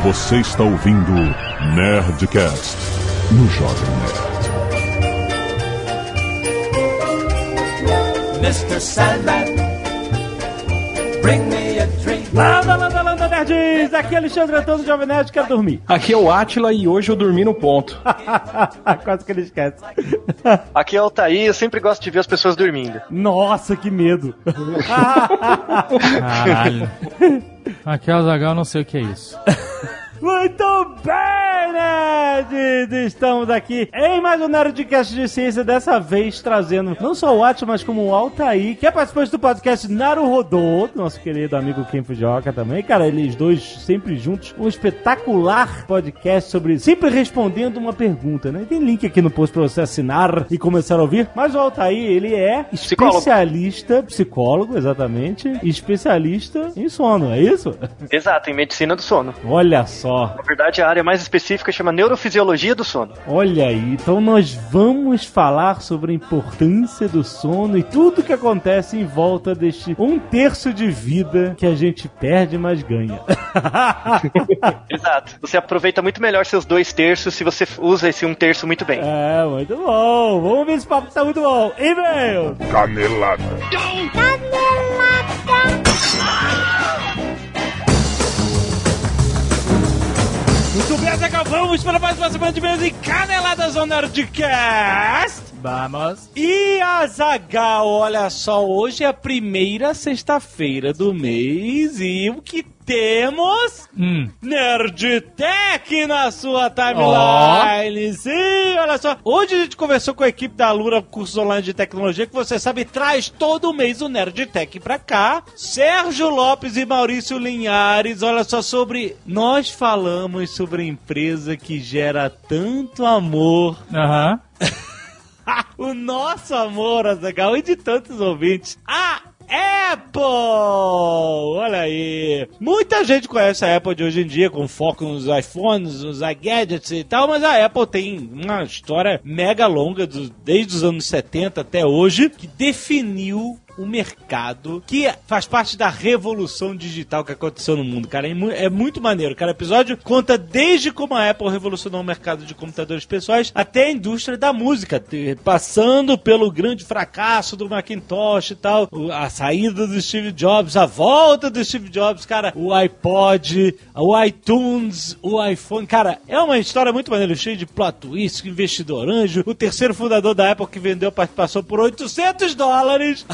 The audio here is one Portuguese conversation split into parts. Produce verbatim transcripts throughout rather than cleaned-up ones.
Você está ouvindo Nerdcast no Jovem Nerd. mister Sandman, bring me a dream. Landa, landa, landa, nerds! Aqui é Alexandre Antônio do Jovem Nerd, quero dormir. Aqui é o Átila e hoje eu dormi no ponto. Quase que ele esquece. Aqui é o Thaí, eu sempre gosto de ver as pessoas dormindo. Nossa, que medo. Caralho. Aqui é o Zagal, não sei o que é isso. Muito bem, nerds! Estamos aqui em mais um Nerdcast de Ciência, dessa vez trazendo não só o Atila, mas como o Altair, que é participante do podcast Naruhodô, nosso querido amigo Ken Fujioka também. Cara, eles dois sempre juntos, um espetacular podcast sobre sempre respondendo uma pergunta, né? Tem link aqui no post pra você assinar e começar a ouvir. Mas o Altair, ele é especialista, psicólogo, psicólogo exatamente, e especialista em sono, é isso? Exato, em medicina do sono. Olha só. Na verdade, a área mais específica chama neurofisiologia do sono. Olha aí, então nós vamos falar sobre a importância do sono e tudo que acontece em volta deste um terço de vida que a gente perde, mas ganha. Exato. Você aproveita muito melhor seus dois terços se você usa esse um terço muito bem. É, muito bom. Vamos ver esse papo que tá muito bom. E-mail! Canelada. Muito bem, Azaghal, vamos para mais uma semana de e-mails e caneladas ao Nerdcast. Vamos. E Azaghal, olha só, hoje é a primeira sexta-feira do mês e o que temos? Hum. Nerdtech na sua timeline. Oh. Sim, olha só. Hoje a gente conversou com a equipe da Alura Cursos Online de Tecnologia, que você sabe, traz todo mês o Nerdtech pra cá. Sérgio Lopes e Maurício Linhares, olha só, sobre... Nós falamos sobre a empresa que gera tanto amor. Aham. Uh-huh. O nosso amor, Azaghal, e de tantos ouvintes. A Apple! Olha aí! Muita gente conhece a Apple de hoje em dia, com foco nos iPhones, nos iGadgets e tal, mas a Apple tem uma história mega longa, do, desde os anos setenta até hoje, que definiu o mercado, que faz parte da revolução digital que aconteceu no mundo, cara. É muito maneiro, cara. O episódio conta desde como a Apple revolucionou o mercado de computadores pessoais até a indústria da música, passando pelo grande fracasso do Macintosh e tal, a saída do Steve Jobs, a volta do Steve Jobs, cara, o iPod, o iTunes, o iPhone, cara, é uma história muito maneira, cheia de plot twist, investidor anjo, o terceiro fundador da Apple que vendeu a participação por oitocentos dólares.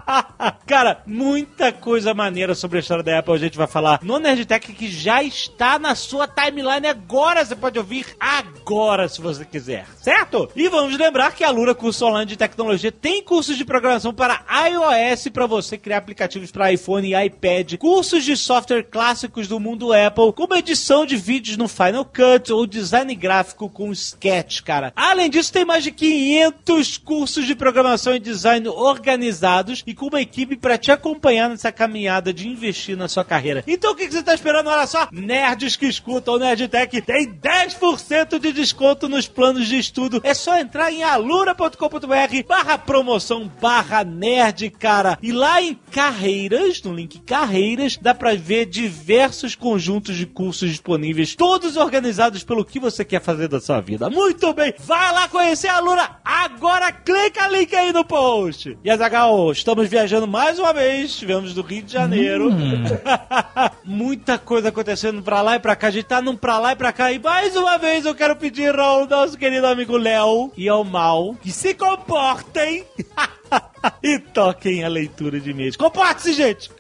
Cara, muita coisa maneira sobre a história da Apple a gente vai falar no Nerdtech, que já está na sua timeline agora. Você pode ouvir agora se você quiser, certo? E vamos lembrar que a Alura Curso Online de Tecnologia tem cursos de programação para iOS para você criar aplicativos para iPhone e iPad, cursos de software clássicos do mundo Apple, como edição de vídeos no Final Cut ou design gráfico com Sketch, cara. Além disso, tem mais de quinhentos cursos de programação e design organizados e com uma equipe pra te acompanhar nessa caminhada de investir na sua carreira. Então o que, que você tá esperando? Olha só, nerds que escutam o Nerdtech tem dez por cento de desconto nos planos de estudo. É só entrar em alura.com.br barra promoção barra nerd, cara. E lá em Carreiras, no link Carreiras, dá pra ver diversos conjuntos de cursos disponíveis, todos organizados pelo que você quer fazer da sua vida. Muito bem, vai lá conhecer a Alura agora, clica link aí no post. E Azaghal, estamos viajando mais uma vez, estivemos no Rio de Janeiro. Hum. Muita coisa acontecendo pra lá e pra cá. A gente tá num pra lá e pra cá. E mais uma vez eu quero pedir ao nosso querido amigo Léo e ao Mal que se comportem e toquem a leitura de e-mails. Comporte-se, gente!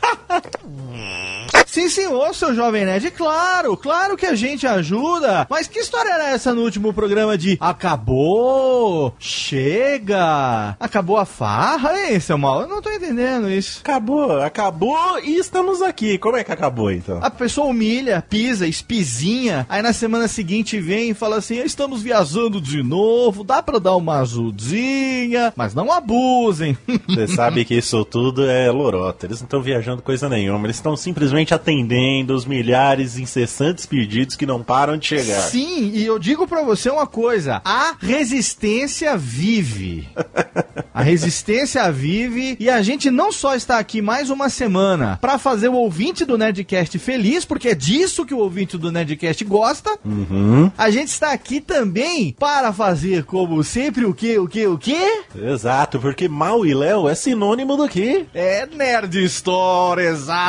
Sim, senhor, seu Jovem Nerd, claro, claro que a gente ajuda. Mas que história era essa no último programa de acabou, chega, acabou a farra, hein, seu Mal? Eu não tô entendendo isso. Acabou, acabou e estamos aqui. Como é que acabou, então? A pessoa humilha, pisa, espizinha, aí na semana seguinte vem e fala assim, estamos viajando de novo, dá pra dar uma ajudinha, mas não abusem. Você sabe que isso tudo é lorota, eles não estão viajando coisa nenhuma, eles estão simplesmente atendendo os milhares incessantes pedidos que não param de chegar. Sim, e eu digo pra você uma coisa, a resistência vive. A resistência vive e a gente não só está aqui mais uma semana pra fazer o ouvinte do Nerdcast feliz, porque é disso que o ouvinte do Nerdcast gosta. Uhum. A gente está aqui também para fazer, como sempre, o quê, o quê, o quê? Exato, porque Mal e Léo é sinônimo do quê? É Nerd Store,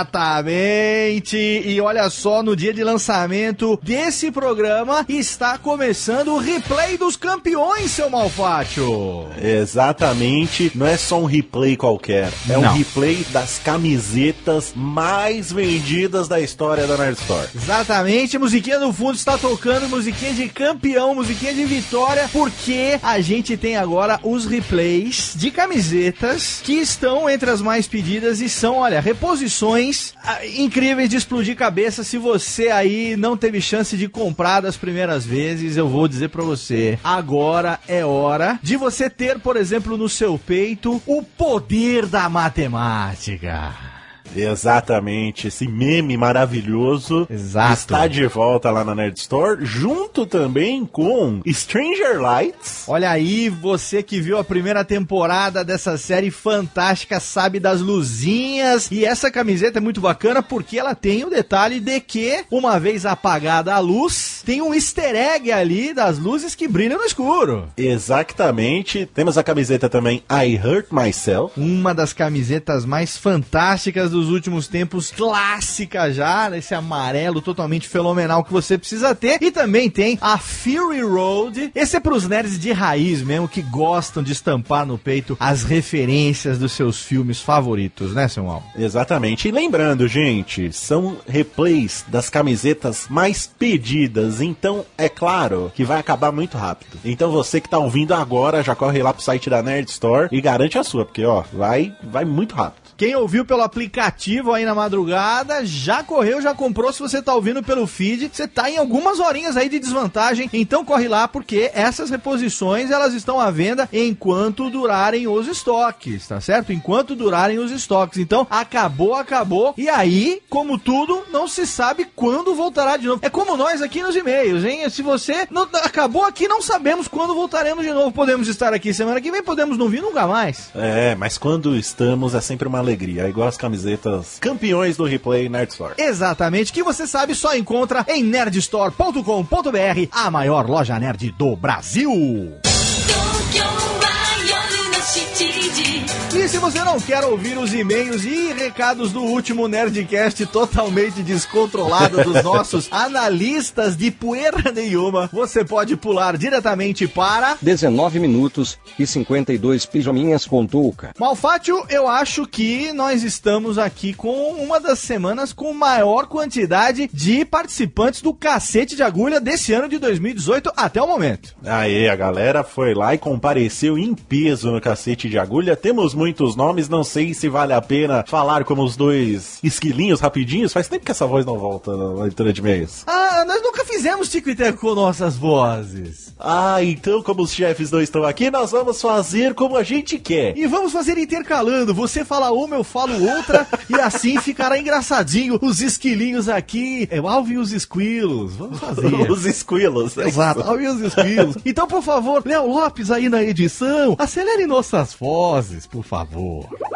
exatamente. E olha só, no dia de lançamento desse programa, está começando o replay dos campeões, seu Malfátio. Exatamente, não é só um replay qualquer, é Não. um replay das camisetas mais vendidas da história da Nerd Store. Exatamente, musiquinha no fundo está tocando, musiquinha de campeão, musiquinha de vitória, porque a gente tem agora os replays de camisetas que estão entre as mais pedidas e são, olha, reposições ah, incríveis de explodir cabeça. Se você aí não teve chance de comprar das primeiras vezes, eu vou dizer pra você, agora é hora de você ter, por exemplo, no seu peito o poder da matemática. Exatamente, esse meme maravilhoso Exato. está de volta lá na Nerd Store, junto também com Stranger Lights. Olha aí, você que viu a primeira temporada dessa série fantástica sabe das luzinhas. E essa camiseta é muito bacana porque ela tem o detalhe de que, uma vez apagada a luz, tem um easter egg ali das luzes que brilham no escuro. Exatamente, temos a camiseta também I Hurt Myself. Uma das camisetas mais fantásticas dos últimos tempos, clássica já, esse amarelo totalmente fenomenal que você precisa ter. E também tem a Fury Road. Esse é pros nerds de raiz mesmo, que gostam de estampar no peito as referências dos seus filmes favoritos, né, seu Mal? Exatamente, e lembrando, gente, são replays das camisetas mais pedidas, então é claro que vai acabar muito rápido. Então você que tá ouvindo agora, já corre lá pro site da Nerd Store e garante a sua, porque ó, vai, vai muito rápido. Quem ouviu pelo aplicativo aí na madrugada, já correu, já comprou. Se você tá ouvindo pelo feed, você tá em algumas horinhas aí de desvantagem. Então corre lá, porque essas reposições, elas estão à venda enquanto durarem os estoques, tá certo? Enquanto durarem os estoques. Então, acabou, acabou. E aí, como tudo, não se sabe quando voltará de novo. É como nós aqui nos e-mails, hein? Se você não, acabou aqui, não sabemos quando voltaremos de novo. Podemos estar aqui semana que vem, podemos não vir nunca mais. É, mas quando estamos é sempre uma alegria, é igual as camisetas campeões do replay Nerd Store. Exatamente, que você sabe só encontra em nerd store ponto com ponto b r, a maior loja nerd do Brasil. E se você não quer ouvir os e-mails e recados do último Nerdcast totalmente descontrolado dos nossos analistas de poeira nenhuma, você pode pular diretamente para dezenove minutos e cinquenta e dois pijaminhas com touca. Malfátio, eu acho que nós estamos aqui com uma das semanas com maior quantidade de participantes do Cacete de Agulha desse ano de dois mil e dezoito até o momento. Aí, a galera foi lá e compareceu em peso no Cacete de Agulha. Temos muitos nomes, não sei se vale a pena falar como os dois esquilinhos rapidinhos. Faz tempo que essa voz não volta na leitura de e-mails. Ah, nós nunca fizemos Tico e Teco com nossas vozes. Ah, então como os chefes não estão aqui, nós vamos fazer como a gente quer. E vamos fazer intercalando. Você fala uma, eu falo outra, e assim ficará engraçadinho. Os esquilinhos aqui, é Alvin e os esquilos. Vamos fazer. Os esquilos. É Exato, Alvin e os esquilos. Então, por favor, Léo Lopes aí na edição, acelere nossas vozes, por favor.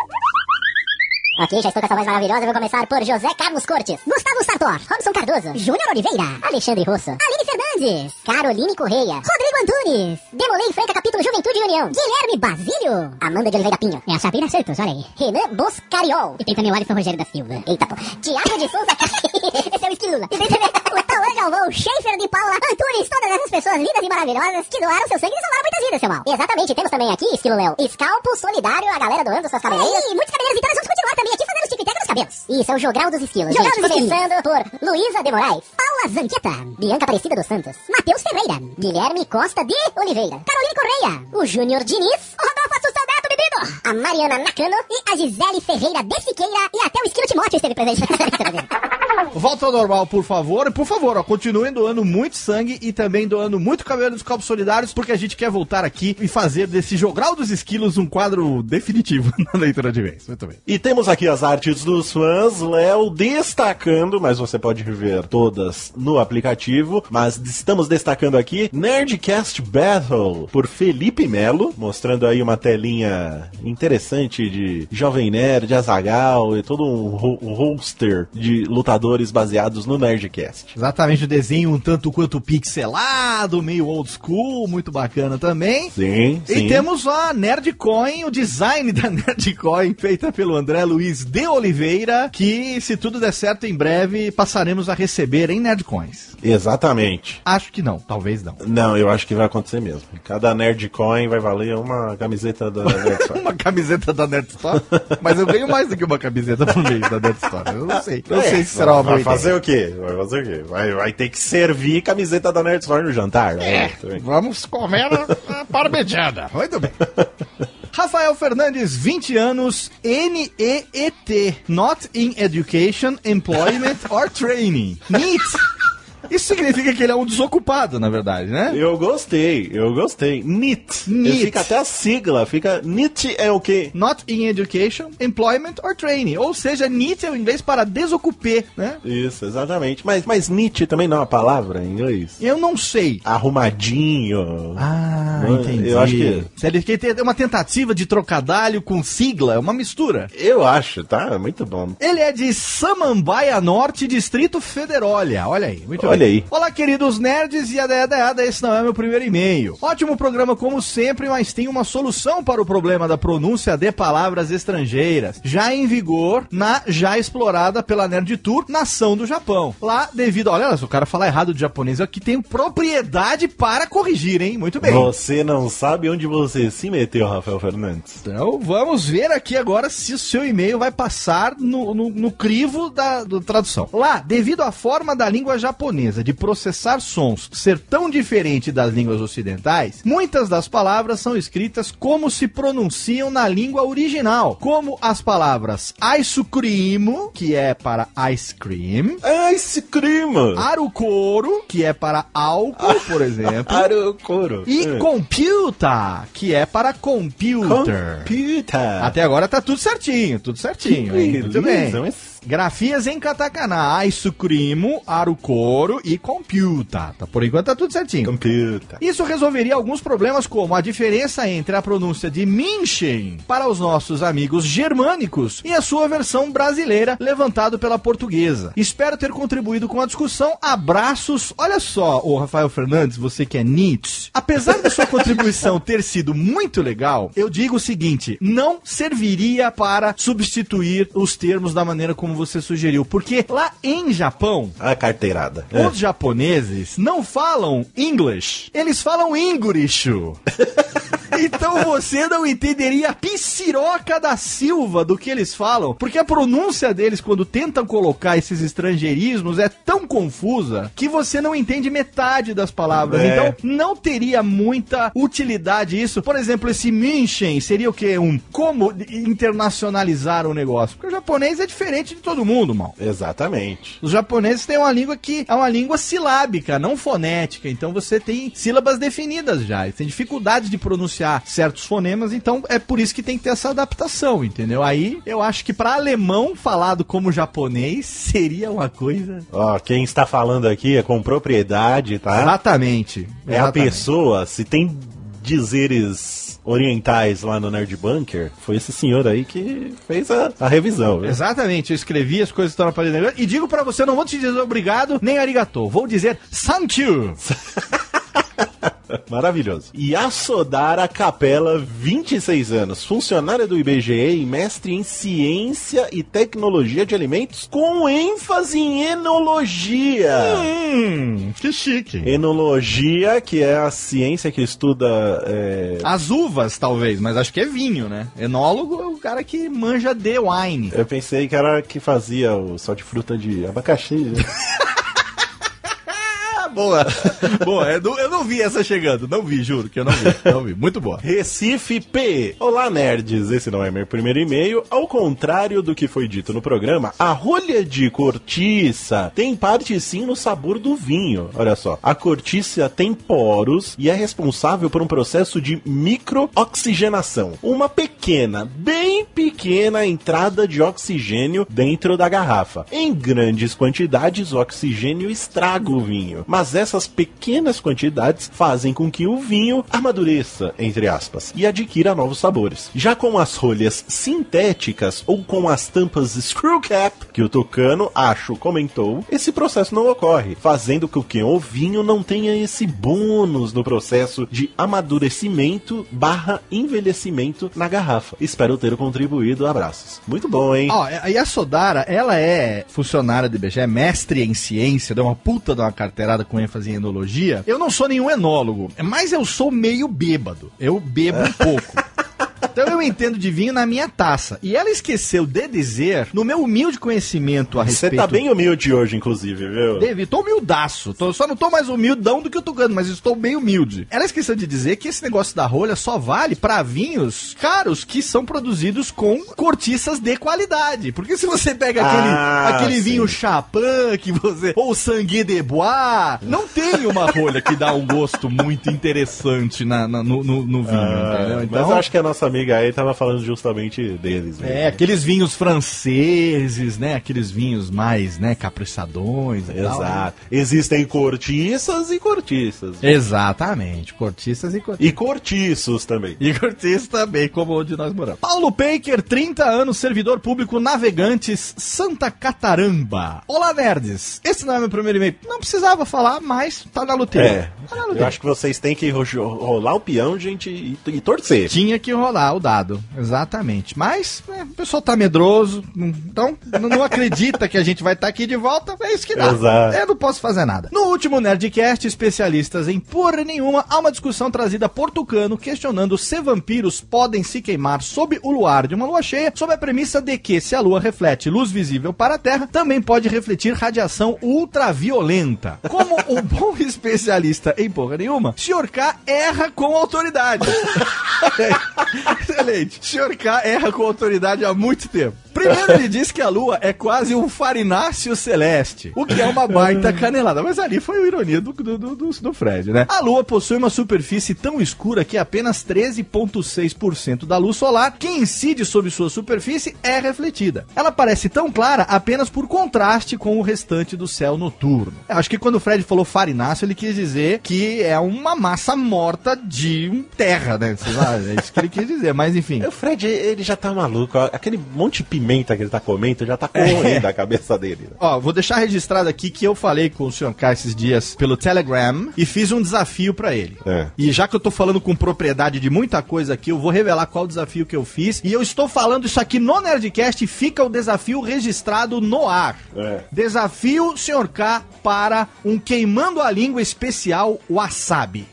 Ok, já estou com essa voz maravilhosa. Eu vou começar por José Carlos Cortes, Gustavo Sartor, Robson Cardoso, Júnior Oliveira, Alexandre Rosso, Aline Fernandes, Caroline Correia, Rodrigo Antunes, Demolei Franca Capítulo Juventude e União, Guilherme Basílio, Amanda de Oliveira Pinho, é a Sabrina Santos, olha aí, Renan Boscariol, e tem também o Alisson Rogério da Silva. Eita, pô. Tiago de Souza, esse é o Esquilula. E tem também o Tauan Galvão, Schaefer de Paula, Antunes, todas essas pessoas lindas e maravilhosas que doaram seu sangue e salvaram muitas vidas, seu mal. Exatamente, temos também aqui, Esquilo Léo, Scalpo Solidário, a galera doando suas cabeleiras. E muitas cabeleiras, então nós vamos continuar também aqui fazendo o tic-tac nos cabelos. Isso, é o Jogral dos Esquilos, Jogral gente. Dos começando por Luísa de Moraes, Paula Zanqueta, Bianca Aparecida dos Santos, Matheus Ferreira, Guilherme Costa de Oliveira, Caroline Correia, o Júnior Diniz, o Rodolfo Assunção Neto Bebido, a Mariana Nakano e a Gisele Ferreira de Siqueira e até o Esquilo Timóteo esteve presente. Volta ao normal, por favor. E por favor, ó, continuem doando muito sangue e também doando muito cabelo dos Calpos Solidários, porque a gente quer voltar aqui e fazer desse Jogral dos Esquilos um quadro definitivo na leitura de vez. Muito bem. E temos aqui as artes dos fãs, Léo destacando, mas você pode ver todas no aplicativo, mas estamos destacando aqui Nerdcast Battle, por Felipe Melo, mostrando aí uma telinha interessante de Jovem Nerd, Azaghal e todo um, ro- um roster de lutadores baseados no Nerdcast. Exatamente, o desenho um tanto quanto pixelado, meio old school, muito bacana também. Sim, E sim. temos a Nerdcoin, o design da Nerdcoin, feita pelo André Luiz de Oliveira, que, se tudo der certo, em breve passaremos a receber em Nerdcoins. Exatamente. Acho que não, talvez não. Não, eu acho que vai acontecer mesmo. Cada Nerdcoin vai valer uma camiseta da Nerdcoin. Uma camiseta da Nerd Store? Mas eu ganho mais do que uma camiseta por mês da Nerd Store. Eu não sei. Não É, sei se será uma boa Vai fazer ideia. o quê? Vai fazer o quê? Vai, vai ter que servir camiseta da Nerd Store no jantar. né? Também. Vamos comer a, a parmegiana. Muito bem. Rafael Fernandes, vinte anos, N E E T. Not in Education, Employment or Training. NEET. Isso significa que ele é um desocupado, na verdade, né? Eu gostei, eu gostei. N I T. NEET. Fica até a sigla, fica... N I T é o quê? Not in Education, Employment or Training. Ou seja, NEET é o inglês para desocupé, né? Isso, exatamente. Mas, mas N I T também não é uma palavra em inglês? Eu não sei. Arrumadinho. Ah, Não, entendi. eu acho que- Se ele quer ter uma tentativa de trocadalho com sigla, é uma mistura. Eu acho, tá? Muito bom. Ele é de Samambaia Norte, Distrito Federólia. Olha aí, muito Olha bem. aí. Olá, queridos nerds e adaiada, esse não é meu primeiro e-mail. Ótimo programa como sempre, mas tem uma solução para o problema da pronúncia de palavras estrangeiras, já em vigor na já explorada pela Nerd Tour, nação do Japão. Lá, devido... Olha, se o cara falar errado de japonês, eu aqui tenho propriedade para corrigir, hein? Muito bem. Você não sabe onde você se meteu, Rafael Fernandes. Então, vamos ver aqui agora se o seu e-mail vai passar no, no, no crivo da do tradução. Lá, devido à forma da língua japonesa de processar sons ser tão diferente das línguas ocidentais, muitas das palavras são escritas como se pronunciam na língua original, como as palavras aisukrimu, que é para ice cream, Ice cream! arukoro, que é para álcool, por exemplo, Arukoro. e É. computa, que é para computer. Computer. Até agora tá tudo certinho, tudo certinho, hein? Muito bem. Beleza, mas- Grafias em katakana, aisukrimu, arukoro e computa. Tá, por enquanto tá tudo certinho. Computer. Isso resolveria alguns problemas, como a diferença entre a pronúncia de München para os nossos amigos germânicos e a sua versão brasileira, levantado pela portuguesa. Espero ter contribuído com a discussão. Abraços. Olha só, ô Rafael Fernandes, você que é Nietzsche. Apesar da sua contribuição ter sido muito legal, eu digo o seguinte, não serviria para substituir os termos da maneira como você sugeriu, porque lá em Japão, A carteirada. É. os japoneses não falam English, eles falam Ingurishu. Então você não entenderia a piciroca da Silva do que eles falam, porque a pronúncia deles, quando tentam colocar esses estrangeirismos, é tão confusa que você não entende metade das palavras. É. Então não teria muita utilidade isso. Por exemplo, esse München seria o quê? Um como internacionalizar o negócio? Porque o japonês é diferente de todo mundo, mal. Exatamente. Os japoneses têm uma língua que é uma língua silábica, não fonética. Então você tem sílabas definidas já. Eles têm dificuldade de pronunciar certos fonemas, então é por isso que tem que ter essa adaptação, entendeu? Aí eu acho que para alemão falado como japonês seria uma coisa... Ó, quem está falando aqui é com propriedade, tá? Exatamente. É a Exatamente. pessoa, se tem dizeres orientais lá no Nerd Bunker, foi esse senhor aí que fez a, a revisão. Viu? Exatamente, eu escrevi as coisas que estão na parede da- e digo pra você, não vou te dizer obrigado nem arigato, vou dizer thank you. Maravilhoso. Yasodara Capela, vinte e seis anos, funcionária do I B G E e mestre em Ciência e Tecnologia de Alimentos, com ênfase em Enologia. Hum, que chique. Enologia, que é a ciência que estuda... é, As uvas, talvez, mas acho que é vinho, né? Enólogo é o cara que manja de wine. Eu pensei que era que fazia o sal de fruta de abacaxi. né? Boa. Boa, eu não, eu não vi essa chegando. Não vi, juro que eu não vi. Não vi. Muito boa. Recife P. Olá, nerds. Esse não é meu primeiro e-mail. Ao contrário do que foi dito no programa, a rolha de cortiça tem parte sim no sabor do vinho. Olha só. A cortiça tem poros e é responsável por um processo de microoxigenação. Uma pequena pequena, bem pequena a entrada de oxigênio dentro da garrafa. Em grandes quantidades, o oxigênio estraga o vinho, mas essas pequenas quantidades fazem com que o vinho amadureça, entre aspas, e adquira novos sabores. Já com as rolhas sintéticas ou com as tampas screw cap, que o Tucano, acho, comentou, esse processo não ocorre, fazendo com que o vinho não tenha esse bônus no processo de amadurecimento barra envelhecimento na garrafa. Espero ter contribuído. Abraços. Muito bom, hein? Ó, e a Sodara, ela é funcionária do I B G E, mestre em ciência, deu uma puta de uma carteirada com ênfase em enologia. Eu não sou nenhum enólogo, mas eu sou meio bêbado. Eu bebo um pouco. Então eu entendo de vinho na minha taça. E ela esqueceu de dizer, no meu humilde conhecimento a respeito... Você tá bem humilde hoje, inclusive, viu? David, tô humildaço. Tô, só não tô mais humildão do que o Tucano, mas estou bem humilde. Ela esqueceu de dizer que esse negócio da rolha só vale pra vinhos caros que são produzidos com cortiças de qualidade. Porque se você pega aquele, ah, aquele sim. vinho Chapin, que você... ou Sangue de Bois, não tem uma rolha que dá um gosto muito interessante na, na, no, no, no vinho, ah, entendeu? Então, mas eu acho que a nossa amiga aí tava falando justamente deles. Né? É, aqueles vinhos franceses, né? Aqueles vinhos mais, né, caprichadões e Exato. tal, né? Existem cortiças e cortiças. Exatamente, cortiças e cortiças. E cortiços também. E cortiços também, como onde nós moramos. Paulo Paker, trinta anos, servidor público Navegantes, Santa Cataramba. Olá, nerds. Esse não é meu primeiro e-mail. Não precisava falar, mas tá na luteira. É, tá na eu acho que vocês têm que ro rolar o peão, gente, e, e torcer. Tinha que rolar o dado, exatamente. Mas é, o pessoal tá medroso, então não, não acredita que a gente vai estar tá aqui de volta, é isso que dá. Exato. Eu não posso fazer nada. No último Nerdcast, especialistas em porra nenhuma, há uma discussão trazida por Tucano questionando se vampiros podem se queimar sob o luar de uma lua cheia, sob a premissa de que se a lua reflete luz visível para a Terra, também pode refletir radiação ultraviolenta. Como um bom especialista em porra nenhuma, senhor K erra com autoridade. Excelente. senhor K erra com autoridade há muito tempo. Primeiro ele disse que a Lua é quase um farináceo celeste, o que é uma baita canelada. Mas ali foi a ironia do, do, do, do Fred, né? A Lua possui uma superfície tão escura que apenas treze vírgula seis por cento da luz solar que incide sobre sua superfície é refletida. Ela parece tão clara apenas por contraste com o restante do céu noturno. Eu acho que quando o Fred falou farináceo, ele quis dizer que é uma massa morta de terra, né? Sei lá, é isso que ele quis dizer, mas enfim. O Fred, ele já tá maluco. Aquele monte de pimenta que ele tá comendo já tá correndo é. a cabeça dele. Ó, vou deixar registrado aqui que eu falei com o senhor K esses dias pelo Telegram e fiz um desafio pra ele. É. E já que eu tô falando com propriedade de muita coisa aqui, eu vou revelar qual desafio que eu fiz. E eu estou falando isso aqui no Nerdcast e fica o desafio registrado no ar. É. Desafio senhor K para um queimando a língua especial wasabi.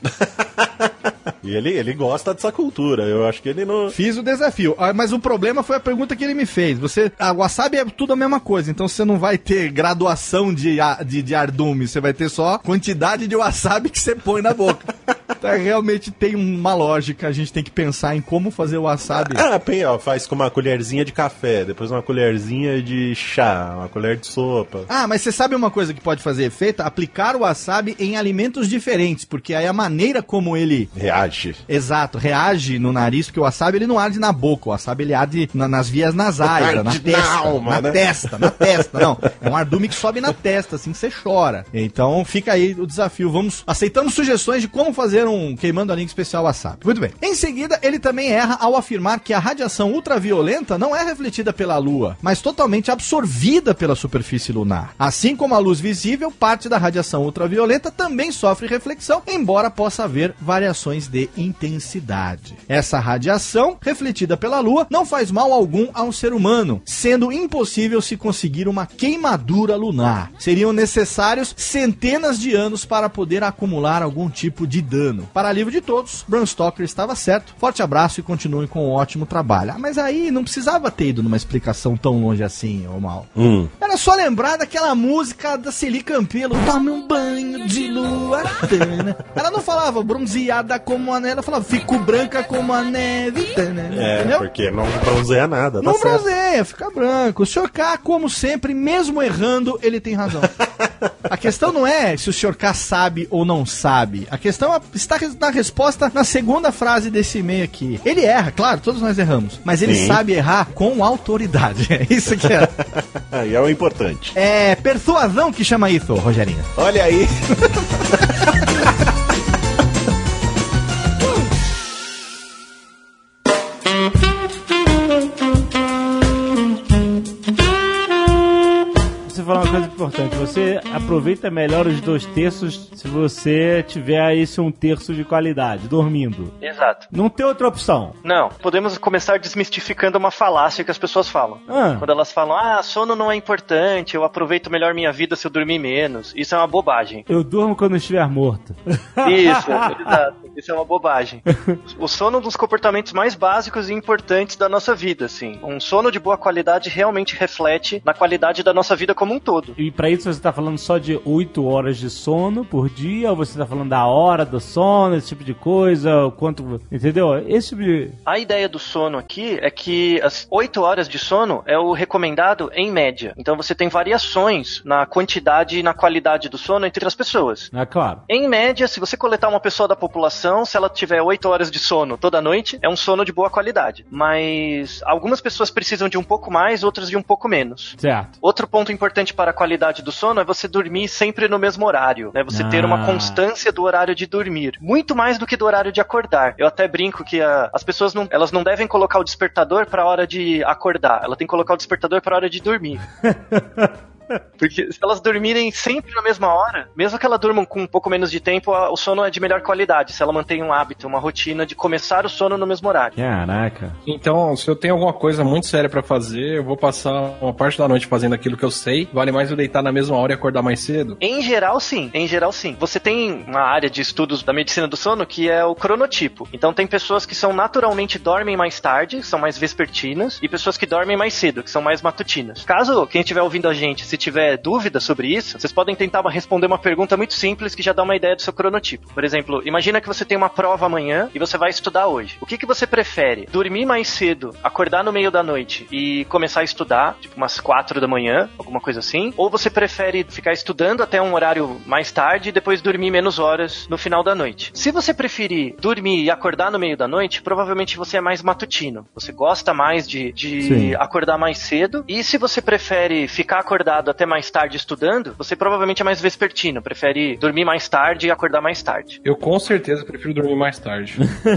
E ele, ele gosta dessa cultura, eu acho que ele não... Fiz o desafio, mas o problema foi a pergunta que ele me fez. Você, a wasabi é tudo a mesma coisa, então você não vai ter graduação de, de, de ardume, você vai ter só quantidade de wasabi que você põe na boca. Então, realmente tem uma lógica, a gente tem que pensar em como fazer o wasabi. Ah, bem, ó, faz com uma colherzinha de café, depois uma colherzinha de chá, uma colher de sopa. Ah, mas você sabe uma coisa que pode fazer efeito? Aplicar o wasabi em alimentos diferentes, porque aí a maneira como ele... Reage. Exato, reage no nariz, porque o wasabi ele não arde na boca, o wasabi ele arde na, nas vias nasais, na testa, na, alma, na né? testa, na testa, não. É um ardume que sobe na testa, assim, que você chora. Então fica aí o desafio, vamos, aceitamos sugestões de como fazer um queimando a língua especial wasabi. Muito bem. Em seguida, ele também erra ao afirmar que a radiação ultraviolenta não é refletida pela Lua, mas totalmente absorvida pela superfície lunar. Assim como a luz visível, parte da radiação ultraviolenta também sofre reflexão, embora possa haver variações de intensidade. Essa radiação, refletida pela Lua, não faz mal algum ao ser humano, sendo impossível se conseguir uma queimadura lunar. Seriam necessários centenas de anos para poder acumular algum tipo de dano. Para alívio de todos, Bram Stoker estava certo. Forte abraço e continue com um ótimo trabalho. Ah, mas aí não precisava ter ido numa explicação tão longe assim, ô Mal. Hum. Era só lembrar daquela música da Celi Campelo, tome um banho banho de lua. Ela não falava bronzeada como a neve, ela falava fico branca como a neve. É, entendeu? Porque não bronzeia nada. Não tá certo. bronzeia, fica branco. O senhor K, como sempre, mesmo errando, ele tem razão. A questão não é se o senhor K sabe ou não sabe. A questão está na resposta na segunda frase desse e-mail aqui. Ele erra, claro, todos nós erramos. Mas ele Sim. sabe errar com autoridade. É isso que é. Aí é o importante. É persuasão que chama isso, Rogerinho. Olha aí. Falar uma coisa importante, você aproveita melhor os dois terços se você tiver aí um terço de qualidade, dormindo. Exato. Não tem outra opção. Não, podemos começar desmistificando uma falácia que as pessoas falam. Ah. Quando elas falam, ah, sono não é importante, eu aproveito melhor minha vida se eu dormir menos. Isso é uma bobagem. Eu durmo quando estiver morto. Isso, exato. Isso é uma bobagem. O sono é um dos comportamentos mais básicos e importantes da nossa vida, assim. Um sono de boa qualidade realmente reflete na qualidade da nossa vida como um todo. E pra isso você tá falando só de oito horas de sono por dia, ou você tá falando da hora do sono, esse tipo de coisa, o quanto, entendeu? Esse tipo de... A ideia do sono aqui é que as oito horas de sono é o recomendado em média. Então você tem variações na quantidade e na qualidade do sono entre as pessoas. É claro. Em média, se você coletar uma pessoa da população, se ela tiver oito horas de sono toda noite, é um sono de boa qualidade. Mas algumas pessoas precisam de um pouco mais, outras de um pouco menos. Certo. Outro ponto importante para a qualidade do sono é você dormir sempre no mesmo horário, né? Você ah. ter uma constância do horário de dormir, muito mais do que do horário de acordar. Eu até brinco que a, as pessoas não, elas não devem colocar o despertador para a hora de acordar, ela tem que colocar o despertador para a hora de dormir. Porque se elas dormirem sempre na mesma hora, mesmo que elas durmam com um pouco menos de tempo, o sono é de melhor qualidade, se ela mantém um hábito, uma rotina de começar o sono no mesmo horário. Caraca. Então, se eu tenho alguma coisa muito séria pra fazer, eu vou passar uma parte da noite fazendo aquilo que eu sei, vale mais eu deitar na mesma hora e acordar mais cedo? Em geral, sim. Em geral, sim. Você tem uma área de estudos da medicina do sono que é o cronotipo. Então, tem pessoas que são naturalmente dormem mais tarde, são mais vespertinas, e pessoas que dormem mais cedo, que são mais matutinas. Caso quem estiver ouvindo a gente, se tiver dúvida sobre isso, vocês podem tentar responder uma pergunta muito simples que já dá uma ideia do seu cronotipo. Por exemplo, imagina que você tem uma prova amanhã e você vai estudar hoje. O que, que você prefere? Dormir mais cedo, acordar no meio da noite e começar a estudar, tipo umas quatro da manhã, alguma coisa assim? Ou você prefere ficar estudando até um horário mais tarde e depois dormir menos horas no final da noite? Se você preferir dormir e acordar no meio da noite, provavelmente você é mais matutino. Você gosta mais de, de acordar mais cedo. E se você prefere ficar acordado até mais tarde estudando, você provavelmente é mais vespertino, prefere dormir mais tarde e acordar mais tarde. Eu com certeza prefiro dormir mais tarde.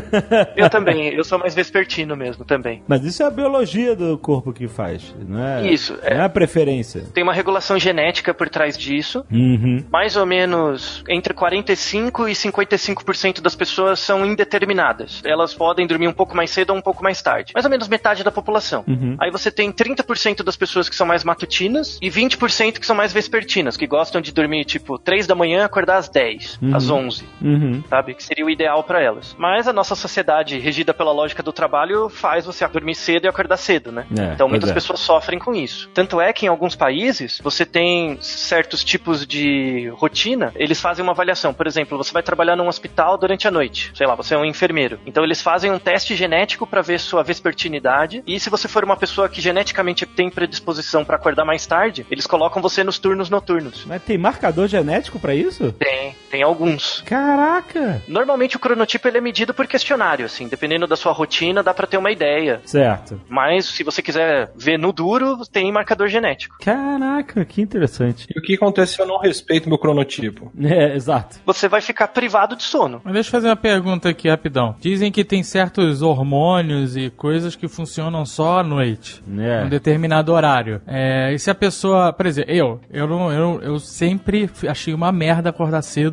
Eu também, eu sou mais vespertino mesmo também. Mas isso é a biologia do corpo que faz, não é? Isso. Não é, é a preferência. Tem uma regulação genética por trás disso. Uhum. Mais ou menos entre quarenta e cinco e cinquenta e cinco por cento das pessoas são indeterminadas. Elas podem dormir um pouco mais cedo ou um pouco mais tarde. Mais ou menos metade da população. Uhum. Aí você tem trinta por cento das pessoas que são mais matutinas e vinte por cento que são mais vespertinas, que gostam de dormir tipo três da manhã, acordar às dez, uhum. às onze, uhum. sabe? Que seria o ideal pra elas. Mas a nossa sociedade, regida pela lógica do trabalho, faz você dormir cedo e acordar cedo, né? É, então muitas é. pessoas sofrem com isso. Tanto é que em alguns países você tem certos tipos de rotina, eles fazem uma avaliação. Por exemplo, você vai trabalhar num hospital durante a noite, sei lá, você é um enfermeiro. Então eles fazem um teste genético pra ver sua vespertinidade, e se você for uma pessoa que geneticamente tem predisposição pra acordar mais tarde, eles colocam você nos turnos noturnos. Mas tem marcador genético pra isso? Tem, tem alguns. Caraca! Normalmente o cronotipo ele é medido por questionário, assim, dependendo da sua rotina, dá pra ter uma ideia. Certo. Mas se você quiser ver no duro, tem marcador genético. Caraca, que interessante. E o que acontece se eu não respeito meu cronotipo? É, exato. Você vai ficar privado de sono. Mas deixa eu fazer uma pergunta aqui, rapidão. Dizem que tem certos hormônios e coisas que funcionam só à noite, é. um determinado horário. É, e se a pessoa, por exemplo, eu, eu, não, eu, eu sempre achei uma merda acordar cedo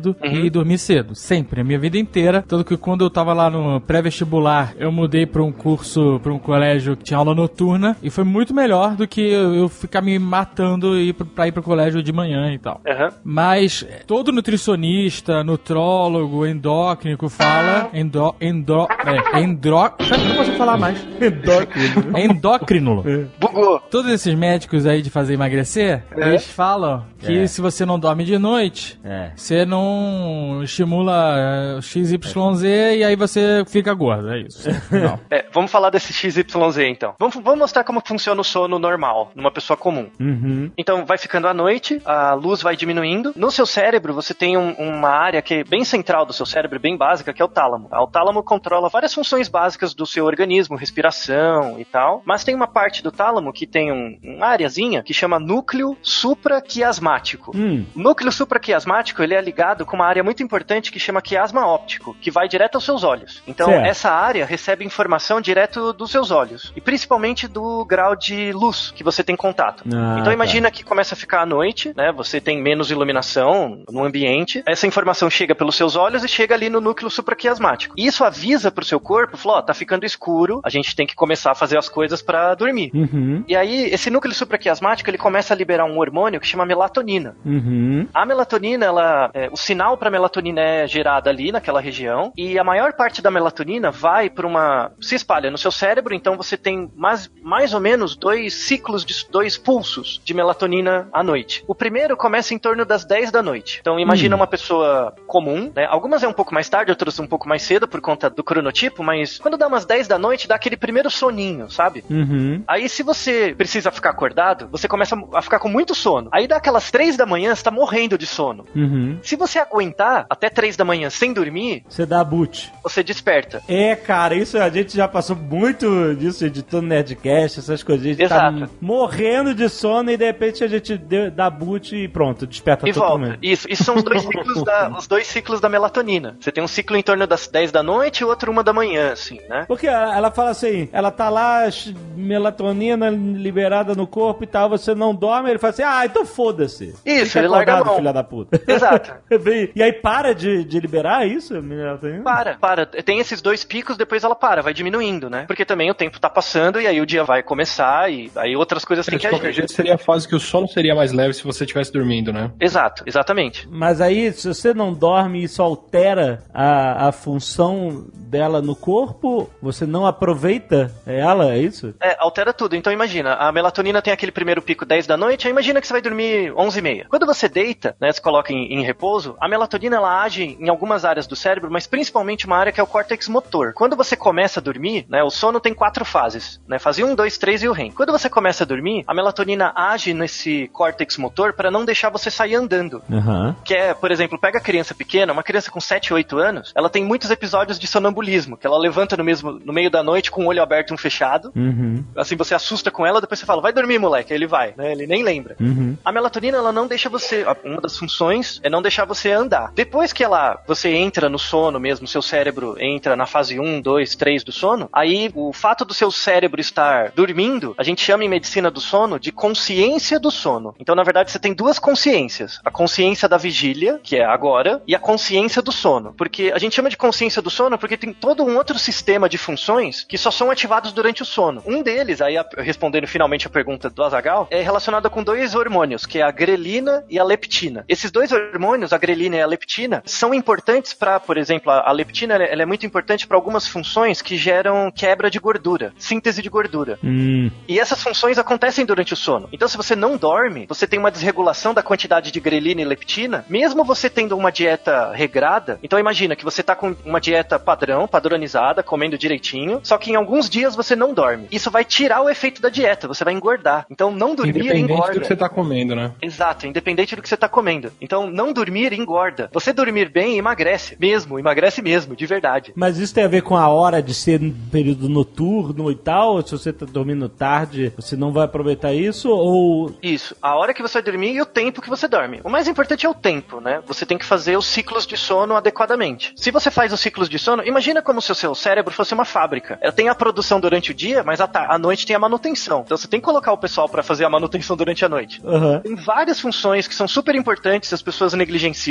cedo uhum. e dormir cedo. Sempre, a minha vida inteira. Tanto que quando eu tava lá no pré-vestibular, eu mudei pra um curso, pra um colégio que tinha aula noturna, e foi muito melhor do que eu ficar me matando e ir pra ir pro colégio de manhã e tal. Uhum. Mas todo nutricionista, nutrólogo, endócrino fala... Endo, endo, é, endro, não consigo falar mais. Endócrino. Endócrino. Bugou. Todos esses médicos aí de fazer emagrecer, é. eles falam que é. se você não dorme de noite, é. você não estimula X Y Z e aí você fica gordo, é isso. Não. É, vamos falar desse X Y Z então. Vamos, vamos mostrar como funciona o sono normal, numa pessoa comum. Uhum. Então, vai ficando à noite, a luz vai diminuindo. No seu cérebro, você tem um, uma área que é bem central do seu cérebro, bem básica, que é o tálamo. O tálamo controla várias funções básicas do seu organismo, respiração e tal, mas tem uma parte do tálamo que tem um, uma areazinha que chama núcleo supraquiasmático. Hum. O núcleo supraquiasmático, ele é ligado com uma área muito importante que chama quiasma óptico, que vai direto aos seus olhos. Então, certo. essa área recebe informação direto dos seus olhos, e principalmente do grau de luz que você tem contato. Ah, então, imagina tá. que começa a ficar à noite, né, você tem menos iluminação no ambiente, essa informação chega pelos seus olhos e chega ali no núcleo supraquiasmático. E isso avisa pro seu corpo, falou, ó, tá ficando escuro, a gente tem que começar a fazer as coisas pra dormir. Uhum. E aí, esse núcleo supraquiasmático, ele começa a liberar um hormônio que chama melatonina. Uhum. A melatonina, ela, é, o sinal pra melatonina é gerado ali naquela região, e a maior parte da melatonina vai pra uma... se espalha no seu cérebro, então você tem mais, mais ou menos dois ciclos, de dois pulsos de melatonina à noite. O primeiro começa em torno das dez da noite. Então, imagina uhum. uma pessoa comum, né? Algumas é um pouco mais tarde, outras um pouco mais cedo, por conta do cronotipo, mas quando dá umas dez da noite, dá aquele primeiro soninho, sabe? Uhum. Aí, se você precisa ficar acordado, você começa a ficar com muito sono. Aí, dá aquelas três da manhã, você tá morrendo de sono. Uhum. Se você aguentar até três da manhã sem dormir, você dá boot. Você desperta. É, cara, isso a gente já passou muito disso, editando Nerdcast, essas coisas. A gente Exato. tá morrendo de sono e de repente a gente dá boot e pronto, desperta e totalmente. Volta. Isso, isso são os dois ciclos da, os dois ciclos da melatonina. Você tem um ciclo em torno das dez da noite e outro uma da manhã, assim, né? Porque ela, ela fala assim, ela tá lá, melatonina liberada no corpo e tal, você não dorme, ele fala assim, ah, então foda-se. Isso, ele larga a mão. Filha da puta. Exato. E aí para de, de liberar isso, a melatonina? Para, para. Tem esses dois picos, depois ela para, vai diminuindo, né? Porque também o tempo tá passando e aí o dia vai começar e aí outras coisas têm que agir. De qualquer jeito seria a fase que o sono seria mais leve se você estivesse dormindo, né? Exato, exatamente. Mas aí, se você não dorme, isso altera a, a função dela no corpo? Você não aproveita ela, é isso? É, altera tudo. Então imagina, a melatonina tem aquele primeiro pico dez da noite, aí imagina que você vai dormir onze e meia. Quando você deita, né, se coloca em, em repouso, a melatonina ela age em algumas áreas do cérebro, mas principalmente uma área que é o córtex motor. Quando você começa a dormir, né, o sono tem quatro fases, né, fase um, dois, três e o R E M. Quando você começa a dormir, a melatonina age nesse córtex motor para não deixar você sair andando. Uhum. Que é, por exemplo, pega a criança pequena, uma criança com sete, oito anos, ela tem muitos episódios de sonambulismo, que ela levanta no, mesmo, no meio da noite com o olho aberto e um fechado. Uhum. Assim, você assusta com ela, depois você fala, vai dormir, moleque. Aí ele vai, né? Ele nem lembra. Uhum. A melatonina, ela não deixa você... Uma das funções é não deixar você andar. Depois que ela, você entra no sono mesmo, seu cérebro entra na fase um, dois, três do sono, aí o fato do seu cérebro estar dormindo, a gente chama em medicina do sono de consciência do sono. Então, na verdade, você tem duas consciências. A consciência da vigília, que é agora, e a consciência do sono. Porque a gente chama de consciência do sono porque tem todo um outro sistema de funções que só são ativados durante o sono. Um deles, aí respondendo finalmente a pergunta do Azaghal, é relacionado com dois hormônios, que é a grelina e a leptina. Esses dois hormônios, a grelina e a leptina, são importantes para, por exemplo, a leptina ela é muito importante para algumas funções que geram quebra de gordura, síntese de gordura. Hum. E essas funções acontecem durante o sono. Então, se você não dorme, você tem uma desregulação da quantidade de grelina e leptina, mesmo você tendo uma dieta regrada. Então, imagina que você tá com uma dieta padrão, padronizada, comendo direitinho, só que em alguns dias você não dorme. Isso vai tirar o efeito da dieta, você vai engordar. Então, não dormir engorda. Independente do que você tá comendo, né? Exato, independente do que você tá comendo. Então, não dormir engorda. Você dormir bem emagrece. Mesmo, emagrece mesmo, de verdade. Mas isso tem a ver com a hora de ser no período noturno e tal? Ou se você tá dormindo tarde, você não vai aproveitar isso? Ou... Isso, a hora que você vai dormir e o tempo que você dorme. O mais importante é o tempo, né? Você tem que fazer os ciclos de sono adequadamente. Se você faz os ciclos de sono, imagina como se o seu cérebro fosse uma fábrica. Ela tem a produção durante o dia, mas à noite tem a manutenção. Então você tem que colocar o pessoal pra fazer a manutenção durante a noite. Uhum. Tem várias funções que são super importantes, as pessoas negligenciam,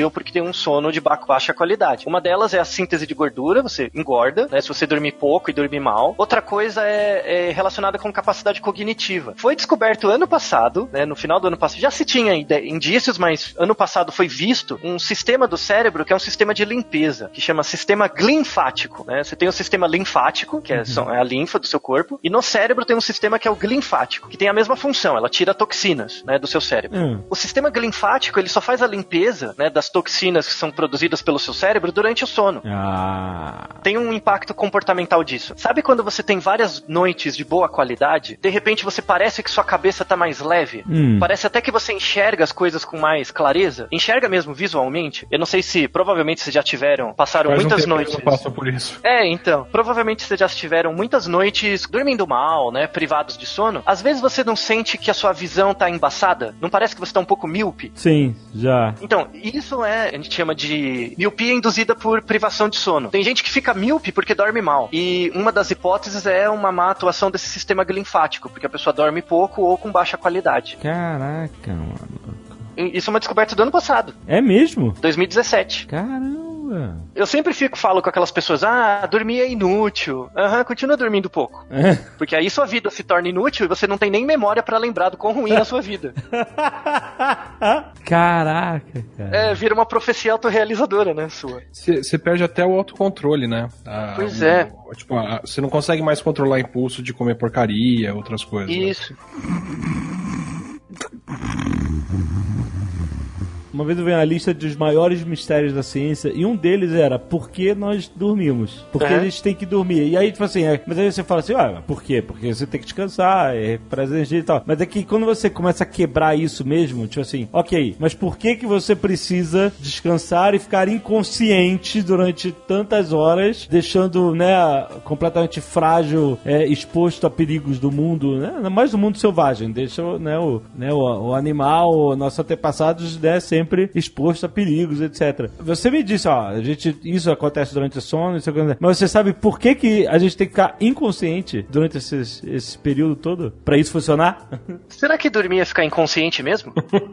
ou porque tem um sono de ba- baixa qualidade. Uma delas é a síntese de gordura, você engorda, né, se você dormir pouco e dormir mal. Outra coisa é, é relacionada com capacidade cognitiva. Foi descoberto ano passado, né, no final do ano passado, já se tinha ide- indícios, mas ano passado foi visto um sistema do cérebro que é um sistema de limpeza, que chama sistema glinfático, né? Você tem o sistema linfático, que é, são, é a linfa do seu corpo, e no cérebro tem um sistema que é o glinfático, que tem a mesma função, ela tira toxinas, né, do seu cérebro. Hum. O sistema glinfático, ele só faz a limpeza, né, das toxinas que são produzidas pelo seu cérebro durante o sono. Ah. Tem um impacto comportamental disso. Sabe quando você tem várias noites de boa qualidade, de repente você parece que sua cabeça tá mais leve? Hum. Parece até que você enxerga as coisas com mais clareza? Enxerga mesmo visualmente? Eu não sei se, provavelmente vocês já tiveram, passaram Faz um muitas tempo que noites. eu não passo por isso. É, então, provavelmente vocês já tiveram muitas noites dormindo mal, né, privados de sono. Às vezes você não sente que a sua visão tá embaçada? Não parece que você tá um pouco míope? Sim, já. Então, isso é, a gente chama de miopia induzida por privação de sono. Tem gente que fica míope porque dorme mal. E uma das hipóteses é uma má atuação desse sistema glinfático, porque a pessoa dorme pouco ou com baixa qualidade. Caraca, mano. Isso é uma descoberta do ano passado. É mesmo? dois mil e dezessete. Caramba. Eu sempre fico, falo com aquelas pessoas, ah, dormir é inútil. Aham, continua dormindo pouco. É. Porque aí sua vida se torna inútil e você não tem nem memória pra lembrar do quão ruim é a sua vida. Caraca, cara. É, vira uma profecia autorrealizadora, né, sua. Você perde até o autocontrole, né? A, Pois o, é. Tipo, você não consegue mais controlar impulso de comer porcaria, outras coisas. Isso. Uma vez eu vi uma lista dos maiores mistérios da ciência e um deles era por que nós dormimos? Por que Uhum. a gente tem que dormir? E aí, tipo assim, é, mas aí você fala assim, ah, por quê? Porque você tem que descansar, é pra energia e tal. Mas é que quando você começa a quebrar isso mesmo, tipo assim, ok, mas por que que você precisa descansar e ficar inconsciente durante tantas horas, deixando, né, completamente frágil, é, exposto a perigos do mundo, né? Mais do mundo selvagem, deixa, né, o, né, o, o animal, nossos antepassados, né, sempre exposto a perigos, etcétera. Você me disse, ó, a gente, isso acontece durante o sono, isso acontece, mas você sabe por que que a gente tem que ficar inconsciente durante esses, esse período todo? Pra isso funcionar? Será que dormir é ficar inconsciente mesmo?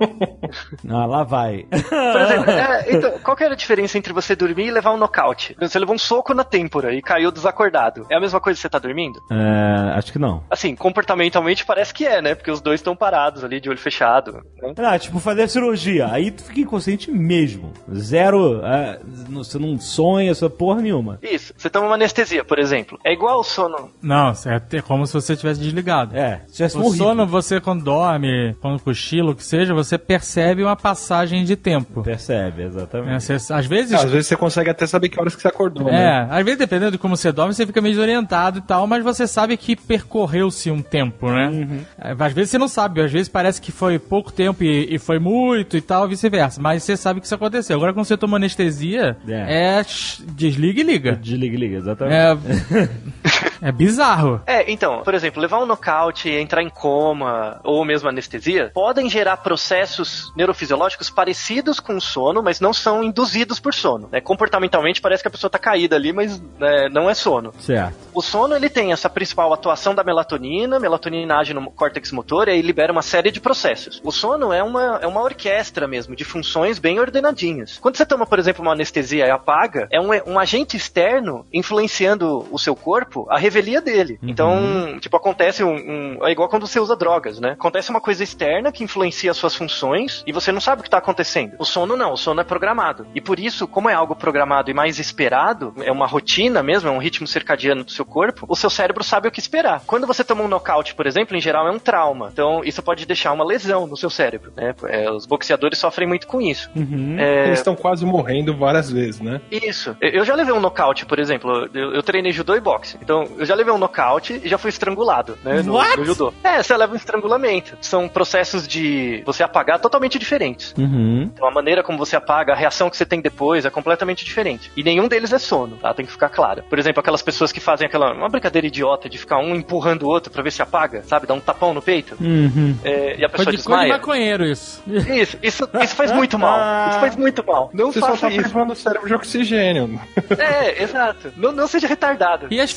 Ah, lá vai. Por exemplo, é, então, qual que era a diferença entre você dormir e levar um nocaute? Você levou um soco na têmpora e caiu desacordado. É a mesma coisa que você tá dormindo? É, acho que não. Assim, comportamentalmente parece que é, né? Porque os dois estão parados ali, de olho fechado. Né? Ah, tipo, fazer a cirurgia. Aí tu fica inconsciente mesmo. Zero. É, você não sonha essa porra nenhuma. Isso. Você toma uma anestesia, por exemplo. É igual o sono. Não, é como se você tivesse desligado. É, se tivesse O morrido. sono, você quando dorme, quando cochila, o que seja, você percebe uma passagem de tempo. Percebe, É, exatamente. você- às vezes... Às vezes você consegue até saber que horas que você acordou, É, né? às vezes dependendo de como você dorme, você fica meio desorientado e tal, mas você sabe que percorreu-se um tempo, né? Uhum. É, Às vezes você não sabe, às vezes parece que foi pouco tempo e, e foi muito e tal, vice-versa, mas você sabe que isso aconteceu. Agora quando você toma anestesia, É. é, sh- desliga e liga. Desliga, liga, exatamente. É, é bizarro. É, então, por exemplo, levar um nocaute, entrar em coma ou mesmo anestesia, podem gerar processos neurofisiológicos parecidos com o sono, mas não são induzidos por sono. Né? Comportamentalmente parece que a pessoa tá caída ali, mas né, não é sono. Certo. O sono, ele tem essa principal atuação da melatonina, melatonina age no córtex motor e aí libera uma série de processos. O sono é uma, é uma orquestra mesmo, de funções bem ordenadinhas. Quando você toma, por exemplo, uma anestesia e apaga, é um, um agente externo influenciando o seu corpo a revelia dele. Uhum. Então, tipo, acontece um, um... É igual quando você usa drogas, né? Acontece uma coisa externa que influencia as suas funções e você não sabe o que tá acontecendo. O sono não, o sono é programado. E por isso, como é algo programado e mais esperado, é uma rotina mesmo, é um ritmo circadiano do seu corpo, o seu cérebro sabe o que esperar. Quando você toma um nocaute, por exemplo, em geral é um trauma. Então, isso pode deixar uma lesão no seu cérebro, né? É, os boxeadores sofrem muito com isso. Uhum. É, Eles estão quase morrendo várias vezes, né? Isso. Eu eu já levei um nocaute, por exemplo. Eu, eu treinei judô e boxe. Então, eu já levei um nocaute e já fui estrangulado, né? No, What? no judô. É, você leva um estrangulamento. São processos de você apagar totalmente diferentes. Uhum. Então, a maneira como você apaga, a reação que você tem depois é completamente diferente. E nenhum deles é sono, tá? Tem que ficar claro. Por exemplo, aquelas pessoas que fazem aquela uma brincadeira idiota de ficar um empurrando o outro pra ver se apaga, sabe? Dar um tapão no peito. Uhum. É, e a Foi pessoa de coisa de desmaia. maconheiro isso. Isso, isso, isso faz muito mal. Isso faz muito mal. Não Você só faça tá isso. privando o cérebro de oxigênio. É, exato. Não, não seja retardado. E asfixia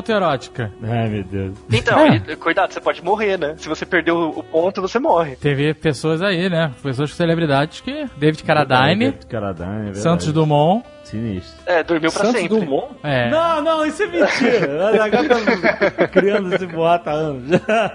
autoerótica. Ai, meu Deus. Então, É. e, cuidado, você pode morrer, né? Se você perder o, o ponto, você morre. Teve pessoas aí, né? Pessoas celebridades que... David Carradine, David Carradine, é verdade. Santos Dumont. Sinistro. É, dormiu pra Santos sempre. Dumont? É. Não, não, isso é mentira. A H tá criando esse boato há anos.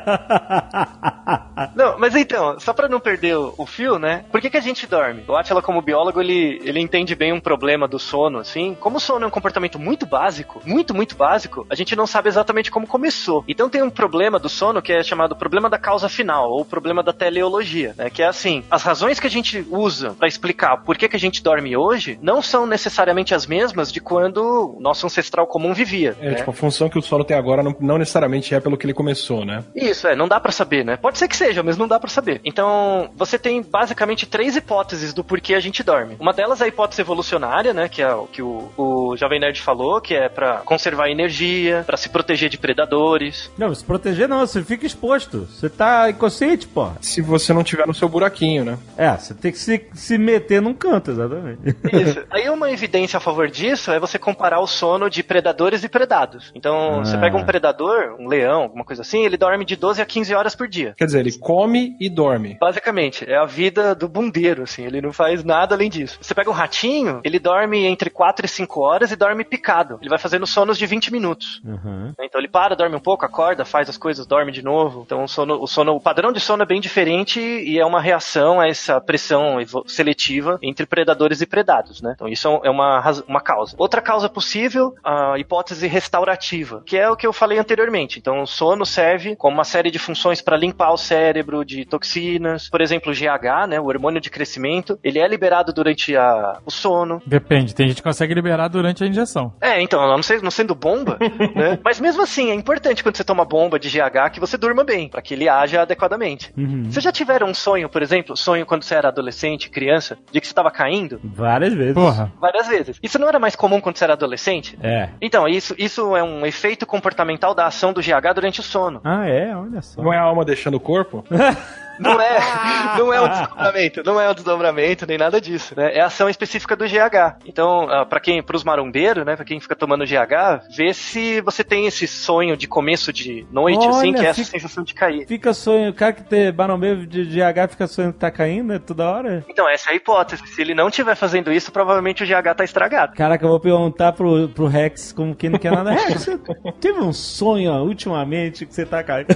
Não, mas então, só pra não perder o, o fio, né? Por que que a gente dorme? O Átila, como biólogo, ele, ele entende bem um problema do sono, assim. Como o sono é um comportamento muito básico, muito, muito básico, a gente não sabe exatamente como começou. Então tem um problema do sono que é chamado problema da causa final, ou problema da teleologia, né? Que é assim, as razões que a gente usa pra explicar por que que a gente dorme hoje não são necessariamente as mesmas de quando o nosso ancestral comum vivia. É, né? tipo, a função que o sono tem agora não, não necessariamente é pelo que ele começou, né? Isso, é, não dá pra saber, né? Pode ser que seja, mas não dá pra saber. Então, você tem basicamente três hipóteses do porquê a gente dorme. Uma delas é a hipótese evolucionária, né? Que é o que o, o Jovem Nerd falou, que é pra conservar energia, pra se proteger de predadores. Não, se proteger não, você fica exposto. Você tá inconsciente, pô. Se você não tiver no seu buraquinho, né? É, você tem que se, se meter num canto, exatamente. Isso. Aí uma evidência a favor disso é você comparar o sono de predadores e predados. Então, Ah. você pega um predador, um leão, alguma coisa assim, ele dorme de doze a quinze horas por dia. Quer dizer, ele come e dorme. Basicamente, é a vida do bundeiro, assim, ele não faz nada além disso. Você pega um ratinho, ele dorme entre quatro e cinco horas e dorme picado. Ele vai fazendo sonos de vinte minutos. Uhum. Então ele para, dorme um pouco, acorda, faz as coisas, dorme de novo. Então o sono, o sono, o padrão de sono é bem diferente e é uma reação a essa pressão evo- seletiva entre predadores e predados, né? Então isso é uma, raz- uma causa. Outra causa possível, a hipótese restaurativa, que é o que eu falei anteriormente. Então o sono serve como uma série de funções para limpar o cérebro de toxinas. Por exemplo, o G H, né, o hormônio de crescimento, ele é liberado durante a, o sono. Depende, tem gente que consegue liberar durante a injeção. É, então, não, sei, não sendo bomba, né? Mas mesmo assim, é importante quando você toma bomba de G H que você durma bem, para que ele haja adequadamente. Uhum. Vocês já tiveram um sonho, por exemplo, sonho quando você era adolescente, criança, de que você estava caindo? Várias vezes. Porra. Várias vezes. Isso não era mais comum quando você era adolescente? É. Então, isso, isso é um efeito comportamental da ação do G H durante o sono. Ah, é? Olha só. Não é a alma deixando o corpo? Não é, não é o desdobramento, não é o desdobramento, nem nada disso, né? É a ação específica do G H. Então, uh, para quem, pros marombeiros, né, pra quem fica tomando G H, vê se você tem esse sonho de começo de noite, Olha, assim, que é essa fica- sensação de cair. Fica sonho, o cara que tem barombeiro de G H fica sonhando que tá caindo, né, toda hora. Então, essa é a hipótese. Se ele não estiver fazendo isso, provavelmente o G H tá estragado. Caraca, eu vou perguntar pro, pro Rex como quem não quer nada. Rex, você teve um sonho ó, ultimamente que você tá caindo?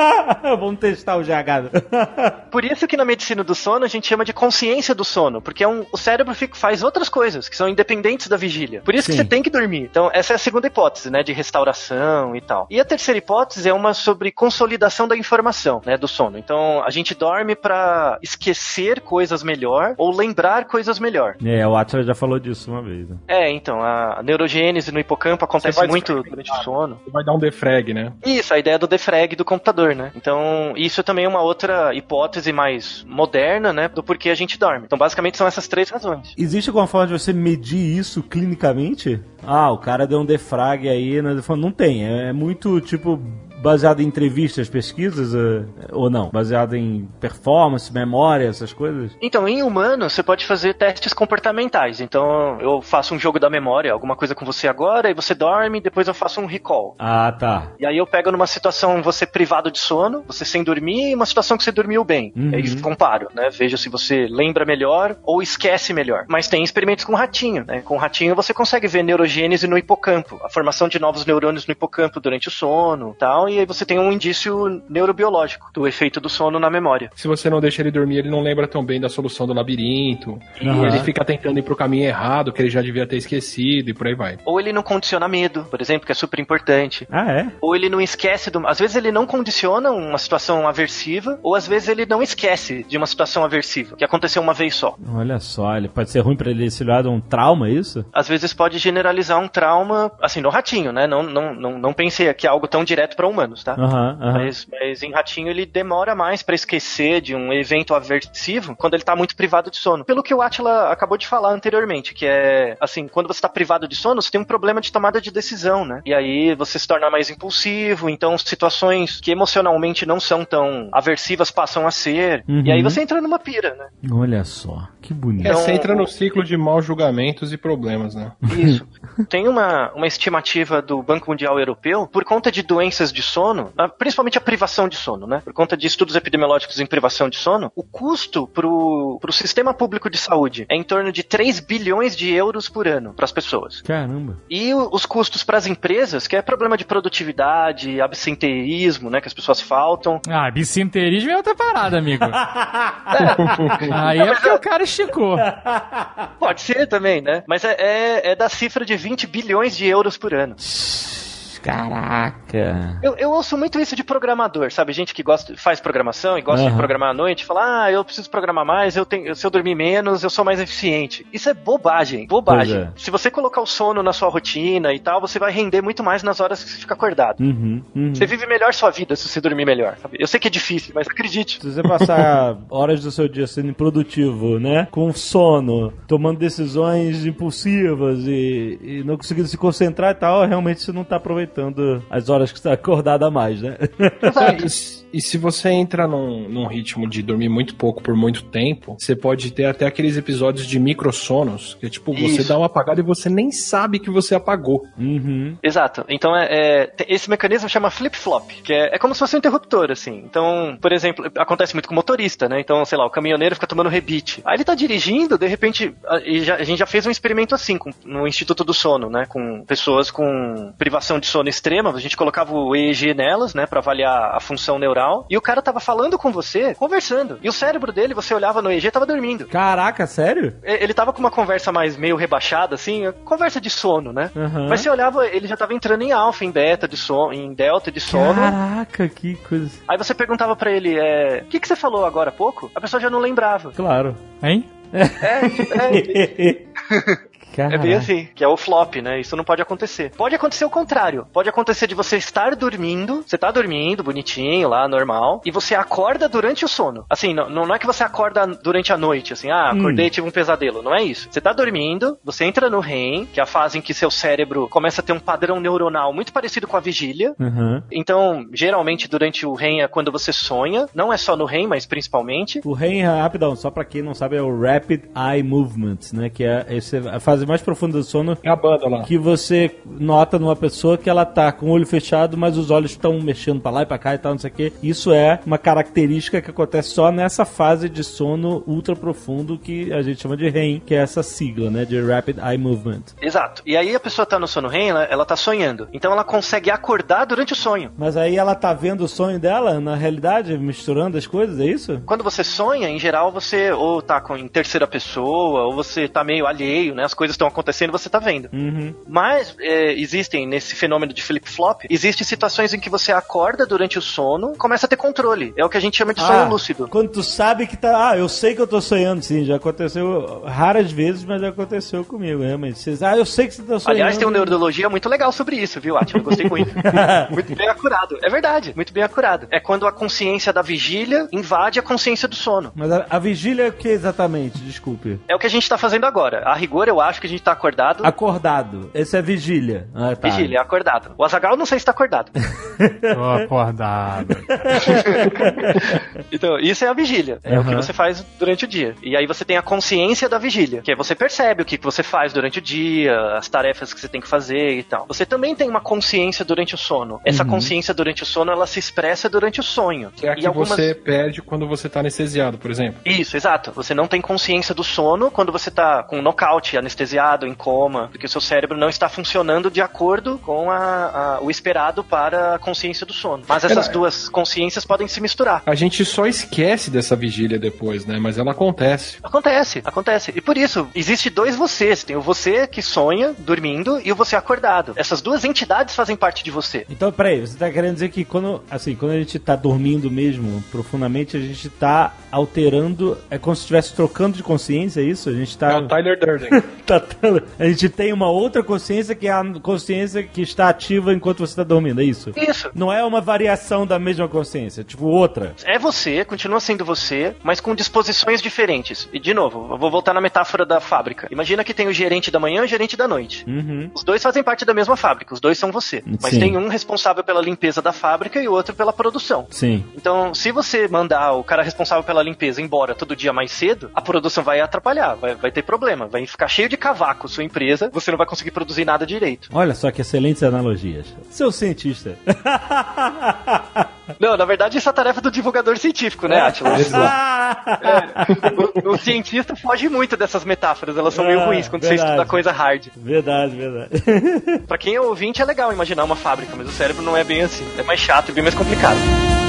Vamos testar o G H. Por isso que na medicina do sono a gente chama de consciência do sono, porque é um, o cérebro fica, faz outras coisas que são independentes da vigília. Por isso Sim. que você tem que dormir. Então, essa é a segunda hipótese, né, de restauração e tal. E a terceira hipótese é uma sobre consolidação da informação, né, do sono. Então, a gente dorme pra esquecer coisas melhor ou lembrar coisas melhor. É, o Atlas já falou disso uma vez. Né? É, então, a neurogênese no hipocampo acontece Você vai muito desfragmentar. durante o sono. Vai dar um defrag, né? Isso, a ideia do defrag do computador, né? Então, isso também é uma outra hipótese mais moderna, né, do porquê a gente dorme. Então, basicamente, são essas três razões. Existe alguma forma de você medir isso clinicamente? Ah, o cara deu um defrag aí, né? Não tem, é muito tipo baseado em entrevistas, pesquisas, uh, ou não? Baseado em performance, memória, essas coisas? Então, em humano, você pode fazer testes comportamentais. Então, eu faço um jogo da memória, alguma coisa com você agora, e você dorme, depois eu faço um recall. Ah, tá. E aí eu pego numa situação você privado de sono, você sem dormir, e uma situação que você dormiu bem. Uhum. E aí comparo, né? Vejo se você lembra melhor ou esquece melhor. Mas tem experimentos com ratinho, né? Com ratinho você consegue ver neurogênese no hipocampo, a formação de novos neurônios no hipocampo durante o sono e tal, e aí você tem um indício neurobiológico do efeito do sono na memória. Se você não deixa ele dormir, ele não lembra tão bem da solução do labirinto. Uhum. E ele fica tentando ir pro caminho errado, que ele já devia ter esquecido, e por aí vai. Ou ele não condiciona medo, por exemplo, que é super importante. Ah, é? Ou ele não esquece do... Às vezes ele não condiciona uma situação aversiva, ou às vezes ele não esquece de uma situação aversiva, que aconteceu uma vez só. Olha só, ele pode ser ruim pra ele se livrar de um trauma, é isso? Às vezes pode generalizar um trauma, assim, no ratinho, né? Não, não, não, não pensei que é algo tão direto para humano. humanos, tá? Aham, aham. Mas, mas em ratinho ele demora mais pra esquecer de um evento aversivo quando ele tá muito privado de sono. Pelo que o Átila acabou de falar anteriormente, que é, assim, quando você tá privado de sono, você tem um problema de tomada de decisão, né? E aí você se torna mais impulsivo, então situações que emocionalmente não são tão aversivas passam a ser, Uhum. e aí você entra numa pira, né? Olha só, que bonito. É, você Então, entra no ciclo de maus julgamentos e problemas, né? Isso. Tem uma, uma estimativa do Banco Mundial Europeu, por conta de doenças de sono, principalmente a privação de sono, né? Por conta de estudos epidemiológicos em privação de sono, o custo pro, pro sistema público de saúde é em torno de três bilhões de euros por ano para as pessoas. Caramba. E o, os custos para as empresas, que é problema de produtividade, absenteísmo, né? Que as pessoas faltam. Ah, bicenterismo é outra parada, amigo. Aí é porque o cara esticou. Pode ser também, né? Mas é, é, é da cifra de vinte bilhões de euros por ano. Caraca. Eu, eu ouço muito isso de programador, sabe? Gente que gosta, faz programação e gosta Uhum. de programar à noite, fala, ah, eu preciso programar mais, eu tenho, se eu dormir menos, eu sou mais eficiente. Isso é bobagem, bobagem. Pois é. Se você colocar o sono na sua rotina e tal, você vai render muito mais nas horas que você fica acordado. Uhum, uhum. Você vive melhor sua vida se você dormir melhor, sabe? Eu sei que é difícil, mas acredite. Se você passar horas do seu dia sendo improdutivo, né? Com sono, tomando decisões impulsivas e, e não conseguindo se concentrar e tal, realmente você não tá aproveitando as horas que você tá acordado a mais, né? E, se- e se você entra num, num ritmo de dormir muito pouco por muito tempo, você pode ter até aqueles episódios de microsonos, que é tipo, você Isso. dá uma apagada e você nem sabe que você apagou. Uhum. Exato. Então, é, é, te- esse mecanismo chama flip-flop, que é, é como se fosse um interruptor, assim. Então, por exemplo, acontece muito com motorista, né? Então, sei lá, o caminhoneiro fica tomando rebite. Aí ele tá dirigindo, de repente, a, e já- a gente já fez um experimento assim, com- no Instituto do Sono, né? Com pessoas com privação de sono extrema, a gente colocava o E E G nelas, né? Pra avaliar a função neural, e o cara tava falando com você, conversando. E o cérebro dele, você olhava no E E G, tava dormindo. Caraca, sério? E- Ele tava com uma conversa mais meio rebaixada, assim, conversa de sono, né? Uhum. Mas você olhava, ele já tava entrando em alfa, em beta de sono, em delta de sono. Caraca, que coisa. Aí você perguntava pra ele, é, o que, que você falou agora há pouco? A pessoa já não lembrava. Claro. Hein? É, é, é bem Caraca. assim, que é o flop, né? Isso não pode acontecer. Pode acontecer o contrário. Pode acontecer de você estar dormindo, você tá dormindo, bonitinho lá, normal, e você acorda durante o sono. Assim, não, não é que você acorda durante a noite, assim, ah, acordei e Hum. tive um pesadelo. Não é isso. Você tá dormindo, você entra no R E M, que é a fase em que seu cérebro começa a ter um padrão neuronal muito parecido com a vigília. Uhum. Então, geralmente, durante o R E M é quando você sonha. Não é só no R E M, mas principalmente. O R E M, rapidão, só pra quem não sabe, é o Rapid Eye Movement, né? Que é esse- a fase mais profunda do sono, É a banda lá. que você nota numa pessoa que ela tá com o olho fechado, mas os olhos estão mexendo pra lá e pra cá e tal, não sei o quê. Isso é uma característica que acontece só nessa fase de sono ultra profundo que a gente chama de R E M, que é essa sigla, né? De Rapid Eye Movement. Exato. E aí a pessoa tá no sono R E M, ela, ela tá sonhando. Então ela consegue acordar durante o sonho. Mas aí ela tá vendo o sonho dela, na realidade, misturando as coisas, é isso? Quando você sonha, em geral, você ou tá com, em terceira pessoa, ou você tá meio alheio, né? As coisas estão acontecendo e você tá vendo. Uhum. Mas é, existem, nesse fenômeno de flip-flop, existem situações em que você acorda durante o sono e começa a ter controle. É o que a gente chama de sonho Ah, lúcido. quando tu sabe que tá... Ah, eu sei que eu tô sonhando, sim. Já aconteceu raras vezes, mas já aconteceu comigo, realmente. Vocês, ah, eu sei que você tá sonhando. Aliás, tem uma neurologia muito legal sobre isso, viu, Átila? Gostei muito. Muito bem acurado. É verdade, muito bem acurado. É quando a consciência da vigília invade a consciência do sono. Mas a, a vigília é o que exatamente? Desculpe. É o que a gente tá fazendo agora. A rigor, eu acho que a gente tá acordado. Acordado. Esse é vigília. Ah, tá. Vigília, acordado. O Azaghal eu não sei se tá acordado. Tô acordado. Então, isso é a vigília. É Uhum. o que você faz durante o dia. E aí você tem a consciência da vigília, que é você percebe o que você faz durante o dia, as tarefas que você tem que fazer e tal. Você também tem uma consciência durante o sono. Essa Uhum. consciência durante o sono, ela se expressa durante o sonho. Que é a E que algumas- você perde quando você tá anestesiado, por exemplo. Isso, exato. Você não tem consciência do sono quando você tá com nocaute, anestesiado, em coma, porque o seu cérebro não está funcionando de acordo com a, a- o esperado para a consciência do sono. Mas essas Cara, duas consciências podem se misturar. A gente só esquece dessa vigília depois, né? Mas ela acontece. Acontece, acontece. E por isso, existe dois vocês. Tem o você que sonha, dormindo, e o você acordado. Essas duas entidades fazem parte de você. Então, peraí, você tá querendo dizer que quando, assim, quando a gente tá dormindo mesmo, profundamente, a gente tá alterando, é como se estivesse trocando de consciência, é isso? A gente tá... É o Tyler Durden. tá constatando, a gente tem uma outra consciência que é a consciência que está ativa enquanto você está dormindo, é isso? Isso. Não é uma variação da mesma consciência, tipo outra. É você, continua sendo você, mas com disposições diferentes. E, de novo, eu vou voltar na metáfora da fábrica. Imagina que tem o gerente da manhã e o gerente da noite. Uhum. Os dois fazem parte da mesma fábrica, os dois são você. Mas Sim. tem um responsável pela limpeza da fábrica e o outro pela produção. Sim. Então, se você mandar o cara responsável pela limpeza embora todo dia mais cedo, a produção vai atrapalhar, vai, vai ter problema, vai ficar cheio de cavaco sua empresa, você não vai conseguir produzir nada direito. Olha só que excelentes analogias. Seu cientista. Não, na verdade isso é a tarefa do divulgador científico, né, Atlas? É, o, o cientista foge muito dessas metáforas, elas são meio ruins quando verdade. você estuda coisa hard. Verdade, verdade. Pra quem é ouvinte é legal imaginar uma fábrica, mas o cérebro não é bem assim, é mais chato e bem mais complicado.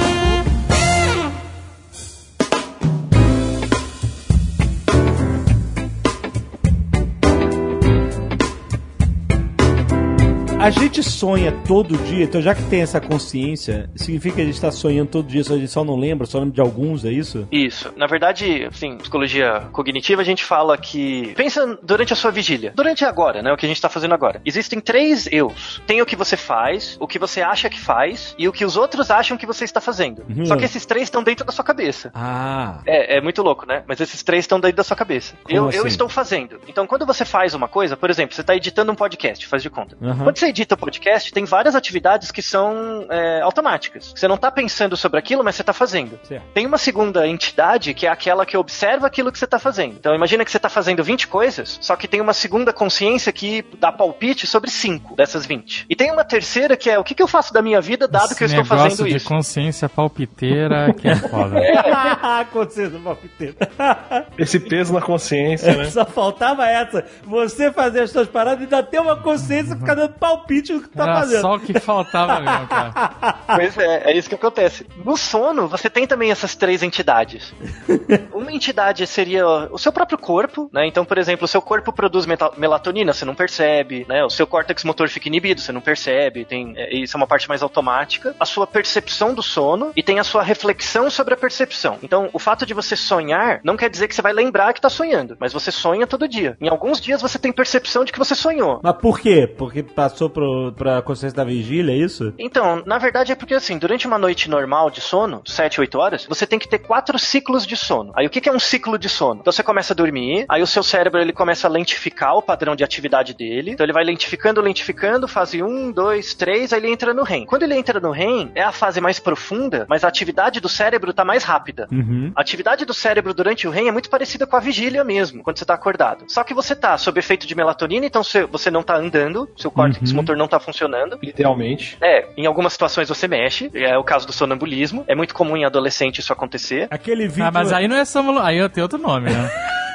A gente sonha todo dia, então já que tem essa consciência, significa que a gente está sonhando todo dia, só a gente só não lembra, só lembra de alguns, é isso? Isso. Na verdade, assim, psicologia cognitiva, a gente fala que... Pensa durante a sua vigília. Durante agora, né? O que a gente tá fazendo agora. Existem três eus. Tem o que você faz, o que você acha que faz e o que os outros acham que você está fazendo. Uhum. Só que esses três estão dentro da sua cabeça. Ah. É, é muito louco, né? Mas esses três estão dentro da sua cabeça. Eu, assim? eu estou fazendo. Então, quando você faz uma coisa, por exemplo, você tá editando um podcast, faz de conta. Uhum. Quando você edita o podcast, tem várias atividades que são é, automáticas. Você não tá pensando sobre aquilo, mas você tá fazendo. Certo. Tem uma segunda entidade que é aquela que observa aquilo que você tá fazendo. Então, imagina que você tá fazendo vinte coisas, só que tem uma segunda consciência que dá palpite sobre cinco dessas vinte. E tem uma terceira que é o que, que eu faço da minha vida dado Esse que eu estou fazendo isso. negócio de consciência palpiteira que é foda. É. Consciência palpiteira. Esse peso na consciência, né? Só faltava essa. Você fazer as suas paradas e ainda ter uma consciência e ficar dando palpite no que tá Era fazendo. só o que faltava mesmo, cara. Pois é, é isso que acontece. No sono, você tem também essas três entidades. Uma entidade seria o seu próprio corpo, né? Então, por exemplo, o seu corpo produz meta- melatonina, você não percebe, né? O seu córtex motor fica inibido, você não percebe. Tem, é, isso é uma parte mais automática. A sua percepção do sono e tem a sua reflexão sobre a percepção. Então, o fato de você sonhar não quer dizer que você vai lembrar que tá sonhando, mas você sonha todo dia. Em alguns dias você tem percepção de que você sonhou. Mas por quê? Porque passou pro, pra consciência da vigília, é isso? Então, na verdade é porque assim, durante uma noite normal de sono, sete, oito horas, você tem que ter quatro ciclos de sono. Aí o que é um ciclo de sono? Então você começa a dormir, aí o seu cérebro ele começa a lentificar o padrão de atividade dele, então ele vai lentificando, lentificando, fase um, dois, três, aí ele entra no R E M. Quando ele entra no R E M, é a fase mais profunda, mas a atividade do cérebro tá mais rápida. Uhum. A atividade do cérebro durante o R E M é muito parecida com a vigília mesmo, quando você tá acordado. Só que você tá sob efeito de melatonina, então você não tá andando, seu córtex Uhum. motor não tá funcionando. Idealmente. É, em algumas situações você mexe, é o caso do sonambulismo, é muito comum em adolescente isso acontecer. Aquele vídeo... Ah, mas aí não é somnambulismo, aí tem outro nome, né?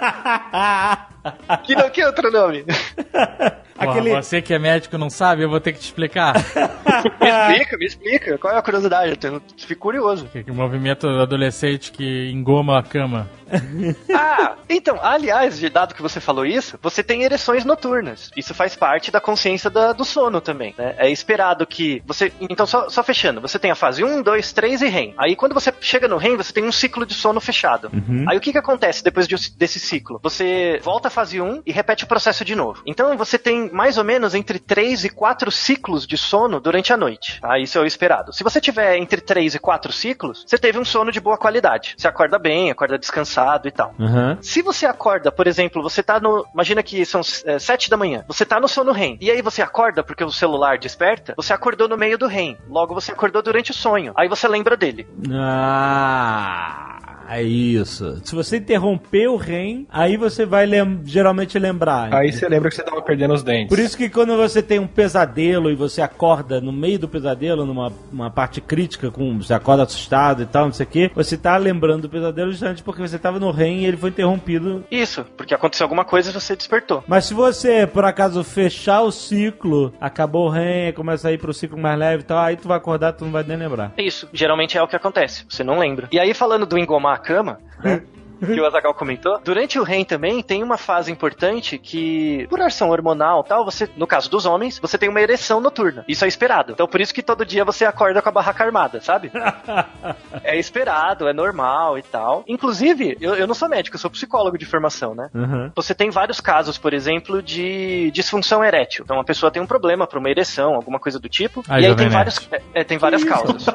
Que, não, que outro nome? Porra, Aquele... você que é médico não sabe, eu vou ter que te explicar. Me explica, me explica. Qual é a curiosidade? Eu tenho, fico curioso. Que, que movimento adolescente que engoma a cama. Ah, então, aliás, dado que você falou isso, você tem ereções noturnas. Isso faz parte da consciência da, do sono também, né? É esperado que você... Então, só, só fechando, você tem a fase um, dois, três e R E M. Aí, quando você chega no R E M, você tem um ciclo de sono fechado. Uhum. Aí, o que que acontece depois de, desse ciclo? Você volta à fase um e repete o processo de novo. Então, você tem mais ou menos entre três e quatro ciclos de sono durante a noite. Tá? Isso é o esperado. Se você tiver entre três e quatro ciclos, você teve um sono de boa qualidade. Você acorda bem, acorda descansado e tal. Uhum. Se você acorda, por exemplo, você tá no... Imagina que são é, sete da manhã. Você tá no sono R E M. E aí você acorda porque o celular desperta. Você acordou no meio do R E M. Logo você acordou durante o sonho. Aí você lembra dele. Ah... É isso. Se você interromper o R E M, aí você vai lem- geralmente lembrar. Aí você lembra que você tava perdendo os dentes. Por isso que quando você tem um pesadelo e você acorda no meio do pesadelo, numa uma parte crítica, com, você acorda assustado e tal, não sei o que, você tá lembrando do pesadelo justamente porque você tava no R E M e ele foi interrompido. Isso, porque aconteceu alguma coisa e você despertou. Mas se você, por acaso, fechar o ciclo, acabou o R E M, começa a ir pro ciclo mais leve e tal, aí tu vai acordar, tu não vai nem lembrar. Isso, geralmente é o que acontece. Você não lembra. E aí, falando do engomar a cama, né? que o Azaghal comentou. Durante o R E M também tem uma fase importante que, por ação hormonal e tal, você, no caso dos homens, você tem uma ereção noturna. Isso é esperado. Então por isso que todo dia você acorda com a barraca armada, sabe? É esperado, é normal e tal. Inclusive, eu, eu não sou médico, eu sou psicólogo de formação, né? Uhum. Você tem vários casos, por exemplo, de disfunção erétil. Então a pessoa tem um problema para uma ereção, alguma coisa do tipo. Ai, e aí tem, Nerd. vários, é, é, tem várias causas.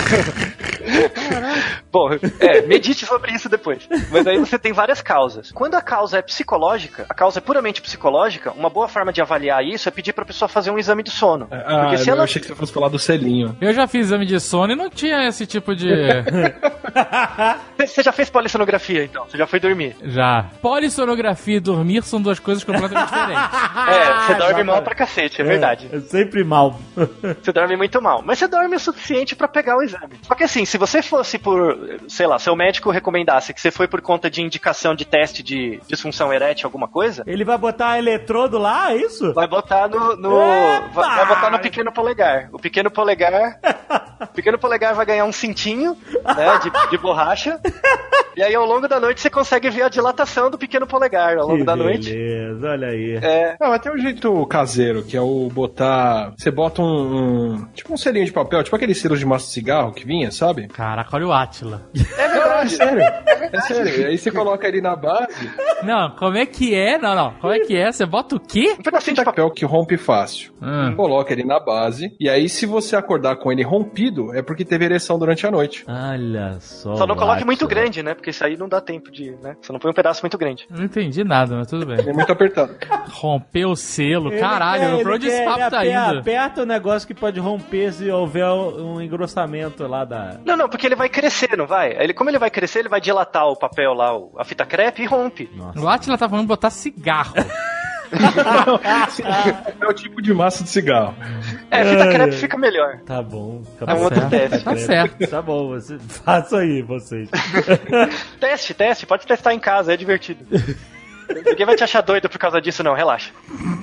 Bom, é, medite sobre isso depois. Mas aí você tem várias causas. Quando a causa é psicológica, a causa é puramente psicológica, uma boa forma de avaliar isso é pedir pra pessoa fazer um exame de sono. Ah, Porque se eu ela... achei que você fosse falar do selinho. Eu já fiz exame de sono e não tinha esse tipo de... Você já fez polissonografia, então? Você já foi dormir? Já. Polissonografia e dormir são duas coisas completamente diferentes. É, você dorme mal pra cacete, é, é verdade. É sempre mal. Você dorme muito mal. Mas você dorme o suficiente pra pegar o exame. Só que assim, se você fosse por, sei lá, seu médico recomendasse que você foi por conta de indicação de teste de disfunção erétil, alguma coisa... Ele vai botar eletrodo lá, é isso? Vai botar no... no vai, vai botar no pequeno polegar. O pequeno polegar... o pequeno polegar vai ganhar um cintinho, né, de, de borracha. E aí, ao longo da noite, você consegue ver a dilatação do pequeno polegar ao longo Que da noite. beleza, olha aí. É. Não, mas tem um jeito caseiro, que é o botar... Você bota um, um... tipo um selinho de papel, tipo aquele selo de massa de cigarro que vinha, sabe? Caraca, olha o Átila. É verdade. É sério. É sério. Aí você coloca ele na base... Não, como é que é? Não, não. Como é que é? Você bota o quê? Um pedacinho de papel. papel que rompe fácil. Hum. Coloca ele na base, e aí se você acordar com ele rompido, é porque teve ereção durante a noite. Olha só. Só não coloque Átila. muito grande, né? Porque isso aí não dá tempo de, né? Você não põe um pedaço muito grande. Não entendi nada, mas tudo bem. Ele é muito apertado. Rompeu o selo, Ele caralho, quer- pra onde ele esse quer- papo ele tá ape- indo? Aperta o negócio que pode romper se houver um engrossamento lá da... Não, não, porque ele vai crescer, não vai? Ele, como ele vai crescer, ele vai dilatar o papel lá, o- a fita crepe e rompe. O Átila tá falando botar cigarro. É o tipo de massa de cigarro. É, fita crepe fica melhor. Tá bom. É um outro teste. Tá certo. Tá bom, você... faça aí, vocês. Teste, teste, pode testar em casa, é divertido. Ninguém vai te achar doido por causa disso, não, relaxa.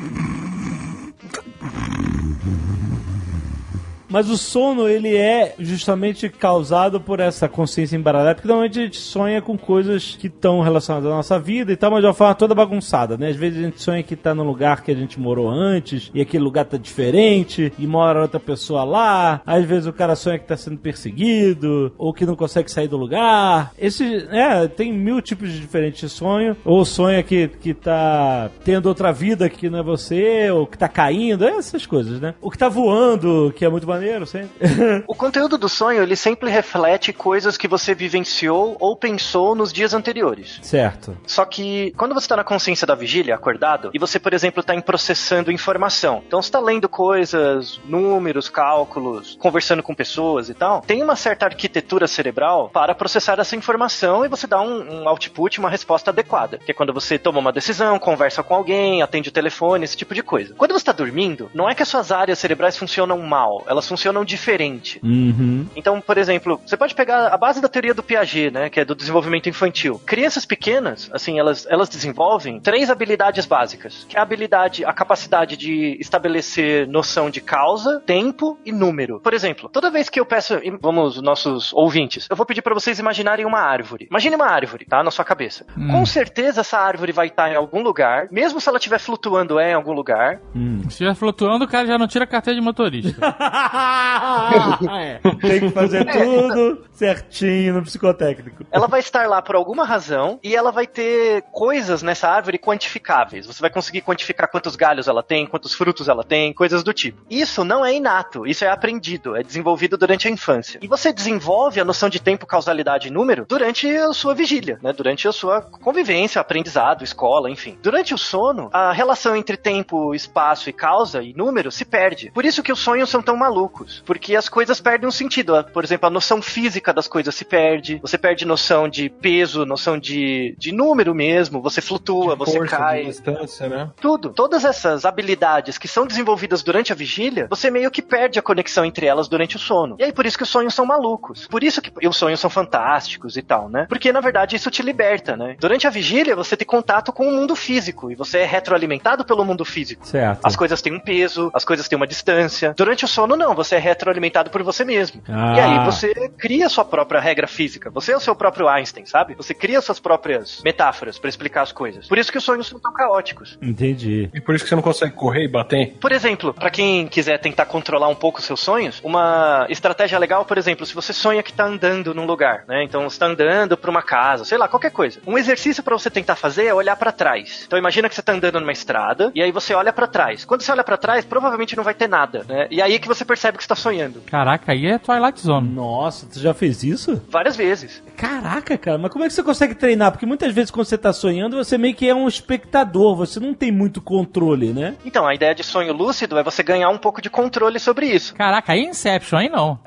Mas o sono, ele é justamente causado por essa consciência embaralhada, porque normalmente a gente sonha com coisas que estão relacionadas à nossa vida e tal, mas de uma forma toda bagunçada, né? Às vezes a gente sonha que tá no lugar que a gente morou antes, e aquele lugar tá diferente, e mora outra pessoa lá, às vezes o cara sonha que tá sendo perseguido, ou que não consegue sair do lugar. Esse, é, tem mil tipos de diferentes de sonho, ou sonha que, que tá tendo outra vida que não é você, ou que tá caindo, essas coisas, né? O que tá voando, que é muito maneiro, sempre. O conteúdo do sonho, ele sempre reflete coisas que você vivenciou ou pensou nos dias anteriores. Certo. Só que quando você está na consciência da vigília, acordado, e você, por exemplo, está processando informação, então você está lendo coisas, números, cálculos, conversando com pessoas e tal, tem uma certa arquitetura cerebral para processar essa informação e você dá um, um output, uma resposta adequada, que é quando você toma uma decisão, conversa com alguém, atende o telefone, esse tipo de coisa. Quando você está dormindo, não é que as suas áreas cerebrais funcionam mal, elas funcionam diferente. Uhum. Então, por exemplo, você pode pegar a base da teoria do Piaget, né, que é do desenvolvimento infantil. Crianças pequenas, assim, elas, elas desenvolvem três habilidades básicas, que é a habilidade, a capacidade de estabelecer noção de causa, tempo e número. Por exemplo, toda vez que eu peço, vamos, nossos ouvintes, eu vou pedir pra vocês imaginarem uma árvore. Imagine uma árvore, tá, na sua cabeça. Hum. Com certeza essa árvore vai estar em algum lugar, mesmo se ela estiver flutuando é em algum lugar. Hum. Se estiver flutuando, o cara já não tira a carteira de motorista. É. Tem que fazer tudo certinho no psicotécnico. Ela vai estar lá por alguma razão e ela vai ter coisas nessa árvore quantificáveis. Você vai conseguir quantificar quantos galhos ela tem, quantos frutos ela tem, coisas do tipo. Isso não é inato, isso é aprendido, é desenvolvido durante a infância. E você desenvolve a noção de tempo, causalidade e número durante a sua vigília, né? Durante a sua convivência, aprendizado, escola, enfim. Durante o sono, a relação entre tempo, espaço e causa e número se perde. Por isso que os sonhos são tão malucos, porque as coisas perdem um sentido. Por exemplo, a noção física das coisas se perde, você perde noção de peso, noção de, de número mesmo, você flutua, de você força, cai. de distância, né? Tudo. Todas essas habilidades que são desenvolvidas durante a vigília, você meio que perde a conexão entre elas durante o sono. E aí por isso que os sonhos são malucos. Por isso que os sonhos são fantásticos e tal, né? Porque na verdade isso te liberta, né? Durante a vigília você tem contato com o mundo físico e você é retroalimentado pelo mundo físico. Certo. As coisas têm um peso, as coisas têm uma distância. Durante o sono não, você é retroalimentado por você mesmo. Ah. E aí você cria a sua própria regra física. Você é o seu próprio Einstein, sabe? Você cria suas próprias metáforas pra explicar as coisas. Por isso que os sonhos são tão caóticos. Entendi. E por isso que você não consegue correr e bater? Por exemplo, pra quem quiser tentar controlar um pouco os seus sonhos, uma estratégia legal, por exemplo, se você sonha que tá andando num lugar, né? Então você tá andando pra uma casa, sei lá, qualquer coisa. Um exercício pra você tentar fazer é olhar pra trás. Então imagina que você tá andando numa estrada e aí você olha pra trás. Quando você olha pra trás, provavelmente não vai ter nada, né? E aí que você percebe que você tá sonhando. Caraca, aí é Twilight Zone. Nossa, tu já fez isso? Várias vezes. Caraca, cara, mas como é que você consegue treinar? Porque muitas vezes quando você tá sonhando, você meio que é um espectador, você não tem muito controle, né? Então, a ideia de sonho lúcido é você ganhar um pouco de controle sobre isso. Caraca, aí é Inception, aí não.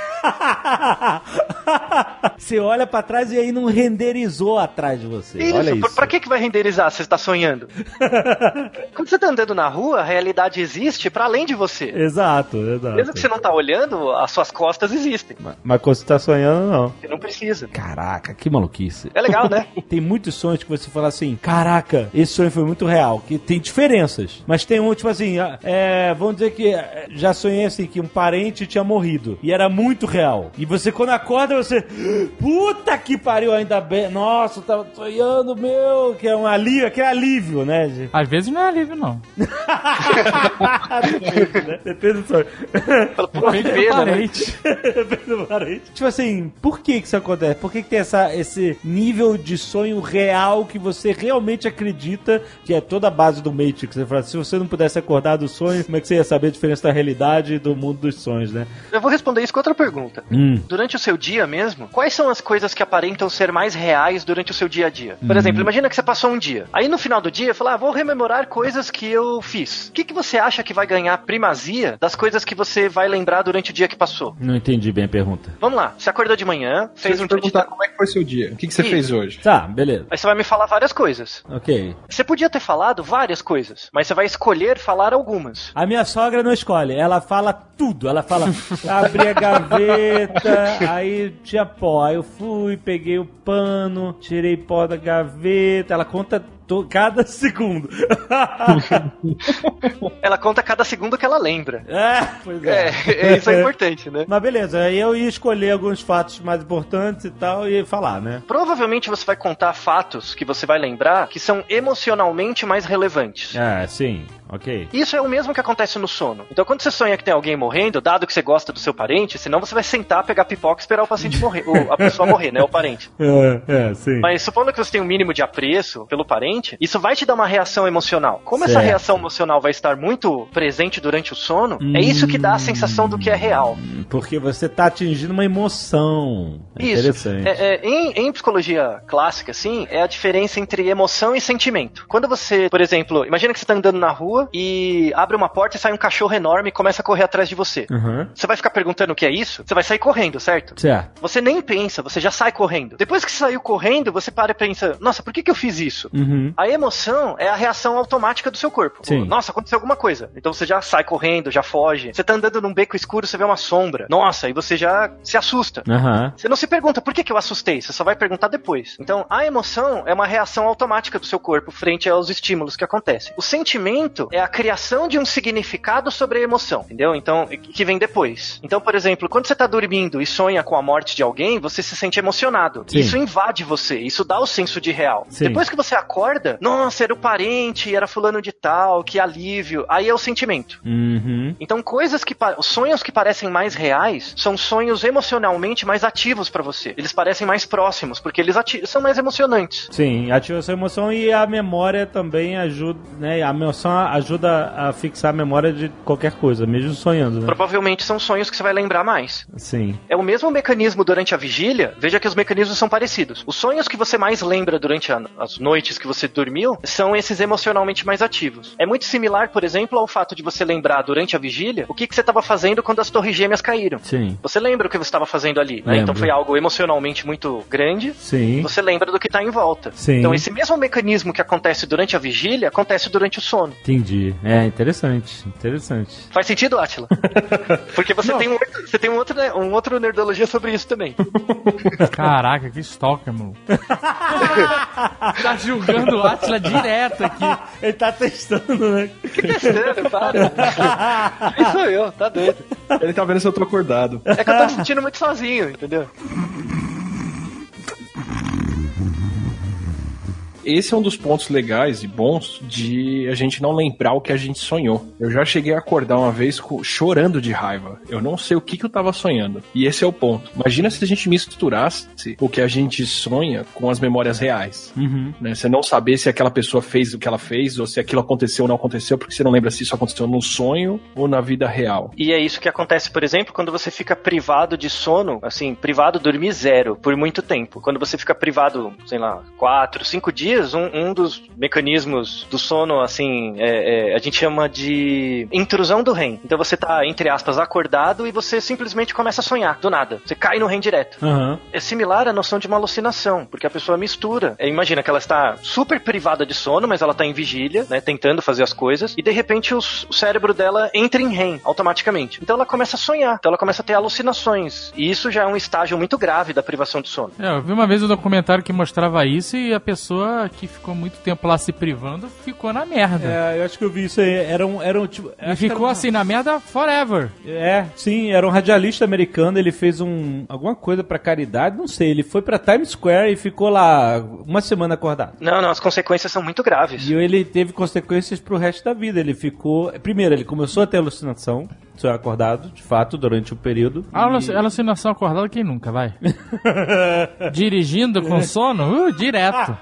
Você olha pra trás e aí não renderizou atrás de você. Isso, Olha isso. Pra, pra que que vai renderizar se você tá sonhando? Quando você tá andando na rua, a realidade existe pra além de você. Exato, exato. Mesmo que você não tá olhando, as suas costas existem. Mas, mas quando você tá sonhando, não. Você não precisa. Caraca, que maluquice. É legal, né? Tem muitos sonhos que você fala assim, caraca, esse sonho foi muito real, que tem diferenças. Mas tem um, tipo assim, é, vamos dizer que já sonhei assim, que um parente tinha morrido. E era muito real. E você, quando acorda, você... Puta que pariu, ainda bem. Nossa, eu tava sonhando, meu. Que é um alívio, aquele alívio, né? De... Às vezes não é alívio, não. Depende, né? Depende do sonho. Depende do parente. Depende do parente. Tipo assim, por que que isso acontece? Por que que tem essa, esse nível de sonho real que você realmente acredita que é toda a base do Matrix? Você fala, se você não pudesse acordar do sonho, como é que você ia saber a diferença da realidade e do mundo dos sonhos, né? Eu vou responder isso com outra pergunta. Hum. Durante o seu dia mesmo, quais são as coisas que aparentam ser mais reais durante o seu dia a dia? Por Hum. exemplo, imagina que você passou um dia. Aí no final do dia, fala, ah, vou rememorar coisas que eu fiz. O que, que você acha que vai ganhar primazia das coisas que você vai lembrar durante o dia que passou? Não entendi bem a pergunta. Vamos lá, você acordou de manhã, fez Deixa eu um te dia de... perguntar como é que foi seu dia. O que, que você Isso. fez hoje? Tá, beleza. Aí você vai me falar várias coisas. Ok. Você podia ter falado várias coisas, mas você vai escolher falar algumas. A minha sogra não escolhe, ela fala tudo. Ela fala, abri a gaveta, aí tinha pó. Aí eu fui, peguei o pano, tirei pó da gaveta. Ela conta to- cada segundo. Ela conta cada segundo que ela lembra. É, pois é. É, é, isso é importante, né? Mas beleza, aí eu ia escolher alguns fatos mais importantes e tal e falar, né? Provavelmente você vai contar fatos que você vai lembrar que são emocionalmente mais relevantes. É, sim, ok. Isso é o mesmo que acontece no sono. Então quando você sonha que tem alguém morrendo, dado que você gosta do seu parente, senão você vai sentar, pegar pipoca e esperar o paciente morrer, ou a pessoa morrer, né, o parente. É, é, sim. Mas supondo que você tem um mínimo de apreço pelo parente, isso vai te dar uma reação emocional. Como essa Certo. reação emocional vai estar muito presente durante o sono, Hum. é isso que dá a sensação do que é real. Porque você tá atingindo uma emoção. É Isso. interessante. É, é, em, em psicologia clássica, assim, é a diferença entre emoção e sentimento. Quando você, por exemplo, imagina que você tá andando na rua e abre uma porta e sai um cachorro enorme e começa a correr atrás de você. Uhum. Você vai ficar perguntando o que é isso? Você vai sair correndo, certo? Certo. Você nem pensa, você já sai correndo. Depois que você saiu correndo, você para e pensa, nossa, por que que eu fiz isso? Uhum. A emoção é a reação automática do seu corpo. Sim. Nossa, aconteceu alguma coisa. Então você já sai correndo, já foge. Você tá andando num beco escuro, você vê uma sombra. Nossa, aí você já se assusta. Aham. Você não se pergunta por que que eu assustei, você só vai perguntar depois. Então, a emoção é uma reação automática do seu corpo frente aos estímulos que acontecem. O sentimento é a criação de um significado sobre a emoção, entendeu? Então, que vem depois. Então, por exemplo, quando você tá dormindo e sonha com a morte de alguém, você se sente emocionado. Sim. Isso invade você, isso dá o senso de real. Sim. Depois que você acorda, nossa, era o parente, era fulano de tal, que alívio. Aí é o sentimento. Uhum. Então, coisas que pa- os sonhos que parecem mais reais são sonhos emocionalmente mais ativos pra você. Eles parecem mais próximos, porque eles ati- são mais emocionantes. Sim, ativa a sua emoção e a memória também ajuda, né? A emoção ajuda a fixar a memória de qualquer coisa, mesmo sonhando, né? Provavelmente são sonhos que você vai lembrar mais. Sim. É o mesmo mecanismo durante a vigília, veja que os mecanismos são parecidos. Os sonhos que você mais lembra durante a- as noites que você dormiu são esses emocionalmente mais ativos. É muito similar, por exemplo, ao fato de você lembrar durante a vigília o que, que você estava fazendo quando as torres gêmeas caíram. Sim. Você lembra o que você estava fazendo ali, né? Lembro. Então foi algo emocionalmente muito grande. Sim. Você lembra do que está em volta. Sim. Então esse mesmo mecanismo que acontece durante a vigília acontece durante o sono. Entendi. É interessante, interessante. Faz sentido, Átila? Porque você tem, um, outro- você tem um, outro, né, um outro nerdologia sobre isso também. Caraca, que stalker, mano. Tá julgando o Átila direto aqui. Ele tá testando, né? Que testando, para. Quem sou eu? Tá doido. Ele tá vendo se eu tô acordado. É que eu tô me sentindo muito sozinho, entendeu? Esse é um dos pontos legais e bons de a gente não lembrar o que a gente sonhou. Eu já cheguei a acordar uma vez com, chorando de raiva. Eu não sei o que, que eu tava sonhando. E esse é o ponto. Imagina se a gente misturasse o que a gente sonha com as memórias reais. Uhum. Né? Você não saber se aquela pessoa fez o que ela fez ou se aquilo aconteceu ou não aconteceu, porque você não lembra se isso aconteceu no sonho ou na vida real. E é isso que acontece, por exemplo, quando você fica privado de sono, assim, privado, dormir zero por muito tempo. Quando você fica privado, sei lá, quatro, cinco dias, Um, um dos mecanismos do sono, assim, é, é, a gente chama de intrusão do R E M. Então você tá, entre aspas, acordado e você simplesmente começa a sonhar, do nada. Você cai no R E M direto. Uhum. É similar à noção de uma alucinação, porque a pessoa mistura. É, imagina que ela está super privada de sono, mas ela tá em vigília, né, tentando fazer as coisas, e de repente os, o cérebro dela entra em R E M automaticamente. Então ela começa a sonhar, então ela começa a ter alucinações. E isso já é um estágio muito grave da privação de sono. É, eu vi uma vez um documentário que mostrava isso e a pessoa que ficou muito tempo lá se privando ficou na merda. É, eu acho que eu vi isso aí. Era um, era um tipo. E ficou um... assim na merda forever. É, sim, era um radialista americano. Ele fez um alguma coisa pra caridade, não sei. Ele foi pra Times Square e ficou lá uma semana acordado. Não, não, as consequências são muito graves. E ele teve consequências pro resto da vida. Ele ficou. Primeiro, ele começou a ter alucinação. Sonho acordado, de fato, durante o período. A e... alucinação acordada, quem nunca, vai? Dirigindo com sono? Uh, direto.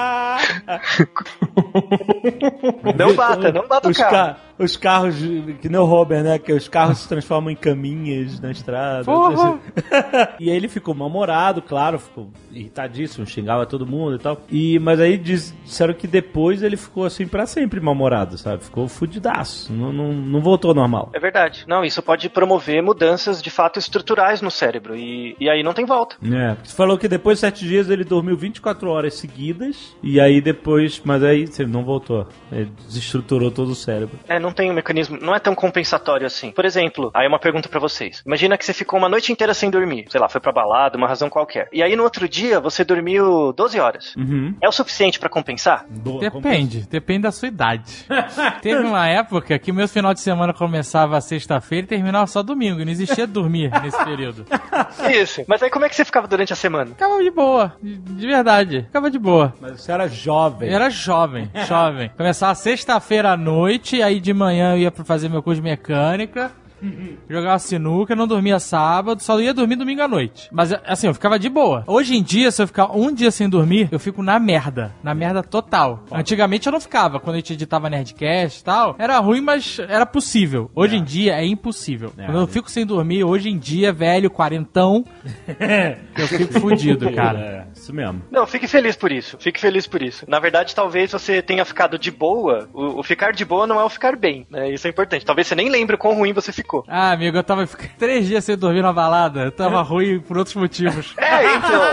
Não bata, não bata os o carro. Ca... Os carros, que nem o Robert, né? Que os carros se transformam em caminhas na estrada. Porra. E aí ele ficou mal-humorado, claro, ficou irritadíssimo, xingava todo mundo e tal. E, mas aí diz, disseram que depois ele ficou assim pra sempre mal-humorado, sabe? Ficou fudidaço, não, não, não voltou ao normal. É verdade. Não, isso pode promover mudanças de fato estruturais no cérebro. E, e aí não tem volta. É. Você falou que depois de sete dias ele dormiu vinte e quatro horas seguidas. E aí depois, mas aí ele não voltou. Ele desestruturou todo o cérebro. É, não tem um mecanismo, não é tão compensatório assim. Por exemplo, aí uma pergunta pra vocês. Imagina que você ficou uma noite inteira sem dormir. Sei lá, foi pra balada, uma razão qualquer. E aí no outro dia você dormiu doze horas. Uhum. É o suficiente pra compensar? Boa, depende, compensa. Depende da sua idade. Teve uma época que meu final de semana começava sexta-feira e terminava só domingo. E não existia dormir nesse período. Isso. Mas aí como é que você ficava durante a semana? Ficava de boa. De, de verdade. Ficava de boa. Mas você era jovem. Eu era jovem, jovem. Começava sexta-feira à noite, aí de manhã eu ia pra fazer meu curso de mecânica. Jogava sinuca, não dormia sábado, só ia dormir domingo à noite. Mas assim, eu ficava de boa. Hoje em dia, se eu ficar um dia sem dormir, eu fico na merda. Na merda total. Antigamente eu não ficava. Quando a gente editava Nerdcast e tal, era ruim, mas era possível. Hoje é. em dia é impossível. É. Quando eu fico sem dormir, hoje em dia, velho, quarentão, eu fico fudido, cara. É, isso mesmo. Não, fique feliz por isso. Fique feliz por isso. Na verdade, talvez você tenha ficado de boa. O, o ficar de boa não é o ficar bem, né? Isso é importante. Talvez você nem lembre o quão ruim você ficou. Ah, amigo, eu tava três dias sem dormir na balada. Eu tava é. ruim por outros motivos. É, então.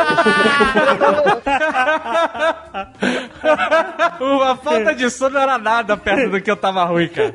A falta de sono não era nada perto do que eu tava ruim, cara.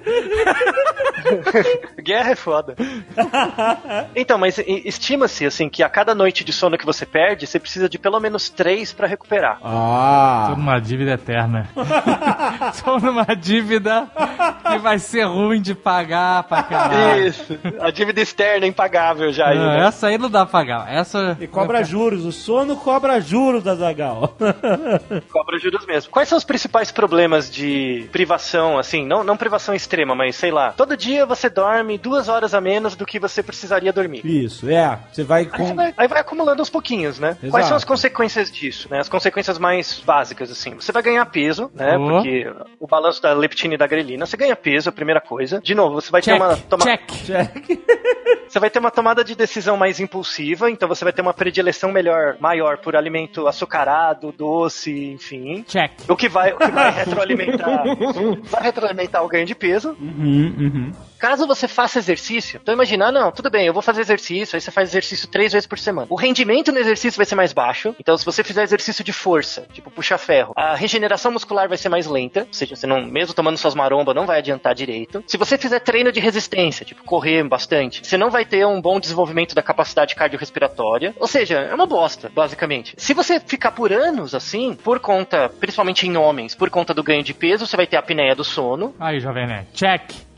Guerra é foda. Então, mas estima-se, assim, que a cada noite de sono que você perde, você precisa de pelo menos três pra recuperar. Ah! Tô numa dívida eterna. Tô numa dívida que vai ser ruim de pagar pra caralho. Isso. A dívida externa é impagável já. Não, aí, né? Essa aí não dá pra pagar. Essa... E cobra juros. O sono cobra juros, Azaghal. Cobra juros mesmo. Quais são os principais problemas de privação, assim, não, não privação extrema, mas sei lá, todo dia você dorme duas horas a menos do que você precisaria dormir. Isso, é. Você vai, com... aí, você vai aí vai acumulando aos pouquinhos, né? Exato. Quais são as consequências disso, né? As consequências mais básicas, assim. Você vai ganhar peso, né? Oh. Porque o balanço da leptina e da grelina, você ganha peso, a primeira coisa. De novo, você vai check, ter uma... Toma... Check, check. Você vai ter uma tomada de decisão mais impulsiva, então você vai ter uma predileção melhor, maior por alimento açucarado, doce, enfim. Check. O que vai, o que vai retroalimentar vai retroalimentar o ganho de peso. Uhum, uhum. Caso você faça exercício, então imagina, não, tudo bem, eu vou fazer exercício, aí você faz exercício três vezes por semana. O rendimento no exercício vai ser mais baixo, então se você fizer exercício de força, tipo puxar ferro, a regeneração muscular vai ser mais lenta, ou seja, você não, mesmo tomando suas marombas, não vai adiantar direito. Se você fizer treino de resistência, tipo correr bastante, você não vai ter um bom desenvolvimento da capacidade cardiorrespiratória, ou seja, é uma bosta, basicamente. Se você ficar por anos assim, por conta, principalmente em homens, por conta do ganho de peso, você vai ter a apneia do sono. Aí, Jovem Nerd, check.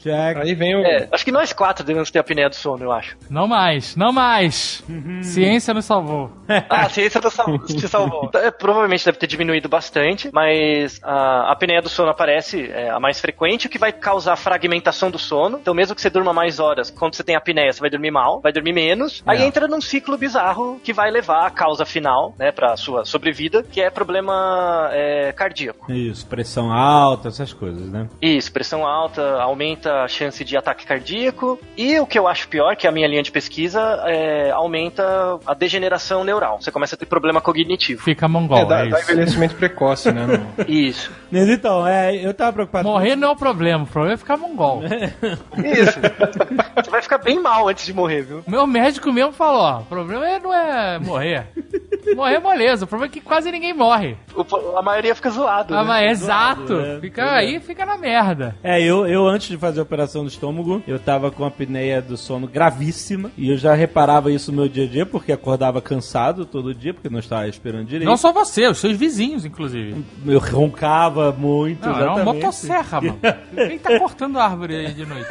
Check. Aí vem o... É, acho que nós quatro devemos ter a apneia do sono, eu acho. Não mais, não mais. Ciência nos salvou. Ah, a ciência do sal- te salvou. É, provavelmente deve ter diminuído bastante, mas a apneia do sono aparece, é a mais frequente, o que vai causar fragmentação do sono. Então mesmo que você durma mais horas, quando você tem apneia, você vai dormir mal, vai dormir menos. Aí É. entra num ciclo bizarro que vai levar a causa final, né, pra sua sobrevida, que é problema é, cardíaco. Isso, pressão alta, essas coisas, né? Isso, pressão alta aumenta a chance de ataque cardíaco. E o que eu acho pior, que é a minha linha de pesquisa, é, aumenta a degeneração neural. Você começa a ter problema cognitivo. Fica mongol, É, é, dá, dá isso. envelhecimento precoce, né? Isso. Mas então, é, eu tava preocupado. Morrer não é o problema, o problema é ficar mongol. Isso. Você vai ficar bem mal antes de morrer, viu? Meu médico mesmo falou, ó, o problema é- não é morrer. Morrer é moleza, o problema é que quase ninguém morre. O- a maioria fica zoado. Ah, né? mas exato, né? fica aí, fica na merda. É, eu, eu antes de fazer a operação do estômago, eu tava com a apneia do sono gravíssima. E eu já reparava isso no meu dia a dia, porque acordava cansado todo dia, porque não estava esperando direito. Não só você, os seus vizinhos, inclusive. Eu roncava muito, Não, era uma exatamente. motosserra, mano. Quem tá cortando árvore aí de noite?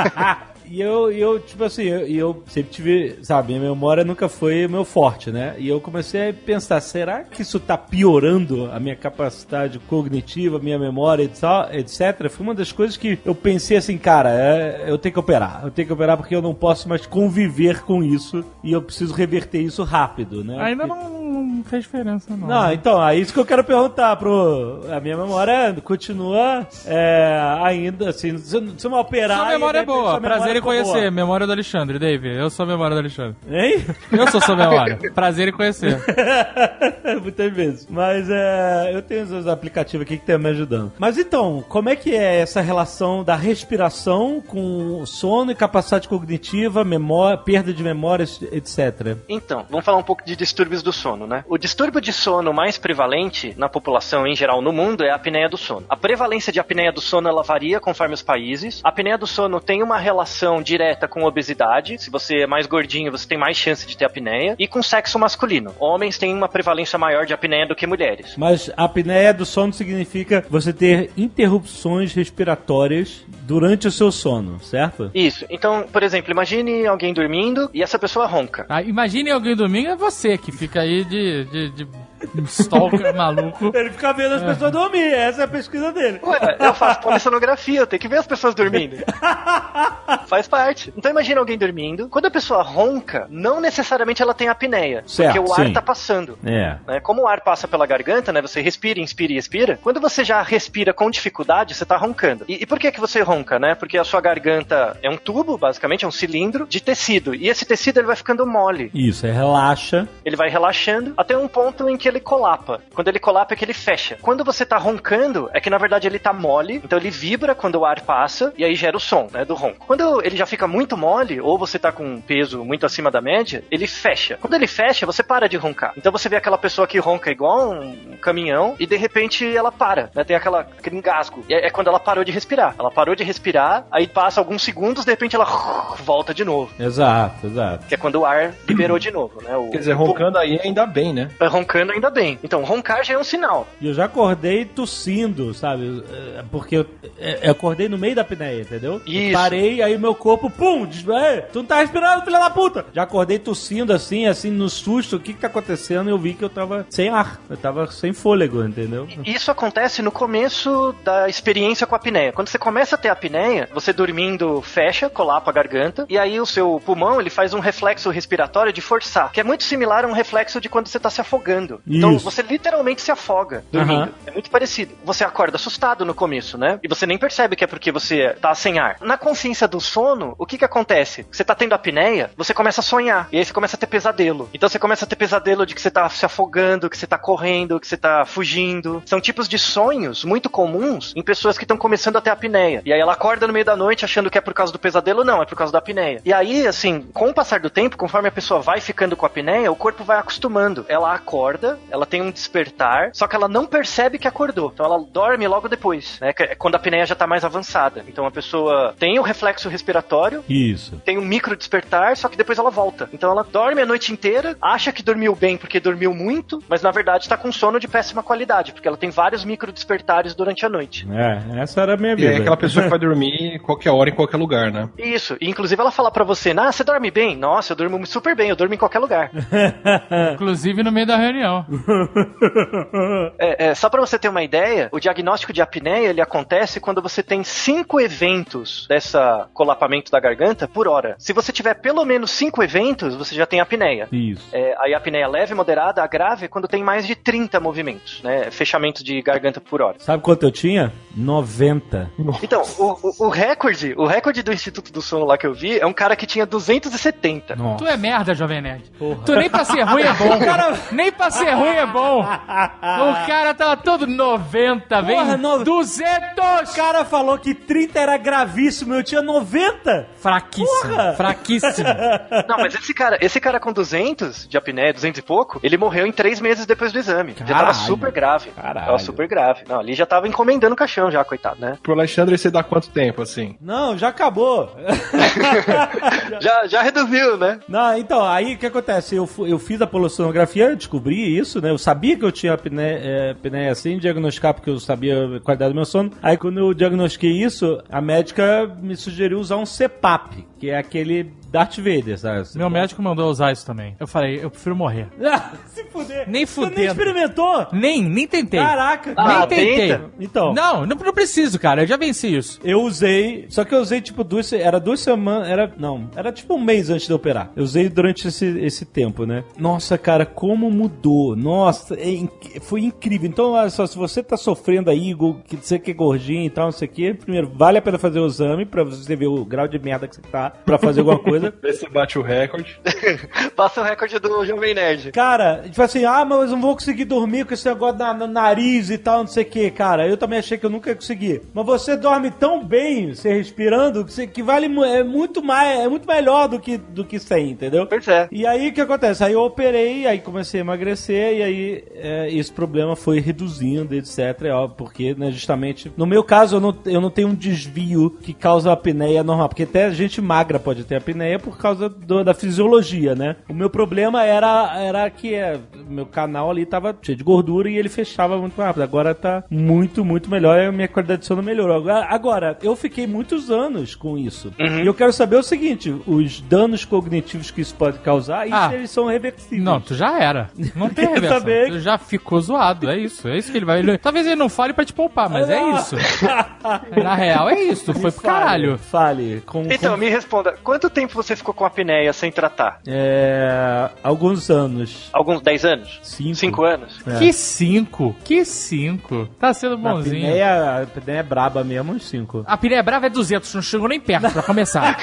E eu, e eu, tipo assim, eu, e eu sempre tive, sabe, minha memória nunca foi o meu forte, né? E eu comecei a pensar, será que isso tá piorando a minha capacidade cognitiva, minha memória, etcétera? Foi uma das coisas que eu pensei assim, cara, é, eu tenho que operar. Eu tenho que operar porque eu não posso mais conviver com isso e eu preciso reverter isso rápido, né? Ainda Porque- não, não fez diferença, não. Não, então, é isso que eu quero perguntar pro... A minha memória continua é, ainda, assim, se eu se eu não operar... Sua e, memória é de repente, boa, sua memória prazer em ficou conhecer. boa. Memória do Alexandre, David. Eu sou a memória do Alexandre. Hein? Eu sou sua memória. Prazer em conhecer. Muitas vezes. Mas é, eu tenho os aplicativos aqui que estão me ajudando. Mas então, como é que é essa relação da respiração com sono e capacidade cognitiva, memória, perda de memórias, etcétera? Então, vamos falar um pouco de distúrbios do sono, né? O distúrbio de sono mais prevalente na população em geral no mundo é a apneia do sono. A prevalência de apneia do sono, ela varia conforme os países. A apneia do sono tem uma relação direta com obesidade. Se você é mais gordinho, você tem mais chance de ter apneia. E com sexo masculino. Homens têm uma prevalência maior de apneia do que mulheres. Mas a apneia do sono significa você ter interrupções respiratórias durante o seu sono, certo? Isso. Então, por exemplo, imagine alguém dormindo e essa pessoa ronca. Ah, imagine alguém domingo, é você que fica aí de, de, de stalker maluco. Ele fica vendo as pessoas dormir, essa é a pesquisa dele. Ué, eu faço polissonografia, eu tenho que ver as pessoas dormindo. Faz parte. Então imagina alguém dormindo. Quando a pessoa ronca, não necessariamente ela tem apneia. Certo, porque o ar sim. tá passando. É. Né? Como o ar passa pela garganta, né? Você respira, inspira e expira. Quando você já respira com dificuldade, você tá roncando. E, e por que que você ronca, né? Porque a sua garganta é um tubo, basicamente, é um cilindro de tecido. E esse tecido ele vai ficando mole. Isso, é relaxa. Ele vai relaxando até um ponto em que ele colapa. Quando ele colapa é que ele fecha. Quando você tá roncando, é que na verdade ele tá mole, então ele vibra quando o ar passa e aí gera o som, né, do ronco. Quando ele já fica muito mole, ou você tá com um peso muito acima da média, ele fecha. Quando ele fecha, você para de roncar. Então você vê aquela pessoa que ronca igual um caminhão e de repente ela para, né, tem aquela, aquele engasgo. E é, é quando ela parou de respirar. Ela parou de respirar, aí passa alguns segundos, de repente ela volta de novo. Exato, exato. Que é quando o ar liberou de novo, né? O, Quer dizer, roncando aí ainda bem, né? roncando ainda bem. Então, roncar já é um sinal. E eu já acordei tossindo, sabe? É, porque eu, é, eu acordei no meio da apneia, entendeu? Eu Isso. parei, aí meu corpo, pum, diz, "Ei, tu não tá respirando, filha da puta! Já acordei tossindo assim, assim, no susto, o que que tá acontecendo? Eu vi que eu tava sem ar, eu tava sem fôlego, entendeu? Isso acontece no começo da experiência com a apneia. Quando você começa a ter apneia, você dormindo fecha, colapa a garganta, e aí o seu pulmão, ele faz um reflexo respiratório de forçar, que é muito similar a um reflexo de quando você tá se afogando. Então, Isso. você literalmente se afoga dormindo. Aham. É muito parecido. Você acorda assustado no começo, né? E você nem percebe que é porque você tá sem ar. Na consciência do sono, o que que acontece? Você tá tendo apneia, você começa a sonhar. E aí você começa a ter pesadelo. Então você começa a ter pesadelo de que você tá se afogando, que você tá correndo, que você tá fugindo. São tipos de sonhos muito comuns em pessoas que estão começando a ter apneia. E aí ela acorda no meio da noite achando que é por causa do pesadelo. Não, é por causa da apneia. E aí, assim, com o passar do tempo, conforme a pessoa vai ficando com a apneia, o corpo vai acostumando. Ela acorda ela tem um despertar, só que ela não percebe que acordou. Então ela dorme logo depois, né? Que é quando a apneia já tá mais avançada. Então a pessoa tem o reflexo respiratório, Isso. tem um micro despertar, só que depois ela volta. Então ela dorme a noite inteira, acha que dormiu bem porque dormiu muito, mas na verdade tá com sono de péssima qualidade, porque ela tem vários micro despertares durante a noite. É, essa era a minha E vida. é aquela pessoa que vai dormir qualquer hora, em qualquer lugar, né? Isso, e inclusive ela fala pra você, ah, você dorme bem? Nossa, eu durmo super bem, eu durmo em qualquer lugar. Inclusive no meio da reunião. É, é, só pra você ter uma ideia, o diagnóstico de apneia, ele acontece quando você tem cinco eventos dessa colapamento da garganta por hora. Se você tiver pelo menos cinco eventos, você já tem apneia. Isso. É, aí a apneia leve, moderada, a grave, é quando tem mais de trinta movimentos, né? Fechamento de garganta por hora. Sabe quanto eu tinha? noventa. Então, o, o, o recorde, o recorde do Instituto do Sono lá que eu vi, é um cara que tinha duzentos e setenta. Tu é merda, Jovem Nerd. Tu nem pra ser ruim é bom. Cara, nem pra ser ruim é bom. O cara tava todo noventa, vem Porra, no- duzentos! O cara falou que trinta era gravíssimo, eu tinha noventa. Fraquíssimo, Porra! fraquíssimo. Não, mas esse cara, esse cara com duzentos de apneia, duzentos e pouco, ele morreu em três meses depois do exame. Já Caralho. tava super grave. Caralho. Tava super grave. Não, ali já tava encomendando o caixão já, coitado, né? Pro Alexandre, você dá quanto tempo, assim? Não, já acabou. Já, já reduziu, né? Não, então, aí o que acontece? Eu, fu- eu fiz a polissonografia, eu descobri isso, né? Eu sabia que eu tinha apneia, é, apneia sem diagnosticar, porque eu sabia a qualidade do meu sono. Aí quando eu diagnostiquei isso, a médica me sugeriu usar um C PAP, que é aquele Darth Vader, sabe? Meu médico mandou usar isso também. Eu falei, eu prefiro morrer. Ah, se fuder. Nem Você nem fudendo. experimentou? Nem, nem tentei. Caraca. Ah, nem tentei. tenta. Então, Não, não, não preciso, cara. Eu já venci isso. eu usei, só que eu usei tipo duas, se- era duas semanas, era, não, era tipo um mês antes de eu operar. Eu usei durante esse, esse tempo, né? Nossa, cara, como mudou. Nossa, é inc- foi incrível. Então, olha só, se você tá sofrendo aí, go- que você que é gordinho e tal, não sei o quê, primeiro, vale a pena fazer o exame pra você ver o grau de merda que você tá, pra fazer alguma coisa. Vê se bate o recorde. Passa o recorde do Jovem Nerd. Cara, tipo assim, ah, mas eu não vou conseguir dormir com esse negócio na- no nariz e tal, não sei o que, cara. Eu também achei que eu nunca ia conseguir. Mas você dorme tão bem, você respirando, que, você- que vale mu- é muito mais, é muito melhor do que, do que sem, entendeu? Pois é. E aí o que acontece? Aí eu operei, aí comecei a emagrecer, e aí é, esse problema foi reduzindo, etc. É óbvio, porque, né, justamente, no meu caso, eu não, eu não tenho um desvio que causa apneia normal, porque até gente magra pode ter apneia por causa do- da fisiologia, né? O meu problema era, era que é, meu canal ali tava cheio de gordura e ele fechava muito rápido. Agora tá muito, muito melhor e a minha qualidade de sono melhorou. Agora, agora, eu fiquei muitos anos com isso. E eu quero saber o seguinte, os danos cognitivos que isso pode causar, isso Ah. eles são reversíveis. Não, tu já era. Não tem Quer reversão. saber? Tu já ficou zoado. É isso. É isso que ele vai. ele- Talvez ele não fale pra te poupar, mas é isso. Na real, é isso. Tu foi pro Fale, caralho. Fale. Com, Então, com- me responda, quanto tempo você ficou com apneia sem tratar? é, alguns anos. Alguns dez anos? Cinco. Cinco anos? É. Que cinco? Que cinco? Tá sendo A bonzinho. apneia, a apneia é braba mesmo, uns cinco. A pireia brava é duzentos, não chegou nem perto pra começar.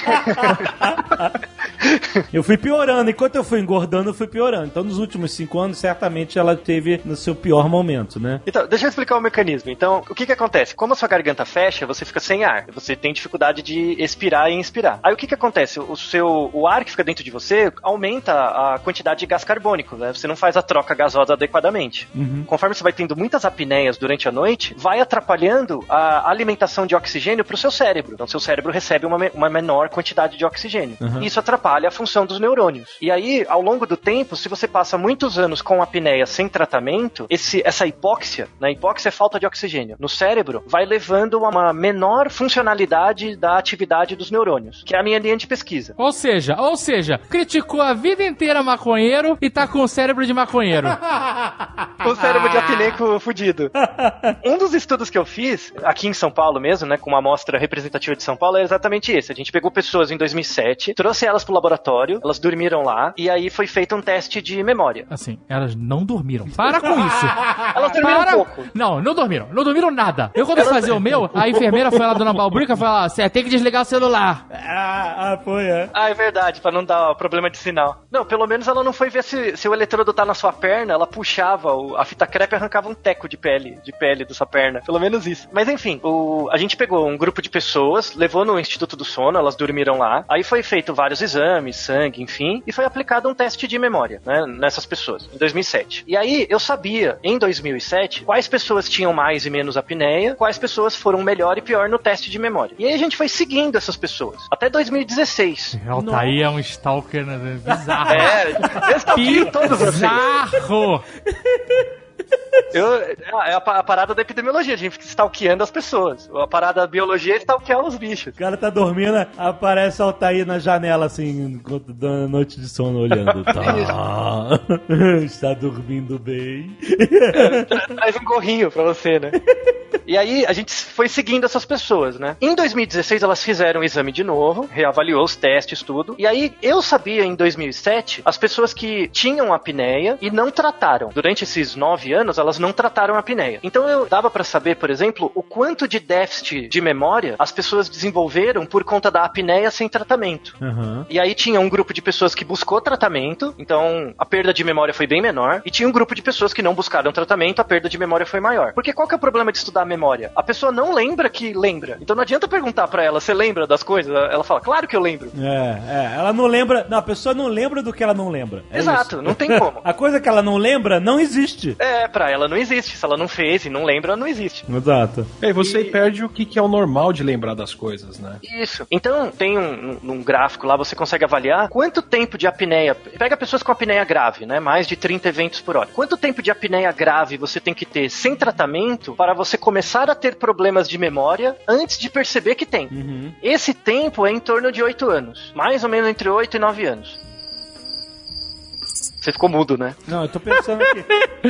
Eu fui piorando, enquanto eu fui engordando, eu fui piorando. Então, nos últimos cinco anos, certamente ela teve no seu pior momento, né? Então, deixa eu explicar o mecanismo. Então, o que que acontece? Como a sua garganta fecha, você fica sem ar. Você tem dificuldade de expirar e inspirar. Aí, o que que acontece? O seu, o ar que fica dentro de você aumenta a quantidade de gás carbônico, né? Você não faz a troca gasosa adequadamente. Conforme você vai tendo muitas apneias durante a noite, vai atrapalhando a alimentação de oxigênio para o seu cérebro. Então, seu cérebro recebe uma, me- uma menor quantidade de oxigênio. E isso atrapalha a função dos neurônios. E aí, ao longo do tempo, se você passa muitos anos com apneia sem tratamento, esse, essa hipóxia, né? Hipóxia é falta de oxigênio no cérebro, vai levando a uma menor funcionalidade da atividade dos neurônios, que é a minha linha de pesquisa. Ou seja, ou seja, criticou a vida inteira maconheiro e tá com o cérebro de maconheiro. O cérebro de apneico fudido. Um dos estudos que eu fiz, aqui em São Paulo mesmo, né, com uma amostra representativa de São Paulo, é exatamente esse. A gente pegou pessoas em dois mil e sete, trouxe elas pro laboratório, elas dormiram lá, e aí foi feito um teste de memória. Assim, elas não dormiram. Para com isso. Elas dormiram Para... um pouco. Não, não dormiram. Não dormiram nada. Eu, quando eu fazia o meu, a enfermeira foi lá, dona Balbrica, foi lá, você tem que desligar o celular. Ah, ah, foi, é. Ah, é verdade, pra não dar problema de sinal. Não, pelo menos ela não foi ver se, se o eletrodo tá na sua perna, ela puxava o, a fita crepe e arrancava um teco de pele, de pele da sua perna. Pelo menos isso. Mas enfim, o, a gente pegou um grupo de pessoas, levou no Instituto do Sono, elas dormiram lá, aí foi feito vários exames, exame, sangue, enfim, e foi aplicado um teste de memória, né, nessas pessoas, em dois mil e sete. E aí eu sabia, em dois mil e sete, quais pessoas tinham mais e menos apneia, quais pessoas foram melhor e pior no teste de memória. E aí a gente foi seguindo essas pessoas, até dois mil e dezesseis. O Altair é um stalker, né? Bizarro. É, eu stalkeio todos vocês. Bizarro! Eu, é a, a parada da epidemiologia, a gente fica stalkeando as pessoas. A parada da biologia é stalkear os bichos. O cara tá dormindo, aparece o Altair na janela, assim, enquanto dá noite de sono, olhando. Tá. Está dormindo bem. É, tra traz um gorrinho pra você, né? E aí a gente foi seguindo essas pessoas, né? Em dois mil e dezesseis elas fizeram o exame de novo, reavaliou os testes, tudo. E aí eu sabia em dois mil e sete as pessoas que tinham apneia e não trataram. Durante esses nove anos elas não trataram a apneia. Então eu dava pra saber, por exemplo, o quanto de déficit de memória as pessoas desenvolveram por conta da apneia sem tratamento. Uhum. E aí tinha um grupo de pessoas que buscou tratamento, então a perda de memória foi bem menor. E tinha um grupo de pessoas que não buscaram tratamento, a perda de memória foi maior. Porque qual que é o problema de estudar a memória? A pessoa não lembra que lembra. Então não adianta perguntar pra ela, você lembra das coisas? Ela fala, claro que eu lembro. É, é, ela não lembra, não, a pessoa não lembra do que ela não lembra. É Exato, isso. Não tem como. A coisa que ela não lembra não existe. É, pra ela não existe. Se ela não fez e não lembra, não existe. Exato. E você e... perde o que, que é o normal de lembrar das coisas, né? Isso. Então, tem um, um, um gráfico lá, você consegue avaliar quanto tempo de apneia... Pega pessoas com apneia grave, né? Mais de trinta eventos por hora. Quanto tempo de apneia grave você tem que ter sem tratamento para você começar a ter problemas de memória antes de perceber que tem? Uhum. Esse tempo é em torno de oito anos. Mais ou menos entre oito e nove anos. Você ficou mudo, né? Não, eu tô pensando aqui.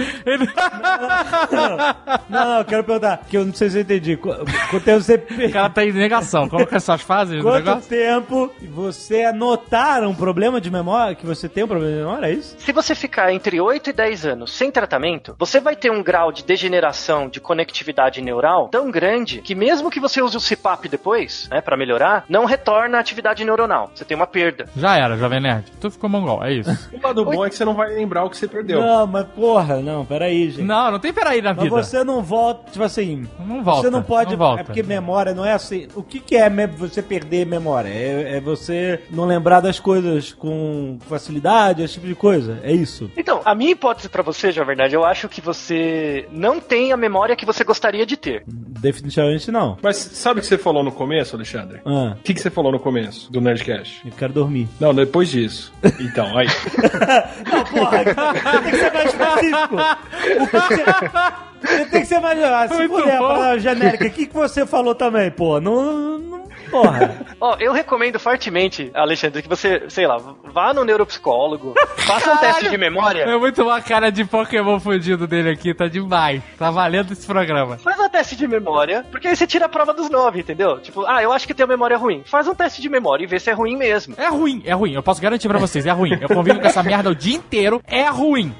não, não, não, eu quero perguntar, que eu não sei se eu entendi. Quanto tempo você... O cara tá em negação. Como que essas fases do Quanto negócio? tempo você notaram um problema de memória? Que você tem um problema de memória, é isso? Se você ficar entre oito e dez anos sem tratamento, você vai ter um grau de degeneração de conectividade neural tão grande que mesmo que você use o C P A P depois, né, pra melhorar, não retorna a atividade neuronal. Você tem uma perda. Já era, Jovem Nerd. Tu ficou mongol, é isso. O lado bom é que você não vai lembrar o que você perdeu. Não, mas porra, não, peraí, gente. Não, não tem peraí na vida. Mas você não volta, tipo assim... Não volta. Você não pode... Não volta. É porque memória não é assim... O que que é me- você perder memória? É, é você não lembrar das coisas com facilidade, esse tipo de coisa? É isso? Então, a minha hipótese pra você, Jovem Nerd, eu acho que você não tem a memória que você gostaria de ter. Definitivamente não. Mas sabe o que você falou no começo, Alexandre? Ah, O que, que você falou no começo do Nerdcast? eu quero dormir. Não, depois disso. Então, aí. Não, porra, tem que ser mais específico. O que você... Você tem que ser mais... Ah, se Muito puder, a bom. palavra genérica, o que, que você falou também, pô? Não... não porra. Ó, eu recomendo fortemente, Alexandre, que você, sei lá, vá no neuropsicólogo, faça um teste de memória. É muito uma cara de Pokémon fudido dele aqui, tá demais. Tá valendo esse programa. Faz um teste de memória, porque aí você tira a prova dos nove, entendeu? Tipo, ah, eu acho que tenho memória ruim. Faz um teste de memória e vê se é ruim mesmo. É ruim, é ruim. Eu posso garantir pra vocês, é ruim. Eu convivo com essa merda o dia inteiro, é ruim.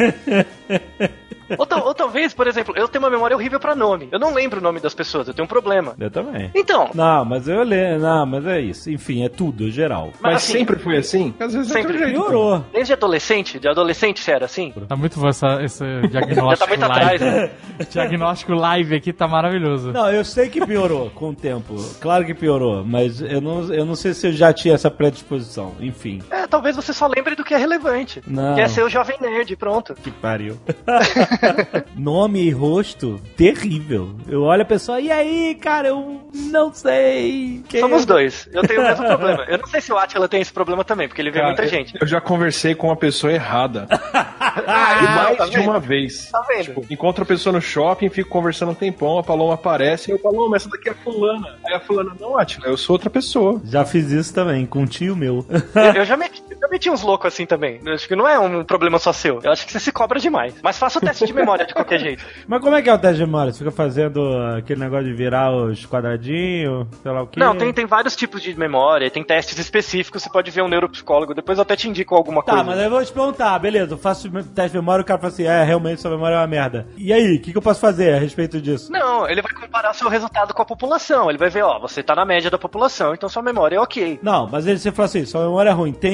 Ou, tal- ou talvez, por exemplo, eu tenho uma memória horrível pra nome. Eu não lembro o nome das pessoas, eu tenho um problema. Eu também. Então, Não, mas eu lembro. Não, mas é isso. Enfim, é tudo, é geral. Mas assim, sempre foi assim? Às vezes Sempre. é outro jeito. Piorou. desde adolescente, de adolescente você era assim? Tá muito bom essa, esse diagnóstico Já tá muito live. atrás, né? Diagnóstico live aqui tá maravilhoso. Não, eu sei que piorou com o tempo. Claro que piorou, mas eu não, eu não sei se eu já tinha essa predisposição. Enfim. É, talvez você só lembre do que é relevante. Não. Que é ser o jovem nerd, pronto. Que pariu. Nome e rosto, terrível. Eu olho a pessoa, e aí, cara, eu não sei. Quem Somos é? dois. Eu tenho o mesmo problema. Eu não sei se o Atila tem esse problema também, porque ele vê Cara, muita eu- gente. Eu já conversei com a pessoa errada. Ah, E mais tá de vendo? uma vez. Tá vendo? Tipo, encontro a pessoa no shopping, fico conversando um tempão, a Paloma aparece, e eu falo, mas essa daqui é a fulana. Aí a fulana, não, Atila, eu sou outra pessoa. Já fiz isso também, com um tio meu. Eu, eu já meti, eu já meti uns loucos assim também. Eu acho que não é um problema só seu. Eu acho que você se cobra demais. Mas faça o teste de memória de qualquer jeito. Mas como é que é o teste de memória? Você fica fazendo aquele negócio de virar os quadradinhos, sei lá o quê? Não, tem, tem vários tipos de memória, tem testes específicos, você pode ver um neuropsicólogo, depois eu até te indico alguma Tá, coisa. mas aí eu vou te perguntar, beleza, eu faço teste de memória e o cara fala assim, é, realmente sua memória é uma merda. E aí, o que, que eu posso fazer a respeito disso? Não, ele vai comparar seu resultado com a população. Ele vai ver, ó, você tá na média da população, então sua memória é ok. Não, mas ele você fala assim, sua memória é ruim, tem algum tra...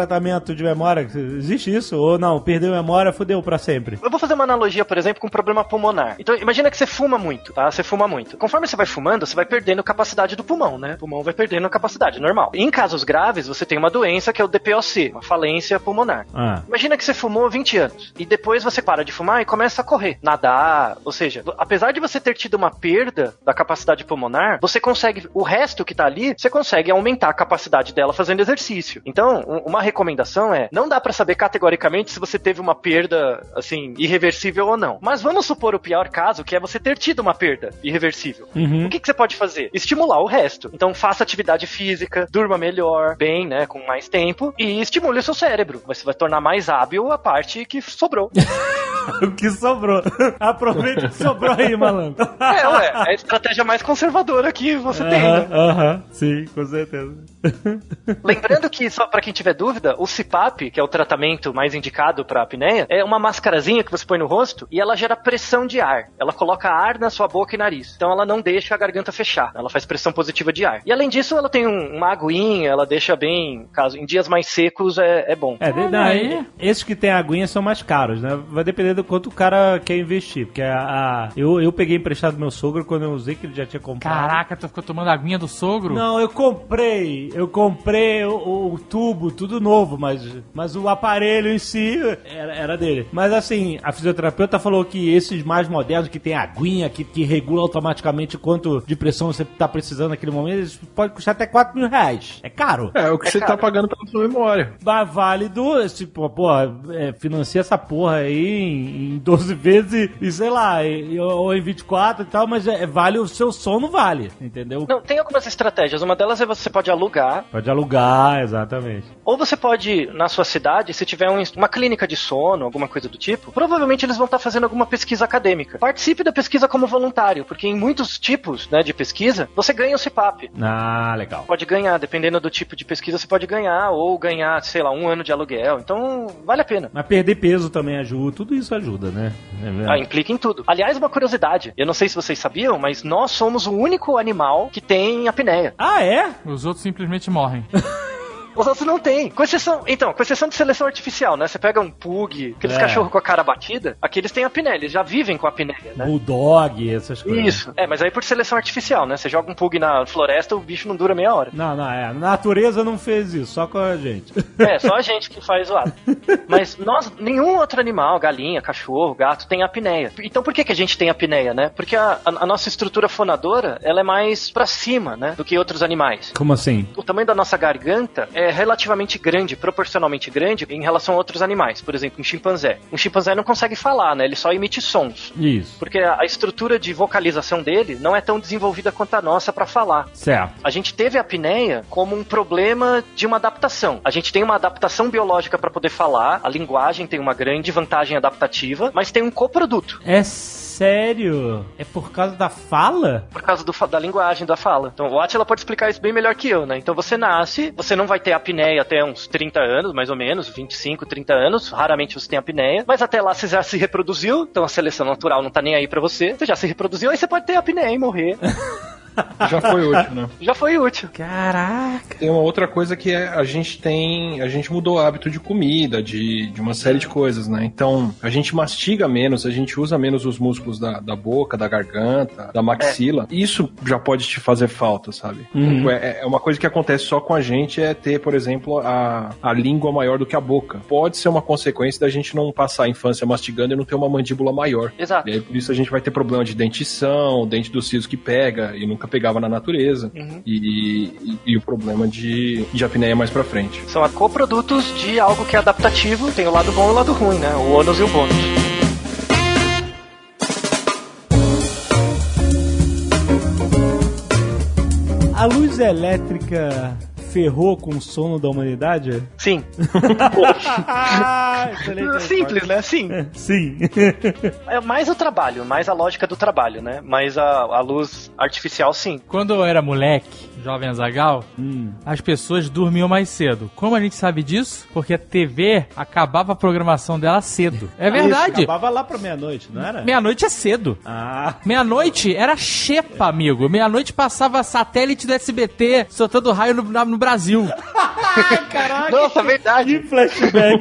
tratamento de memória? Existe isso? Ou não? Perdeu a memória, fudeu pra sempre? Eu vou fazer uma analogia, por exemplo, com um problema pulmonar. Então, imagina que você fuma muito, tá? Você fuma muito. Conforme você vai fumando, você vai perdendo capacidade do pulmão, né? O pulmão vai perdendo capacidade, normal. Em casos graves, você tem uma doença que é o D P O C, uma falência pulmonar. Ah. Imagina que você fumou vinte anos e depois você para de fumar e começa a correr, nadar, ou seja, apesar de você ter tido uma perda da capacidade pulmonar, você consegue, o resto que tá ali, você consegue aumentar a capacidade dela fazendo exercício. Então, uma recomendação é, não dá pra saber categoricamente se você teve uma perda, assim, irreversível ou não. Mas vamos supor o pior caso, que é você ter tido uma perda irreversível. Uhum. O que, que você pode fazer? Estimular o resto. Então, faça atividade física, durma melhor, bem, né, com mais tempo, e estimule o seu cérebro. Você vai tornar mais hábil a parte que sobrou. O que sobrou. Aproveita o que sobrou aí, malandro. É, ué, é a estratégia mais conservadora que você uh-huh, tem, né? Aham, uh-huh, sim, com certeza. Lembrando que, só pra quem tiver dúvida, o C PAP, que é o tratamento mais indicado pra apneia, é uma mascarazinha que você põe no rosto e ela gera pressão de ar. Ela coloca ar na sua boca e nariz. Então ela não deixa a garganta fechar. Ela faz pressão positiva de ar. E além disso, ela tem um, uma aguinha, ela deixa bem, caso em dias mais secos é, é bom. É, de, não, aí. Esses que tem aguinha são mais caros, né? Vai depender do quanto o cara quer investir. Porque a, a, eu, eu peguei emprestado do meu sogro quando eu usei, que ele já tinha comprado. Caraca, tu ficou tomando aguinha do sogro? Não, eu comprei. Eu comprei o, o tubo, tudo novo, mas, mas o aparelho em si era, era dele. Mas assim, a fisioterapeuta falou que esses mais modernos, que tem aguinha, que, que regula automaticamente quanto de pressão você tá precisando naquele momento, eles podem custar até quatro mil reais. É caro. É o que É você caro. tá pagando pela sua memória. Mas válido, tipo, porra, é, financia essa porra aí em, em doze vezes e, sei lá, e, ou em vinte e quatro e tal, mas é, vale o seu sono, vale, entendeu? Não, tem algumas estratégias. Uma delas é você pode alugar, Pode alugar, exatamente. ou você pode, na sua cidade, se tiver um, uma clínica de sono, alguma coisa do tipo, provavelmente eles vão estar fazendo alguma pesquisa acadêmica. Participe da pesquisa como voluntário, porque em muitos tipos, né, de pesquisa, você ganha o C PAP. Ah, legal. Pode ganhar, dependendo do tipo de pesquisa, você pode ganhar, ou ganhar, sei lá, um ano de aluguel. Então, vale a pena. Mas perder peso também ajuda, tudo isso ajuda, né? É Ah, implica em tudo. Aliás, uma curiosidade, eu não sei se vocês sabiam, mas nós somos o único animal que tem apneia. Ah, é? Os outros simplesmente morrem. Os outros não tem. Com exceção, então, com exceção de seleção artificial, né? Você pega um pug, aqueles É. cachorros com a cara batida, aqueles têm apneia, eles já vivem com apneia, né? Bulldog, essas coisas. Isso. É, mas aí por seleção artificial, né? Você joga um pug na floresta, o bicho não dura meia hora. Não, não, é. A natureza não fez isso, só com a gente. É, só a gente que faz o ato. Mas nós, nenhum outro animal, galinha, cachorro, gato, tem apneia. Então por que que a gente tem apneia, né? Porque a, a, a nossa estrutura fonadora, ela é mais pra cima, né? Do que outros animais. Como assim? O tamanho da nossa garganta é relativamente grande, proporcionalmente grande, em relação a outros animais. Por exemplo, um chimpanzé. Um chimpanzé não consegue falar, né? Ele só emite sons. Isso. Porque a, a estrutura de vocalização dele não é tão desenvolvida quanto a nossa pra falar. Certo. A gente teve a apneia como um problema de uma adaptação. A gente tem uma adaptação biológica para poder falar, a linguagem tem uma grande vantagem adaptativa, mas tem um coproduto. É sério? É por causa da fala? Por causa do, da linguagem, da fala. Então, o Átila pode explicar isso bem melhor que eu, né? Então, você nasce, você não vai ter apneia até uns trinta anos, mais ou menos, vinte e cinco, trinta anos. Raramente você tem apneia. Mas até lá você já se reproduziu, então a seleção natural não tá nem aí pra você. Você já se reproduziu, aí você pode ter apneia e morrer. Já foi útil, né? Já foi útil. Caraca. Tem uma outra coisa que é, a gente tem, a gente mudou o hábito de comida, de, de uma série de coisas, né? Então, a gente mastiga menos, a gente usa menos os músculos da, da boca, da garganta, da maxila. É. Isso já pode te fazer falta, sabe? Uhum. É, é uma coisa que acontece só com a gente, é ter, por exemplo, a, a língua maior do que a boca. Pode ser uma consequência da gente não passar a infância mastigando e não ter uma mandíbula maior. Exato. E aí, por isso a gente vai ter problema de dentição, o dente dos cílios que pega e nunca pegava na natureza, uhum. e, e, e o problema de, de apneia mais pra frente. São coprodutos de algo que é adaptativo, tem o lado bom e o lado ruim, né? O ônus e o bônus. A luz elétrica ferrou com o sono da humanidade? Sim. Ah, excelente. Simples, né? Sim. Sim. É mais o trabalho, mais a lógica do trabalho, né? Mas a, a luz artificial, sim. Quando eu era moleque, jovem Azaghal, hum. as pessoas dormiam mais cedo. Como a gente sabe disso? Porque a T V acabava a programação dela cedo. É verdade. Isso, acabava lá pra meia-noite, não era? Meia-noite é cedo. Ah. Meia-noite era xepa, amigo. Meia-noite passava satélite do S B T soltando raio no, no Brasil. Caraca! Nossa, verdade! Que flashback!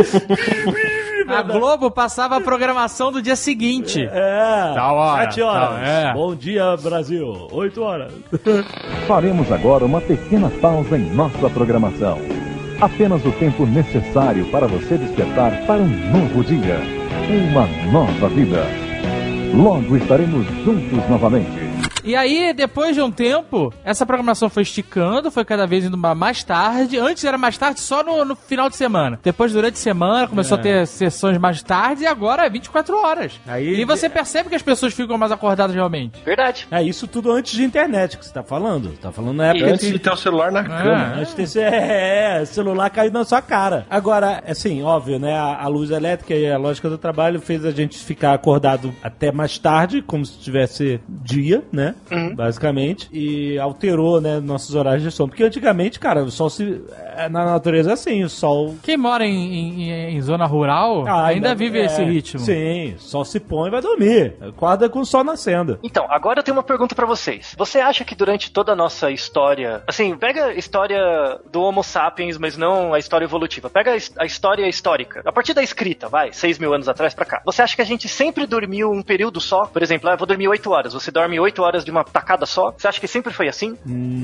A Globo passava a programação do dia seguinte. É, Tal hora, sete horas. tal, é. Bom dia, Brasil. Oito horas. Faremos agora uma pequena pausa em nossa programação. Apenas o tempo necessário para você despertar para um novo dia, uma nova vida. Logo estaremos juntos novamente. E aí, depois de um tempo, essa programação foi esticando, foi cada vez indo mais tarde. Antes era mais tarde só no, no final de semana. Depois, durante a semana, começou é. a ter sessões mais tarde e agora é vinte e quatro horas. Aí, e você percebe que as pessoas ficam mais acordadas realmente. Verdade. É isso tudo antes de internet que você tá falando. Tá falando na época antes de ter o celular na cama. É. Antes de ter é, é, celular caído na sua cara. Agora, assim, óbvio, né? A, a luz elétrica e a lógica do trabalho fez a gente ficar acordado até mais tarde, como se tivesse dia, né? Uhum. Basicamente, e alterou, né, nossos horários de sono. Porque antigamente, cara, o sol se... na natureza é assim, o sol... Quem mora em, em, em zona rural ah, ainda, ainda vive é, esse ritmo. Sim, o sol se põe e vai dormir. Acorda com o sol nascendo. Então, agora eu tenho uma pergunta pra vocês. Você acha que durante toda a nossa história... Assim, pega a história do Homo sapiens, mas não a história evolutiva. Pega a história histórica. A partir da escrita, vai, seis mil anos atrás pra cá. Você acha que a gente sempre dormiu um período só? Por exemplo, ah, eu vou dormir oito horas. Você dorme oito horas de uma tacada só? Você acha que sempre foi assim?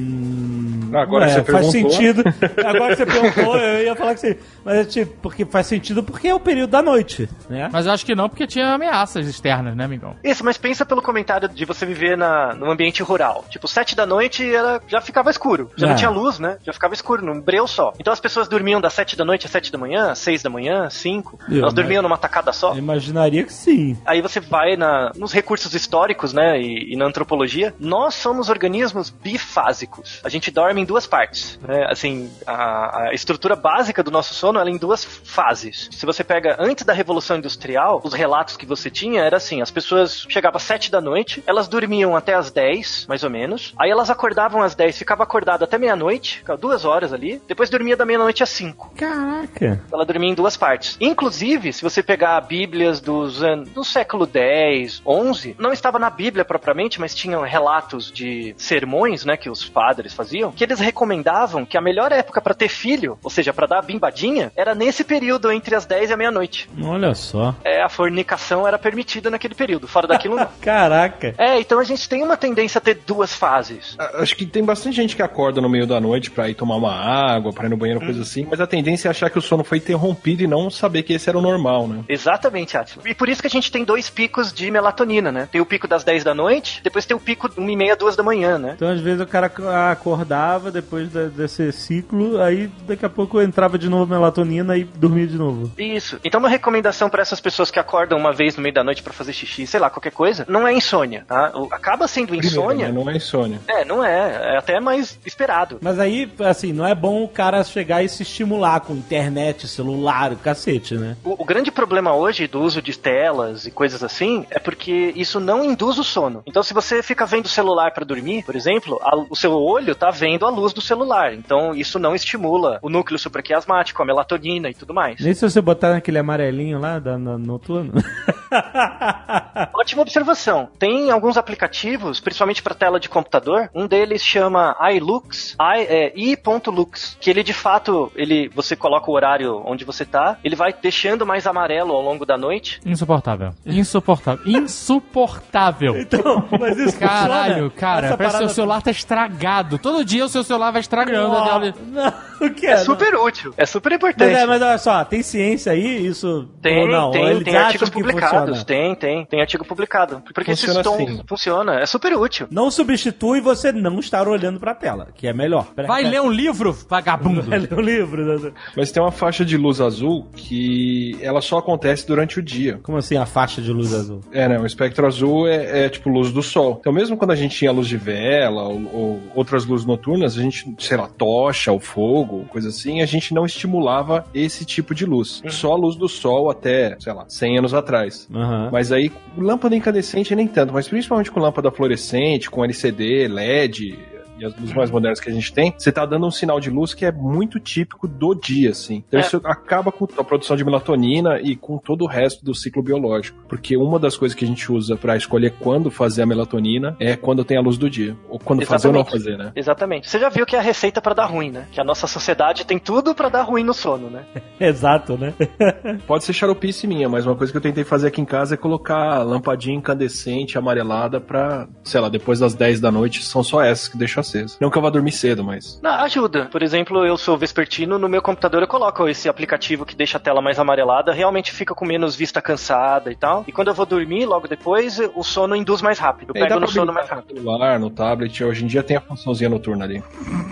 Hum, agora é, você perguntou. Faz sentido. Agora você perguntou, eu ia falar que sim. Mas tipo, porque faz sentido porque é o período da noite, né? Mas eu acho que não, porque tinha ameaças externas, né, amigão? Isso, mas pensa pelo comentário de você viver na, num ambiente rural. Tipo, sete da noite era, já ficava escuro. Já é. não tinha luz, né? Já ficava escuro, num breu só. Então as pessoas dormiam das sete da noite às sete da manhã, seis da manhã, cinco. Eu, elas dormiam numa tacada só. Eu imaginaria que sim. Aí você vai na, nos recursos históricos, né, e, e na antropologia. Nós somos organismos bifásicos. A gente dorme em duas partes, né? Assim, a, a estrutura básica do nosso sono ela é em duas fases. Se você pega antes da Revolução Industrial, os relatos que você tinha era assim, as pessoas chegavam às sete da noite, elas dormiam até às dez, mais ou menos, aí elas acordavam às dez, ficavam acordadas até meia-noite, duas horas ali, depois dormia da meia-noite às cinco. Caraca! Ela dormia em duas partes. Inclusive, se você pegar bíblias dos anos, do século dez, onze, não estava na Bíblia propriamente, mas tinham relatos de sermões, né, que os padres faziam, que eles recomendavam que a melhor época para ter filho, ou seja, para dar a bimbadinha, era nesse período entre as dez e a meia-noite. Olha só. É, a fornicação era permitida naquele período, fora daquilo não. Caraca. É, então a gente tem uma tendência a ter duas fases. Acho que tem bastante gente que acorda no meio da noite pra ir tomar uma água, pra ir no banheiro, hum. coisa assim, mas a tendência é achar que o sono foi interrompido e não saber que esse era o normal, né? Exatamente, Átila. E por isso que a gente tem dois picos de melatonina, né? Tem o pico das dez da noite, depois tem o pico uma e meia, duas da manhã, né? Então às vezes o cara acordava depois de, desse ciclo, aí daqui a pouco entrava de novo melatonina e dormia de novo. Isso. Então uma recomendação pra essas pessoas que acordam uma vez no meio da noite pra fazer xixi, sei lá, qualquer coisa, não é insônia, tá? Acaba sendo insônia. Primeiro, não é insônia. É, não é. É até mais esperado. Mas aí, assim, não é bom o cara chegar e se estimular com internet, celular, cacete, né? O, o grande problema hoje do uso de telas e coisas assim é porque isso não induz o sono. Então se você fica vendo o celular pra dormir, por exemplo, a, o seu olho tá vendo a luz do celular. Então isso não estimula o núcleo supraquiasmático, a melatonina e tudo mais. Nem se você botar naquele amarelinho lá da, na, noturno. Ótima observação. Tem alguns aplicativos, principalmente para tela de computador. Um deles chama iLux, I, é, i.lux, que ele de fato, ele, você coloca o horário onde você tá, ele vai deixando mais amarelo ao longo da noite. Insuportável. Insuportável. Insuportável. Então, mas isso Caralho, funciona? cara, Essa parece que parada... seu celular tá estragado. Todo dia o seu celular vai estragando. Não, né? não, o que é? É super não. útil, é super importante. Mas, é, mas olha só, tem ciência aí, isso... Tem, ou não? tem, Eles tem artigos que publicados, funciona? tem, tem, tem artigo publicado. Porque funciona esse tom assim. funciona, é super útil. Não substitui você não estar olhando pra tela, que é melhor. Vai ler um livro, vagabundo. Vai ler um livro. Né? Mas tem uma faixa de luz azul que ela só acontece durante o dia. Como assim a faixa de luz azul? É, né? O espectro azul é, é tipo luz do sol. Então mesmo quando a gente tinha luz de vela ou, ou outras luzes noturnas, a gente, sei lá, tocha ou fogo, coisa assim, a gente não estimulava esse tipo de luz. Uhum. Só a luz do sol até, sei lá, cem anos atrás. Uhum. Mas aí, lâmpada incandescente nem tanto, mas principalmente com lâmpada fluorescente, com L C D, L E D... e as luzes mais modernas que a gente tem, você tá dando um sinal de luz que é muito típico do dia, assim. Então é. isso acaba com a produção de melatonina e com todo o resto do ciclo biológico. Porque uma das coisas que a gente usa pra escolher quando fazer a melatonina é quando tem a luz do dia. Ou quando Exatamente. fazer ou não fazer, né? Exatamente. Você já viu que é a receita pra dar ruim, né? Que a nossa sociedade tem tudo pra dar ruim no sono, né? Exato, né? Pode ser xaropice minha, mas uma coisa que eu tentei fazer aqui em casa é colocar lampadinha incandescente, amarelada pra, sei lá, depois das dez da noite, são só essas que deixo acesa. Não que eu vá dormir cedo, mas... Não, ajuda. Por exemplo, eu sou vespertino, no meu computador eu coloco esse aplicativo que deixa a tela mais amarelada, realmente fica com menos vista cansada e tal. E quando eu vou dormir, logo depois, o sono induz mais rápido. Eu é, pego no sono mais rápido. No celular, no tablet, hoje em dia tem a funçãozinha noturna ali.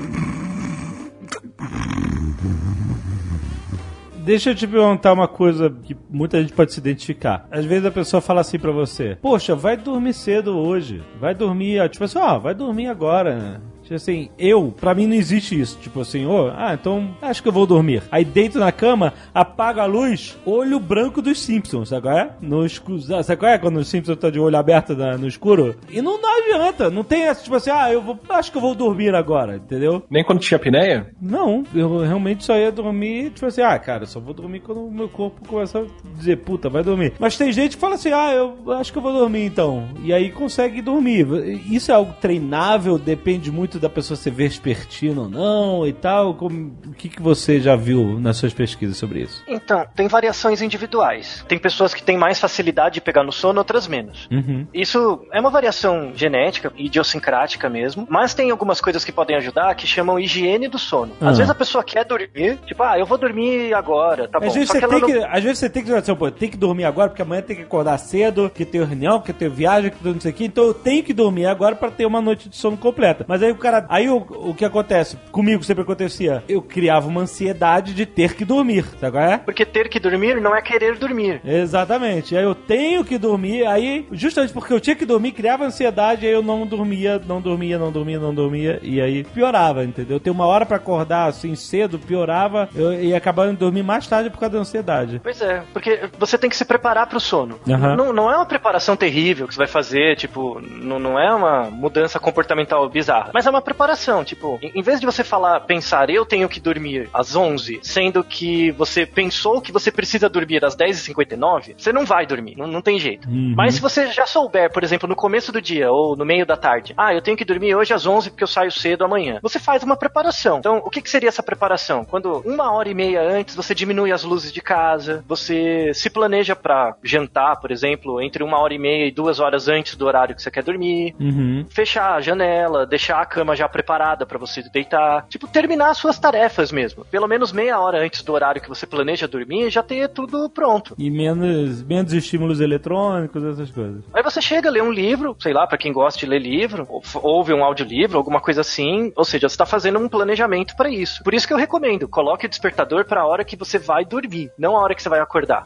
Deixa eu te perguntar uma coisa que muita gente pode se identificar. Às vezes a pessoa fala assim pra você: poxa, vai dormir cedo hoje. Vai dormir, tipo assim, ó, vai dormir agora, né? Tipo assim, eu, pra mim não existe isso. Tipo assim, ô, oh, ah, então acho que eu vou dormir. Aí deito na cama, apaga a luz, olho branco dos Simpsons, sabe qual é? No escuro, sabe qual é? Quando os Simpsons estão de olho aberto na, no escuro. E não, não adianta, não tem essa, tipo assim, ah, eu vou, acho que eu vou dormir agora, entendeu? Nem quando tinha apneia? Não, eu realmente só ia dormir, tipo assim, ah, cara, eu só vou dormir quando o meu corpo começa a dizer, puta, vai dormir. Mas tem gente que fala assim, ah, eu acho que eu vou dormir então. E aí consegue dormir. Isso é algo treinável, depende muito da pessoa ser vespertina ou não e tal. Como, o que, que você já viu nas suas pesquisas sobre isso? Então, tem variações individuais. Tem pessoas que têm mais facilidade de pegar no sono, outras menos. Uhum. Isso é uma variação genética, idiosincrática mesmo, mas tem algumas coisas que podem ajudar que chamam higiene do sono. Ah. Às vezes a pessoa quer dormir, tipo, ah, eu vou dormir agora, tá bom. Às vezes, você que tem não... que, às vezes você tem que dizer assim, pô, tem que dormir agora porque amanhã tem que acordar cedo, que tem reunião, que tem viagem, que tem não sei o que, então eu tenho que dormir agora pra ter uma noite de sono completa. Mas aí o cara, aí o, o que acontece? Comigo sempre acontecia, eu criava uma ansiedade de ter que dormir, sabe qual é? Porque ter que dormir não é querer dormir. Exatamente, aí eu tenho que dormir, aí justamente porque eu tinha que dormir, criava ansiedade, aí eu não dormia, não dormia, não dormia, não dormia, e aí piorava, entendeu? Tem uma hora pra acordar assim cedo, piorava, eu ia acabando de dormir mais tarde por causa da ansiedade. Pois é, porque você tem que se preparar pro sono. Uhum. Não, não é uma preparação terrível que você vai fazer, tipo, não, não é uma mudança comportamental bizarra, mas é uma preparação, tipo, em, em vez de você falar, pensar, eu tenho que dormir às onze, sendo que você pensou que você precisa dormir às dez e cinquenta e nove, você não vai dormir, não, não tem jeito. Uhum. Mas se você já souber, por exemplo, no começo do dia ou no meio da tarde, ah, eu tenho que dormir hoje às onze porque eu saio cedo amanhã, você faz uma preparação. Então, o que, que seria essa preparação? Quando uma hora e meia antes você diminui as luzes de casa, você se planeja pra jantar, por exemplo, entre uma hora e meia e duas horas antes do horário que você quer dormir, uhum. fechar a janela, deixar a cama já preparada pra você deitar, tipo, terminar as suas tarefas mesmo. Pelo menos meia hora antes do horário que você planeja dormir, já ter tudo pronto. E menos, menos estímulos eletrônicos, essas coisas. Aí você chega, lê um livro, sei lá, pra quem gosta de ler livro, ou, ouve um audiolivro, alguma coisa assim, ou seja, você tá fazendo um planejamento pra isso. Por isso que eu recomendo, coloque o despertador pra hora que você vai dormir, não a hora que você vai acordar.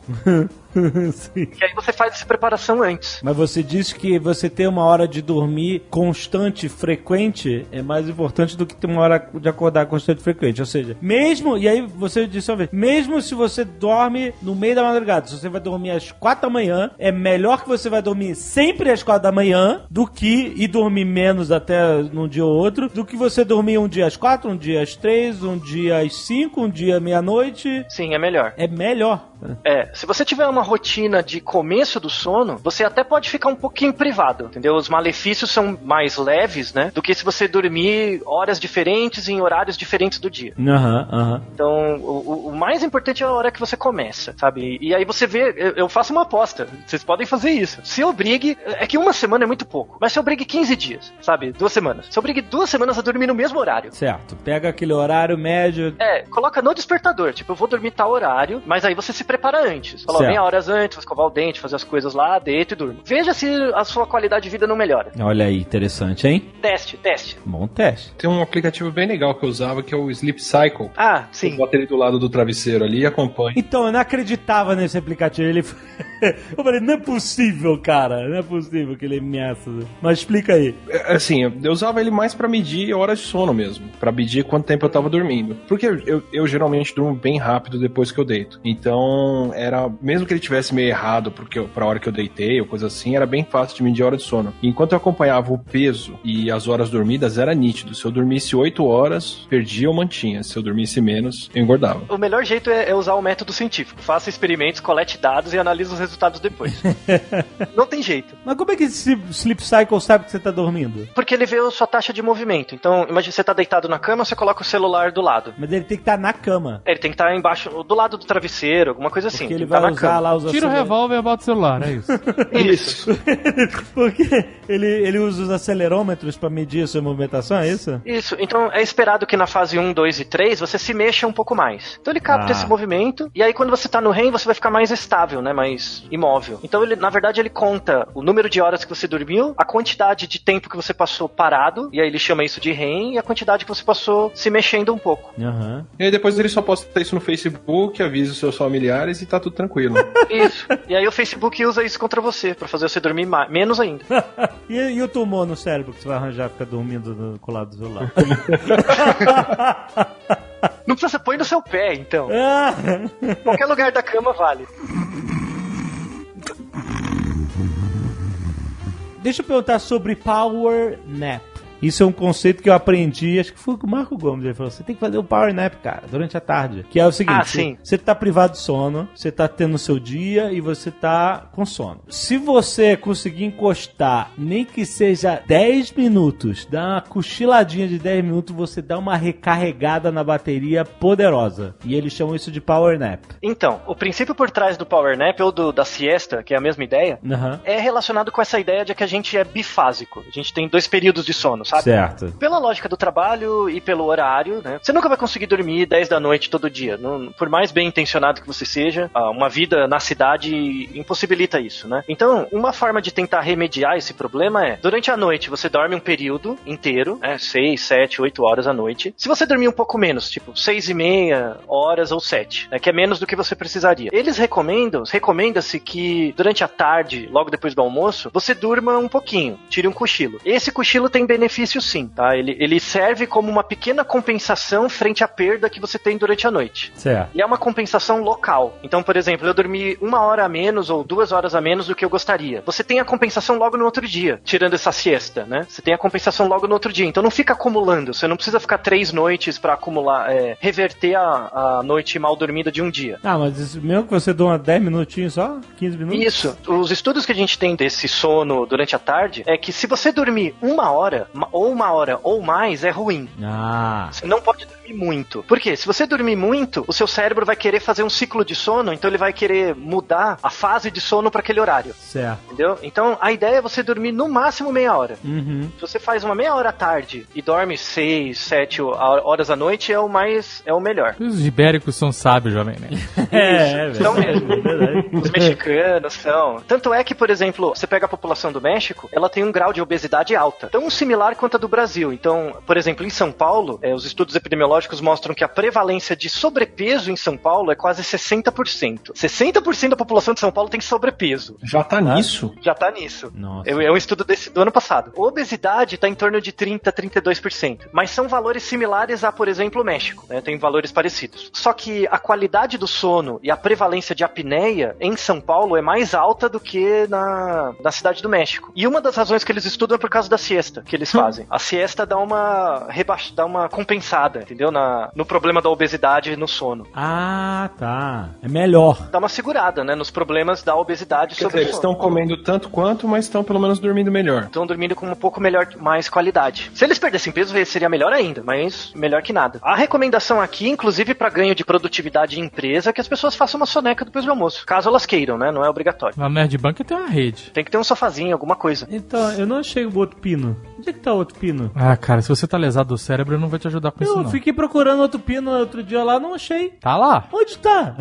Sim. Que aí você faz essa preparação antes. Mas você disse que você ter uma hora de dormir constante, frequente, é mais importante do que ter uma hora de acordar constante e frequente. Ou seja, mesmo, e aí você disse uma vez, mesmo se você dorme no meio da madrugada, se você vai dormir às quatro da manhã, é melhor que você vai dormir sempre às quatro da manhã do que, e dormir menos até num dia ou outro, do que você dormir um dia às quatro, um dia às três, um dia às cinco, um dia meia-noite. Sim, é melhor. É melhor. É, se você tiver uma rotina de começo do sono, você até pode ficar um pouquinho privado, entendeu? Os malefícios são mais leves, né? Do que se você dormir horas diferentes em horários diferentes do dia. Aham, uhum, aham. Uhum. Então, o, o mais importante é a hora que você começa, sabe? E, e aí você vê, eu, eu faço uma aposta, vocês podem fazer isso. Se obrigue, é que uma semana é muito pouco, mas se obrigue quinze dias, sabe? Duas semanas. Se obrigue duas semanas a dormir no mesmo horário. Certo. Pega aquele horário médio. É, coloca no despertador, tipo, eu vou dormir tal horário, mas aí você se prepara antes. Fala, meia horas antes, vai escovar o dente, fazer as coisas lá, deita e durma. Veja se a sua qualidade de vida não melhora. Olha aí, interessante, hein? Teste, teste. Bom teste. Tem um aplicativo bem legal que eu usava, que é o Sleep Cycle. Ah, sim. Eu boto ele do lado do travesseiro ali e acompanha. Então, eu não acreditava nesse aplicativo. Ele... Eu falei, não é possível, cara. Não é possível que ele me ameaça. Mas explica aí. É, Assim, eu eu usava ele mais pra medir horas de sono mesmo. Pra medir quanto tempo eu tava dormindo. Porque eu, eu, eu geralmente durmo bem rápido depois que eu deito. Então, era... Mesmo que ele tivesse meio errado porque eu, pra hora que eu deitei ou coisa assim, era bem fácil de medir a hora de sono. Enquanto eu acompanhava o peso e as horas dormidas, era nítido. Se eu dormisse oito horas, perdia ou mantinha. Se eu dormisse menos, eu engordava. O melhor jeito é, é usar o método científico. Faça experimentos, colete dados e analise os resultados depois. Não tem jeito. Mas como é que esse Sleep Cycle sabe que você tá dormindo? Porque ele vê a sua taxa de movimento. Então, imagina você tá deitado na cama, você coloca o celular do lado. Mas ele tem que estar na cama. Ele tem que estar embaixo, do lado do travesseiro, alguma coisa assim. Porque ele Tem que tá vai na usar cama. lá os Tira o aceler- revólver e bota o celular, é isso. Isso. Porque ele, ele usa os acelerômetros pra medir a sua movimentação, é isso? Isso. Então, é esperado que na fase um, dois e três você se mexa um pouco mais. Então, ele capta Ah. esse movimento. E aí, quando você tá no R E M, você vai ficar mais estável, né? Mais imóvel. Então, ele, na verdade, ele conta o número de horas que você dormiu, a quantidade de tempo que você passou parado, e aí ele chama isso de R E M, e a quantidade que você passou se mexendo um pouco. Aham. E aí depois ele só posta isso no Facebook, avisa os seus familiares e tá tudo tranquilo. Isso. E aí o Facebook usa isso contra você, pra fazer você dormir ma- menos ainda. E, e o tumor no cérebro que você vai arranjar ficar dormindo no colado do celular? Não precisa, você põe no seu pé, então. Ah! Qualquer lugar da cama vale. Deixa eu perguntar sobre Power Nap. Isso é um conceito que eu aprendi, acho que foi com o Marco Gomes. Ele falou, você tem que fazer o Power Nap, cara, durante a tarde. Que é o seguinte, Ah, sim. você tá privado de sono, você tá tendo o seu dia e você tá com sono. Se você conseguir encostar, nem que seja dez minutos, dar uma cochiladinha de dez minutos, você dá uma recarregada na bateria poderosa. E eles chamam isso de Power Nap. Então, o princípio por trás do Power Nap, ou do, da siesta, que é a mesma ideia, Aham. é relacionado com essa ideia de que a gente é bifásico. A gente tem dois períodos de sono, sabe? Certo. Pela lógica do trabalho e pelo horário, né? Você nunca vai conseguir dormir dez da noite todo dia. Não, por mais bem intencionado que você seja, ah, uma vida na cidade impossibilita isso, né? Então, uma forma de tentar remediar esse problema é, durante a noite você dorme um período inteiro, né? seis, sete, oito horas à noite. Se você dormir um pouco menos, tipo seis e meia horas ou sete, né? Que é menos do que você precisaria. Eles recomendam, recomenda-se que durante a tarde, logo depois do almoço, você durma um pouquinho, tire um cochilo. Esse cochilo tem benefício sim, tá? Ele, ele serve como uma pequena compensação frente à perda que você tem durante a noite. Certo. E é uma compensação local. Então, por exemplo, eu dormi uma hora a menos ou duas horas a menos do que eu gostaria. Você tem a compensação logo no outro dia, tirando essa siesta, né? Você tem a compensação logo no outro dia. Então não fica acumulando. Você não precisa ficar três noites pra acumular, é, reverter a, a noite mal dormida de um dia. Ah, mas isso, mesmo que você durma dez minutinhos só? quinze minutos? Isso. Os estudos que a gente tem desse sono durante a tarde é que se você dormir uma hora, ou uma hora ou mais, é ruim. Ah. Você não pode dormir muito. Por quê? Se você dormir muito, o seu cérebro vai querer fazer um ciclo de sono, então ele vai querer mudar a fase de sono para aquele horário. Certo. Entendeu? Então a ideia é você dormir no máximo meia hora. Uhum. Se você faz uma meia hora à tarde e dorme seis, sete horas à noite, é o mais, é o melhor. Os ibéricos são sábios, jovem, né? É, é São verdade. mesmo. É verdade. Os mexicanos são. Tanto é que, por exemplo, você pega a população do México, ela tem um grau de obesidade alta, tão similar quanto a do Brasil. Então, por exemplo, em São Paulo, é, os estudos epidemiológicos mostram que a prevalência de sobrepeso em São Paulo é quase sessenta por cento. sessenta por cento da população de São Paulo tem sobrepeso. Já tá nisso? Já tá nisso. Nossa. É, é um estudo desse, do ano passado. A obesidade tá em torno de trinta, trinta e dois por cento. Mas são valores similares a, por exemplo, o México, né? Tem valores parecidos. Só que a qualidade do sono e a prevalência de apneia em São Paulo é mais alta do que na, na cidade do México. E uma das razões que eles estudam é por causa da siesta que eles fazem. A siesta dá uma, rebaix... dá uma compensada, entendeu? Na, no problema da obesidade no sono. Ah, tá. É melhor. Dá uma segurada, né? Nos problemas da obesidade Quer sobre dizer, o eles sono. estão comendo tanto quanto, mas estão pelo menos dormindo melhor. Estão dormindo com um pouco melhor, mais qualidade. Se eles perdessem peso, seria melhor ainda, mas melhor que nada. A recomendação aqui, inclusive para ganho de produtividade em empresa, é que as pessoas façam uma soneca depois do almoço. Caso elas queiram, né? Não é obrigatório. Na Nerd Bunker tem uma rede. Tem que ter um sofazinho, alguma coisa. Então, eu não achei o outro pino. Onde é que tá o outro pino? Ah, cara, se você tá lesado do cérebro, eu não vou te ajudar com isso, Eu não. fiquei procurando outro pino outro dia lá, não achei. Tá lá. Onde tá?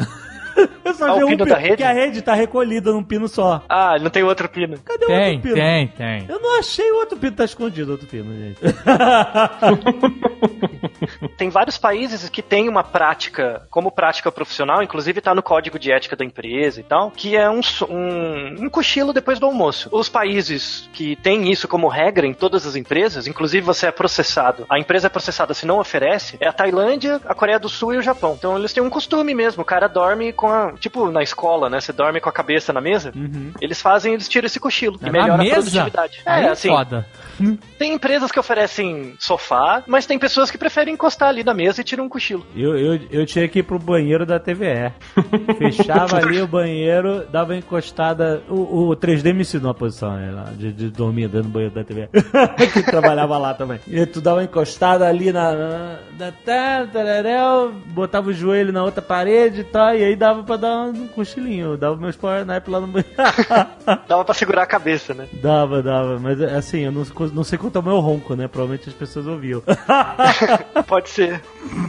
Eu só Ah, achei o um pino pino, da rede? porque a rede tá recolhida num pino só. Ah, não tem outro pino. Cadê o Tem, outro pino? tem, tem. Eu não achei o outro pino, tá escondido o outro pino, gente. Tem vários países que têm uma prática, como prática profissional, inclusive tá no código de ética da empresa e tal, que é um, um, um cochilo depois do almoço. Os países que têm isso como regra em todas as empresas, inclusive você é processado, a empresa é processada se não oferece, é a Tailândia, a Coreia do Sul e o Japão. Então eles têm um costume mesmo, o cara dorme com a, tipo na escola, né, você dorme com a cabeça na mesa, uhum. Eles fazem, eles tiram esse cochilo, é e melhora mesa? a produtividade. Aí é, é assim, foda. Tem empresas que oferecem sofá, mas tem pessoas que preferem encostar ali na mesa e tiram um cochilo. Eu, eu, eu tinha que ir pro banheiro da T V E. Fechava ali o banheiro, dava encostada. O, o três D me ensinou a posição, né, lá, de, de dormir dentro do banheiro da T V E. Que trabalhava lá também. E tu dava encostada ali na. na, na tá, tararel, botava o joelho na outra parede e tal, e aí dava pra dar um cochilinho. Dava meus power nap lá no banheiro. Dava pra segurar a cabeça, né? Dava, dava. Mas assim, eu não, não sei quanto é o meu ronco, né? Provavelmente as pessoas ouviam. Pode ser.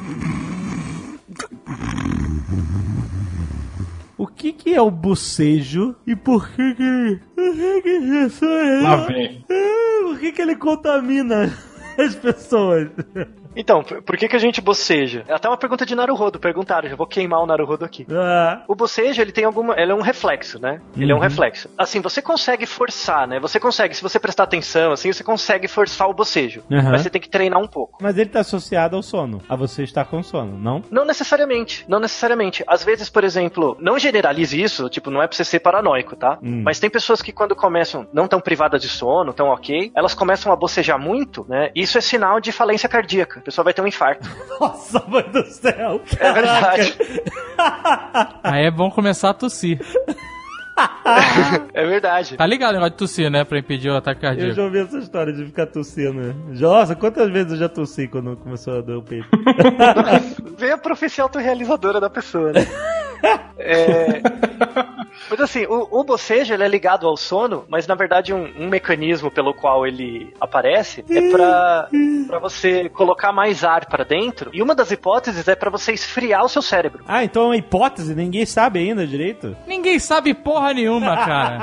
O que que é o bocejo e por que que... Por que que isso é... Lá vem. Por que que ele contamina as pessoas? Então, por que que a gente boceja? É até uma pergunta de Naruhodo, perguntaram, já vou queimar o Naruhodo aqui. Ah. O bocejo, ele tem alguma... Ele é um reflexo, né? Ele uhum. é um reflexo. Assim, você consegue forçar, né? Você consegue, se você prestar atenção, assim, você consegue forçar o bocejo. Uhum. Mas você tem que treinar um pouco. Mas ele tá associado ao sono, a você estar com sono, não? Não necessariamente, não necessariamente. Às vezes, por exemplo, não generalize isso, tipo, não é pra você ser paranoico, tá? Hum. Mas tem pessoas que quando começam, não tão privadas de sono, tão ok, elas começam a bocejar muito, né? Isso é sinal de falência cardíaca. A pessoa vai ter um infarto. Nossa, mãe do céu! É verdade. Aí é bom começar a tossir. É verdade. Tá ligado o negócio de tossir, né? Pra impedir o ataque cardíaco. Eu já ouvi essa história de ficar tossindo. Nossa, quantas vezes eu já tossi quando começou a doer o peito? Vem a profecia autorrealizadora da pessoa, né? É... Mas assim, o, o bocejo ele é ligado ao sono, mas na verdade um, um mecanismo pelo qual ele aparece é pra, pra você colocar mais ar pra dentro, e uma das hipóteses é pra você esfriar o seu cérebro. Ah, então é uma hipótese? Ninguém sabe ainda direito? Ninguém sabe porra nenhuma,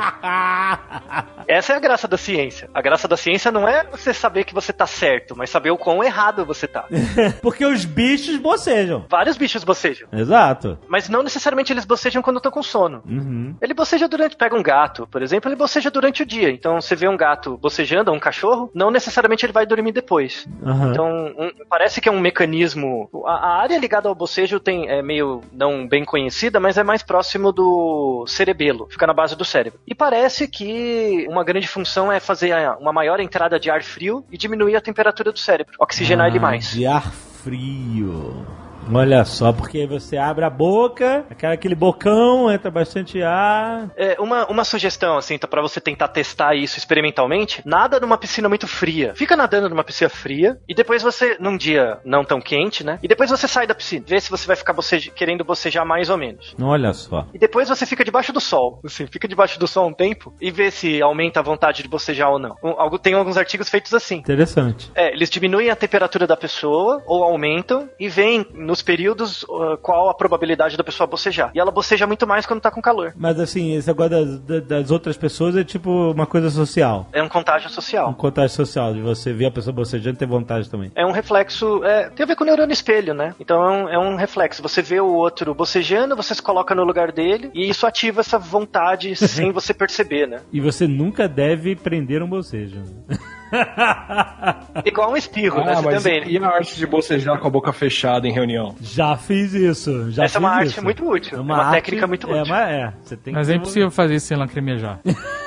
cara. Essa é a graça da ciência. A graça da ciência não é você saber que você tá certo, mas saber o quão errado você tá. Porque os bichos bocejam. Vários bichos bocejam. Exato. Mas não necessariamente eles bocejam quando estão com sono. Uhum. Ele boceja durante... Pega um gato, por exemplo, ele boceja durante o dia. Então, você vê um gato bocejando, ou um cachorro, não necessariamente ele vai dormir depois. Uhum. Então, um, parece que é um mecanismo... A, a área ligada ao bocejo tem, é meio não bem conhecida, mas é mais próximo do cerebelo. Fica na base do cérebro. E parece que uma grande função é fazer uma maior entrada de ar frio e diminuir a temperatura do cérebro. Oxigenar ah, ele mais. De ar frio... Olha só, porque você abre a boca, aquele bocão, entra bastante ar. É, uma, uma sugestão, assim, tá, pra você tentar testar isso experimentalmente, nada numa piscina muito fria. Fica nadando numa piscina fria, e depois você, num dia não tão quente, né? E depois você sai da piscina, vê se você vai ficar boceja, querendo bocejar mais ou menos. Olha só. E depois você fica debaixo do sol, assim, fica debaixo do sol um tempo, e vê se aumenta a vontade de bocejar ou não. Um, tem alguns artigos feitos assim. Interessante. É, eles diminuem a temperatura da pessoa, ou aumentam, e veem nos períodos uh, qual a probabilidade da pessoa bocejar. E ela boceja muito mais quando tá com calor. Mas assim, esse negócio das, das outras pessoas é tipo uma coisa social. É um contágio social. Um contágio social, de você ver a pessoa bocejando e ter vontade também. É um reflexo, é, tem a ver com o neurônio espelho, né? Então é um, é um reflexo. Você vê o outro bocejando, você se coloca no lugar dele, e isso ativa essa vontade sem você perceber, né? E você nunca deve prender um bocejo. Igual um espirro, ah, né? Você mas também. E a arte de bocejar com a boca fechada em reunião? Já fiz isso. Já Essa fiz é uma arte isso. muito útil. É uma, é uma arte, técnica muito é útil. Uma, é, você tem mas que é impossível fazer isso sem lacrimejar.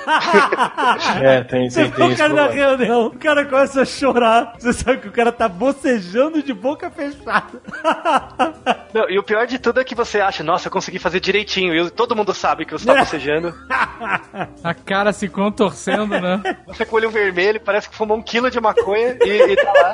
É, tem, você tem, tem o cara na reunião, o cara começa a chorar. Você sabe que o cara tá bocejando de boca fechada. Não, e o pior de tudo é que você acha, nossa, eu consegui fazer direitinho. E todo mundo sabe que você tá bocejando. A cara se contorcendo, né? Você com o olho vermelho, parece que fumou um quilo de maconha e, e tá lá.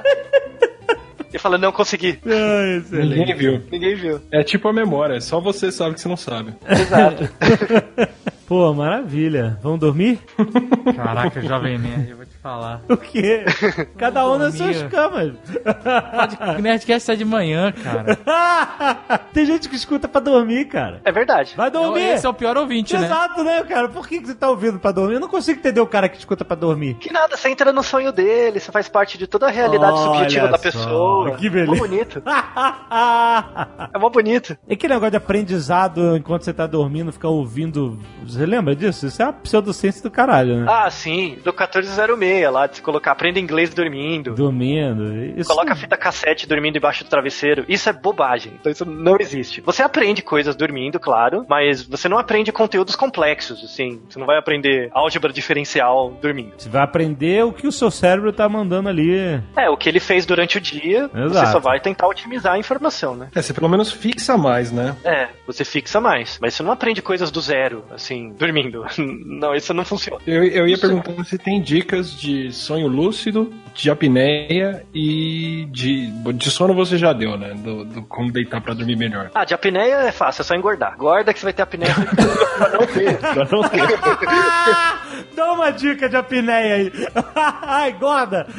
E fala, não consegui. Ah, Ninguém viu. Ninguém viu. É tipo a memória, só você sabe que você não sabe. Exato. Pô, maravilha. Vamos dormir? Caraca, Jovem Nerd, eu vou te falar. falar. O quê? Cada um nas dormir. suas camas. O Nerdcast é de manhã, cara. Tem gente que escuta pra dormir, cara. É verdade. Vai dormir. Esse é o pior ouvinte, né? Exato, né, cara? Por que que você tá ouvindo pra dormir? Eu não consigo entender o cara que escuta pra dormir. Que nada, você entra no sonho dele, você faz parte de toda a realidade Olha subjetiva da só, pessoa. que beleza. É mó bonito. É mó bonito. E aquele negócio de aprendizado enquanto você tá dormindo, ficar ouvindo. Você lembra disso? Isso é uma pseudociência do caralho, né? Ah, sim, do quatorze zero seis lá, de se colocar, aprenda inglês dormindo. Dormindo. Isso... Coloca a fita cassete dormindo embaixo do travesseiro. Isso é bobagem. Então isso não existe. Você aprende coisas dormindo, claro, mas você não aprende conteúdos complexos, assim. Você não vai aprender álgebra diferencial dormindo. Você vai aprender o que o seu cérebro tá mandando ali. É, o que ele fez durante o dia, Exato. você só vai tentar otimizar a informação, né? É, você pelo menos fixa mais, né? É, você fixa mais. Mas você não aprende coisas do zero, assim, dormindo. Não, isso não funciona. Eu, eu ia perguntando se tem dicas de sonho lúcido, de apneia e de, de sono você já deu, né? Do, do como deitar pra dormir melhor. Ah, de apneia é fácil, é só engordar. Engorda que você vai ter apneia pra não ter. Pra não ter. Dá uma dica de apneia aí. Ai, gorda.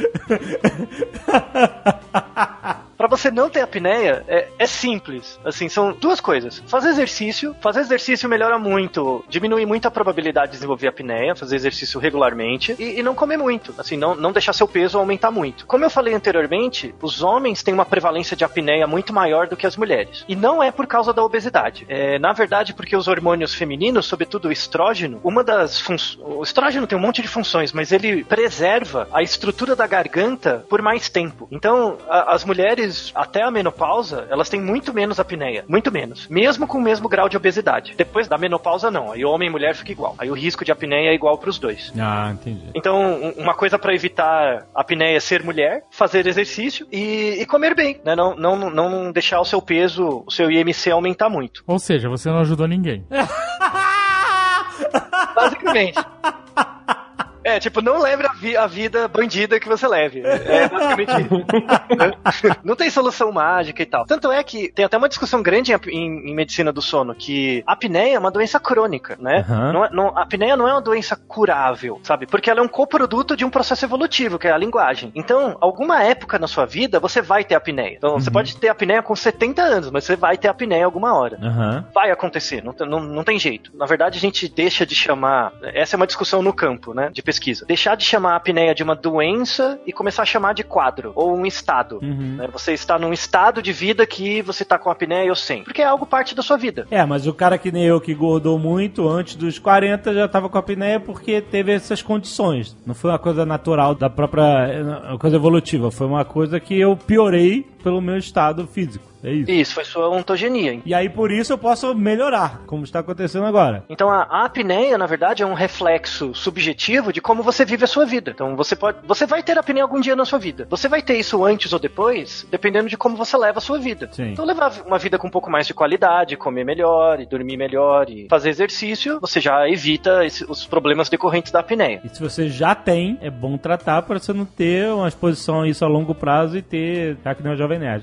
Pra você não ter apneia, é, é simples. Assim, são duas coisas. Fazer exercício. Fazer exercício melhora muito, diminui muito a probabilidade de desenvolver apneia, fazer exercício regularmente. E, e não comer muito. Assim, não, não deixar seu peso aumentar muito. Como eu falei anteriormente, os homens têm uma prevalência de apneia muito maior do que as mulheres. E não é por causa da obesidade. É, na verdade, porque os hormônios femininos, sobretudo o estrógeno, uma das funções... O estrógeno tem um monte de funções, mas ele preserva a estrutura da garganta por mais tempo. Então, a, as mulheres até a menopausa, elas têm muito menos apneia. Muito menos. Mesmo com o mesmo grau de obesidade. Depois da menopausa, não. Aí homem e mulher fica igual. Aí o risco de apneia é igual pros dois. Ah, entendi. Então, uma coisa pra evitar a apneia é ser mulher, fazer exercício e, e comer bem, né? Não, não, não deixar o seu peso, o seu I M C aumentar muito. Ou seja, você não ajudou ninguém. Basicamente. É, tipo, não leve a, vi- a vida bandida que você leve. É basicamente isso. Não tem solução mágica e tal. Tanto é que tem até uma discussão grande em, em, em medicina do sono, que a apneia é uma doença crônica, né? Uhum. Não é, não, a apneia não é uma doença curável, sabe? Porque ela é um coproduto de um processo evolutivo, que é a linguagem. Então, alguma época na sua vida, você vai ter apneia. Então, uhum. Você pode ter apneia com setenta anos, mas você vai ter apneia alguma hora. Uhum. Vai acontecer, não, não, não tem jeito. Na verdade, a gente deixa de chamar... Essa é uma discussão no campo, né? De pesquisa. Deixar de chamar a apneia de uma doença e começar a chamar de quadro, ou um estado. Uhum. Né? Você está num estado de vida que você está com apneia ou sem. Porque é algo parte da sua vida. É, mas o cara que nem eu, que engordou muito, antes dos quarenta, já tava com apneia porque teve essas condições. Não foi uma coisa natural da própria... Uma coisa evolutiva. Foi uma coisa que eu piorei pelo meu estado físico. É isso. Isso, foi sua ontogenia. E aí, por isso, eu posso melhorar, como está acontecendo agora. Então, a, a apneia, na verdade, é um reflexo subjetivo de como você vive a sua vida. Então, você pode, você vai ter apneia algum dia na sua vida. Você vai ter isso antes ou depois, dependendo de como você leva a sua vida. Sim. Então, levar uma vida com um pouco mais de qualidade, comer melhor, e dormir melhor, e fazer exercício, você já evita esse, os problemas decorrentes da apneia. E se você já tem, é bom tratar para você não ter uma exposição a isso a longo prazo e ter, já que nem o Jovem Nerd.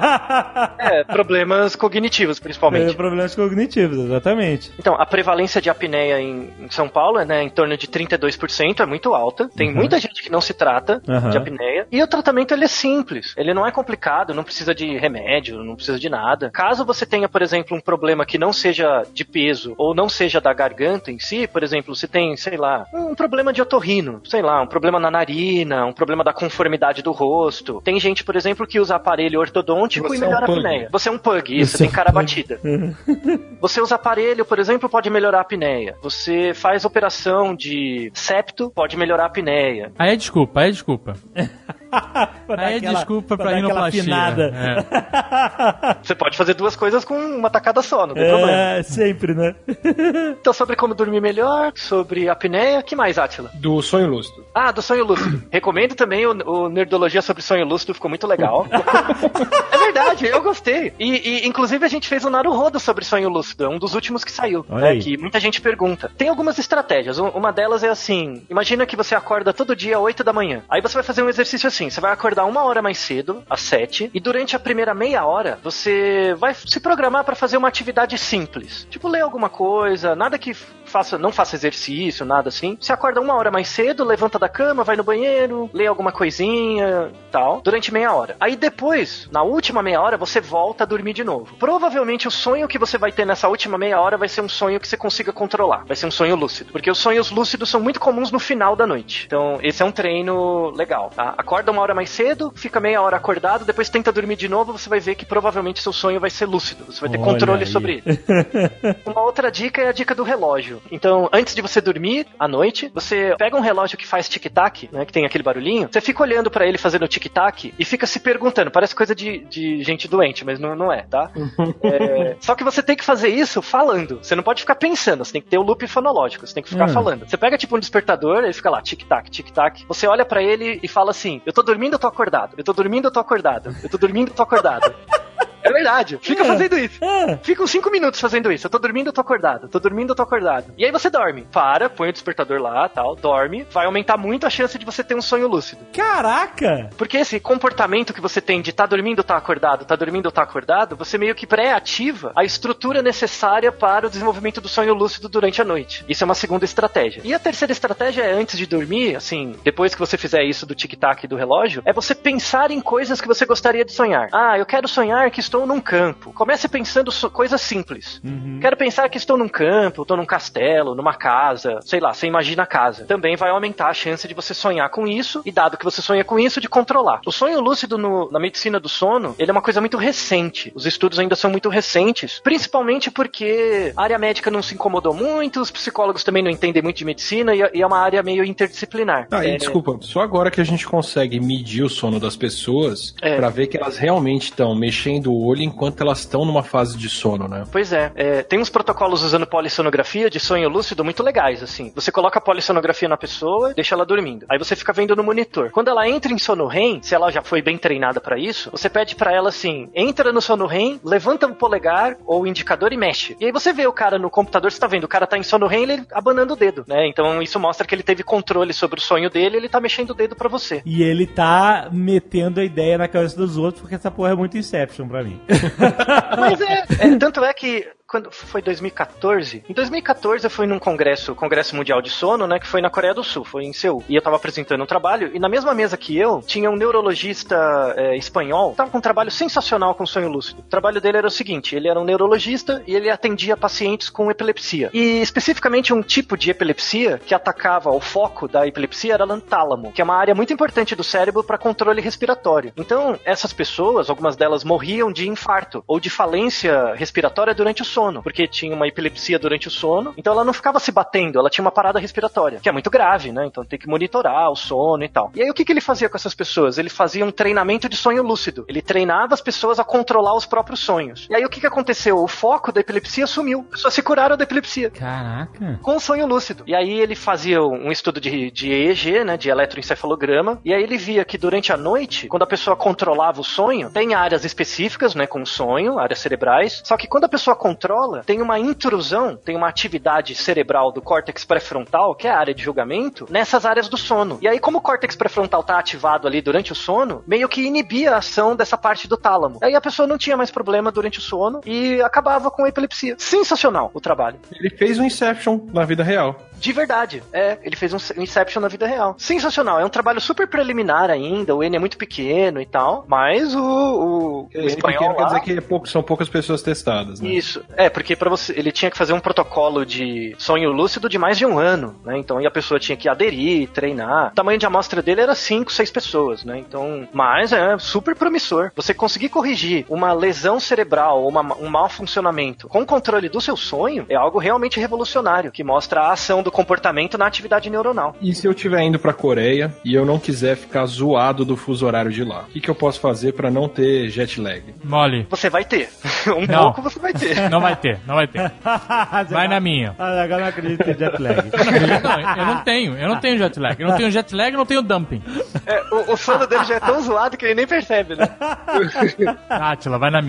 É, problemas cognitivos, principalmente. É, problemas cognitivos, exatamente. Então, a prevalência de apneia em, em São Paulo é, né, em torno de trinta e dois por cento, é muito alta. Tem uhum. muita gente que não se trata uhum. de apneia. E o tratamento, ele é simples. Ele não é complicado, não precisa de remédio, não precisa de nada. Caso você tenha, por exemplo, um problema que não seja de peso ou não seja da garganta em si, por exemplo, você tem, sei lá, um problema de otorrino, sei lá, um problema na narina, um problema da conformidade do rosto. Tem gente, por exemplo, que usa aparelho ortodôntico você e melhora é um a apneia. Você é um pug, isso, você tem cara batida. Você usa aparelho, por exemplo, pode melhorar a apneia. Você faz operação de septo, pode melhorar a apneia. Aí é desculpa, aí é desculpa. Aí é desculpa pra rinoplastia. É. Você pode fazer duas coisas com uma tacada só, não tem é, problema. É, sempre, né? Então, sobre como dormir melhor, sobre apneia, que mais, Átila? Do sonho lúcido. Ah, do sonho lúcido. Recomendo também o, o Nerdologia sobre sonho lúcido, ficou muito legal. É verdade, eu gostei. E, e, inclusive, a gente fez um Naruhodo sobre sonho lúcido, é um dos últimos que saiu, né, que muita gente pergunta. Tem algumas estratégias, uma delas é assim, imagina que você acorda todo dia às oito da manhã, aí você vai fazer um exercício assim, você vai acordar uma hora mais cedo, às sete, e durante a primeira meia hora, você vai se programar para fazer uma atividade simples, tipo ler alguma coisa, nada que faça, não faça exercício, nada assim. Você acorda uma hora mais cedo, levanta da cama, vai no banheiro, lê alguma coisinha, tal, durante meia hora. Aí depois, na última meia hora, você volta a dormir de novo. Provavelmente o sonho que você vai ter nessa última meia hora vai ser um sonho que você consiga controlar. Vai ser um sonho lúcido. Porque os sonhos lúcidos são muito comuns no final da noite. Então, esse é um treino legal, tá? Acorda uma hora mais cedo, fica meia hora acordado, depois tenta dormir de novo, você vai ver que provavelmente seu sonho vai ser lúcido. Você vai ter Olha controle aí. sobre ele. Uma outra dica é a dica do relógio. Então, antes de você dormir, à noite, você pega um relógio que faz tic-tac, né, que tem aquele barulhinho, você fica olhando pra ele fazendo tic-tac e fica se perguntando, parece coisa de, de gente doente, mas não, não é, tá? É, só que você tem que fazer isso falando, você não pode ficar pensando, você tem que ter o loop fonológico, você tem que ficar Hum. falando. Você pega tipo um despertador, ele fica lá, tic-tac, tic-tac, você olha pra ele e fala assim, eu tô dormindo, eu tô acordado, eu tô dormindo, eu tô acordado, eu tô dormindo, eu tô acordado. É verdade. Fica É. fazendo isso. É. Fica uns cinco minutos fazendo isso. Eu tô dormindo, eu tô acordado. Eu tô dormindo, eu tô acordado. E aí você dorme. Para, põe o despertador lá, tal, dorme. Vai aumentar muito a chance de você ter um sonho lúcido. Caraca! Porque esse comportamento que você tem de tá dormindo, tá acordado, tá dormindo, tá acordado, você meio que pré-ativa a estrutura necessária para o desenvolvimento do sonho lúcido durante a noite. Isso é uma segunda estratégia. E a terceira estratégia é antes de dormir, assim, depois que você fizer isso do tic-tac do relógio, é você pensar em coisas que você gostaria de sonhar. Ah, eu quero sonhar que estou num campo. Comece pensando so- coisas simples. Uhum. Quero pensar que estou num campo, estou num castelo, numa casa, sei lá, você imagina a casa. Também vai aumentar a chance de você sonhar com isso, e dado que você sonha com isso, de controlar. O sonho lúcido no- na medicina do sono, ele é uma coisa muito recente. Os estudos ainda são muito recentes, principalmente porque a área médica não se incomodou muito, os psicólogos também não entendem muito de medicina, e é- e é uma área meio interdisciplinar. Ah, e É, desculpa, só agora que a gente consegue medir o sono das pessoas É. pra ver que elas realmente estão mexendo o olho enquanto elas estão numa fase de sono, né? Pois é, é, tem uns protocolos usando polissonografia de sonho lúcido muito legais, assim. Você coloca a polissonografia na pessoa, deixa ela dormindo. Aí você fica vendo no monitor. Quando ela entra em sono R E M, se ela já foi bem treinada pra isso, você pede pra ela assim, entra no sono R E M, levanta o polegar ou o indicador e mexe. E aí você vê o cara no computador, você tá vendo, o cara tá em sono R E M, ele abanando o dedo, né? Então isso mostra que ele teve controle sobre o sonho dele, ele tá mexendo o dedo pra você. E ele tá metendo a ideia na cabeça dos outros, porque essa porra é muito Inception pra mim. Mas é, é, tanto é que quando foi dois mil e quatorze, em dois mil e quatorze eu fui num congresso, Congresso Mundial de Sono, né, que foi na Coreia do Sul, foi em Seul, e eu tava apresentando um trabalho, e na mesma mesa que eu, tinha um neurologista é, espanhol, tava com um trabalho sensacional com sonho lúcido. O trabalho dele era o seguinte, ele era um neurologista e ele atendia pacientes com epilepsia, e especificamente um tipo de epilepsia que atacava, o foco da epilepsia era o tálamo, que é uma área muito importante do cérebro para controle respiratório. Então, essas pessoas, algumas delas morriam de infarto, ou de falência respiratória durante o sono. sono, porque tinha uma epilepsia durante o sono, então ela não ficava se batendo, ela tinha uma parada respiratória, que é muito grave, né? Então tem que monitorar o sono e tal. E aí o que, que ele fazia com essas pessoas? Ele fazia um treinamento de sonho lúcido. Ele treinava as pessoas a controlar os próprios sonhos. E aí o que, que aconteceu? O foco da epilepsia sumiu. As pessoas se curaram da epilepsia. Caraca. Com o sonho lúcido. E aí ele fazia um estudo de, de E E G, né? De eletroencefalograma. E aí ele via que durante a noite, quando a pessoa controlava o sonho, tem áreas específicas, né? Com o sonho, áreas cerebrais. Só que quando a pessoa controla, tem uma intrusão, tem uma atividade cerebral do córtex pré-frontal, que é a área de julgamento, nessas áreas do sono. E aí, como o córtex pré-frontal tá ativado ali durante o sono, meio que inibia a ação dessa parte do tálamo. Aí a pessoa não tinha mais problema durante o sono e acabava com a epilepsia. Sensacional o trabalho. Ele fez um Inception na vida real. De verdade, é, ele fez um Inception na vida real. Sensacional, é um trabalho super preliminar ainda, o N é muito pequeno e tal, mas o, o, o espanhol quer lá... dizer que é pouco, são poucas pessoas testadas, né? Isso, é, porque para você, ele tinha que fazer um protocolo de sonho lúcido de mais de um ano, né, então e a pessoa tinha que aderir, treinar, o tamanho de amostra dele era cinco, seis pessoas, né, então, mas é super promissor, você conseguir corrigir uma lesão cerebral, uma, um mau funcionamento com controle do seu sonho, é algo realmente revolucionário, que mostra a ação do comportamento na atividade neuronal. E se eu estiver indo pra Coreia e eu não quiser ficar zoado do fuso horário de lá, o que, que eu posso fazer pra não ter jet lag? Mole. Você vai ter, um Não. pouco você vai ter. Não vai ter, não vai ter. Vai na minha. Ah, agora não acredito que é jet lag. Não, eu não tenho, eu não tenho jet lag. Eu não tenho jet lag, eu não tenho dumping. É, o, o sono dele já é tão zoado que ele nem percebe, né? Átila, vai na minha.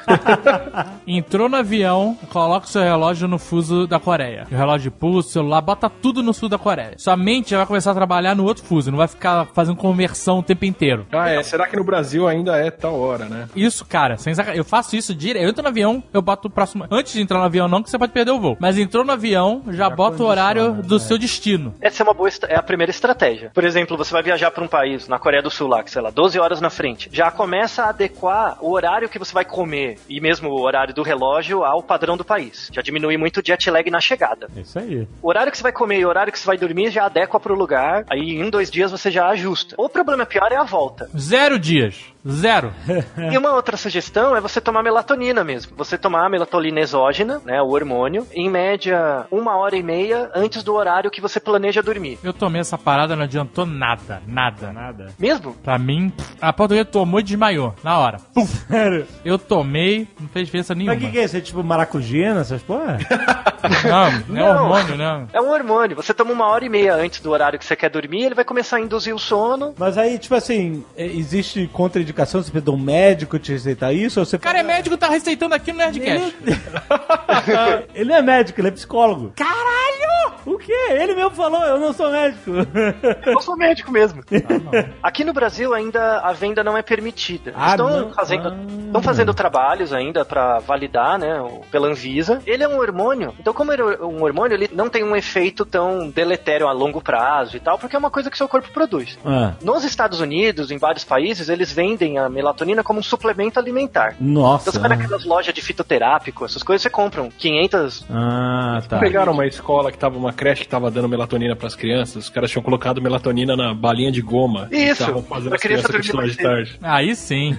Entrou no avião, coloca o seu relógio no fuso da Coreia. O relógio de pulso, celular, bota tudo no fuso da Coreia. Sua mente já vai começar a trabalhar no outro fuso, não vai ficar fazendo conversão o tempo inteiro. Ah, é. Será que no Brasil ainda é tal hora, né? Isso, cara, sem saca... eu faço isso direto. Eu entro no avião, eu boto o próximo... Antes de entrar no avião não, que você pode perder o voo. Mas entrou no avião, já, já bota o horário do é. seu destino. Essa é uma boa... É a primeira estratégia. Por exemplo, você vai viajar para um país, na Coreia do Sul lá, que sei lá, doze horas na frente. Já começa a adequar o horário que você vai comer e mesmo o horário do relógio ao padrão do país. Já diminui muito o jet lag na chegada. Isso aí. O horário que você vai comer e o horário que você vai dormir já adequa pro lugar. Aí em dois dias você já ajusta. O problema pior é a volta. Zero dias. Zero. E uma outra sugestão é você tomar melatonina mesmo. Você tomar a melatonina exógena, né, o hormônio, em média uma hora e meia antes do horário que você planeja dormir. Eu tomei essa parada, não adiantou nada. Nada. Nada. Mesmo? Pra mim, a portuguesa tomou e desmaiou. Na hora. Sério? Eu tomei, não fez diferença nenhuma. Mas o que, que é isso? É tipo maracujina, essas porra? Não, não é hormônio, não. É um hormônio. Você toma uma hora e meia antes do horário que você quer dormir, ele vai começar a induzir o sono. Mas aí, tipo assim, existe contraindicação? Você precisa de um médico te receitar isso? Ou você... O cara é médico, tá receitando aqui no Nerdcast. Ele... ele não é médico, ele é psicólogo. Caralho! O quê? Ele mesmo falou, eu não sou médico. Eu não sou médico mesmo. Ah, aqui no Brasil ainda a venda não é permitida. Ah, estão fazendo, ah. estão fazendo trabalhos ainda pra validar, né, pela Anvisa. Ele é um hormônio, então como ele é um hormônio, ele não tem um efeito tão deletério a longo prazo e tal, porque é uma coisa que seu corpo produz. Ah. Nos Estados Unidos, em vários países, eles vendem a melatonina como um suplemento alimentar. Nossa. Então você vai naquelas lojas de fitoterápico, essas coisas, você compram quinhentas... Ah, tá. Pegaram uma escola que tava, uma creche que tava dando melatonina pras crianças, os caras tinham colocado melatonina na balinha de goma. Isso. Estavam fazendo Pra as crianças criança cochilar de tarde. Aí sim.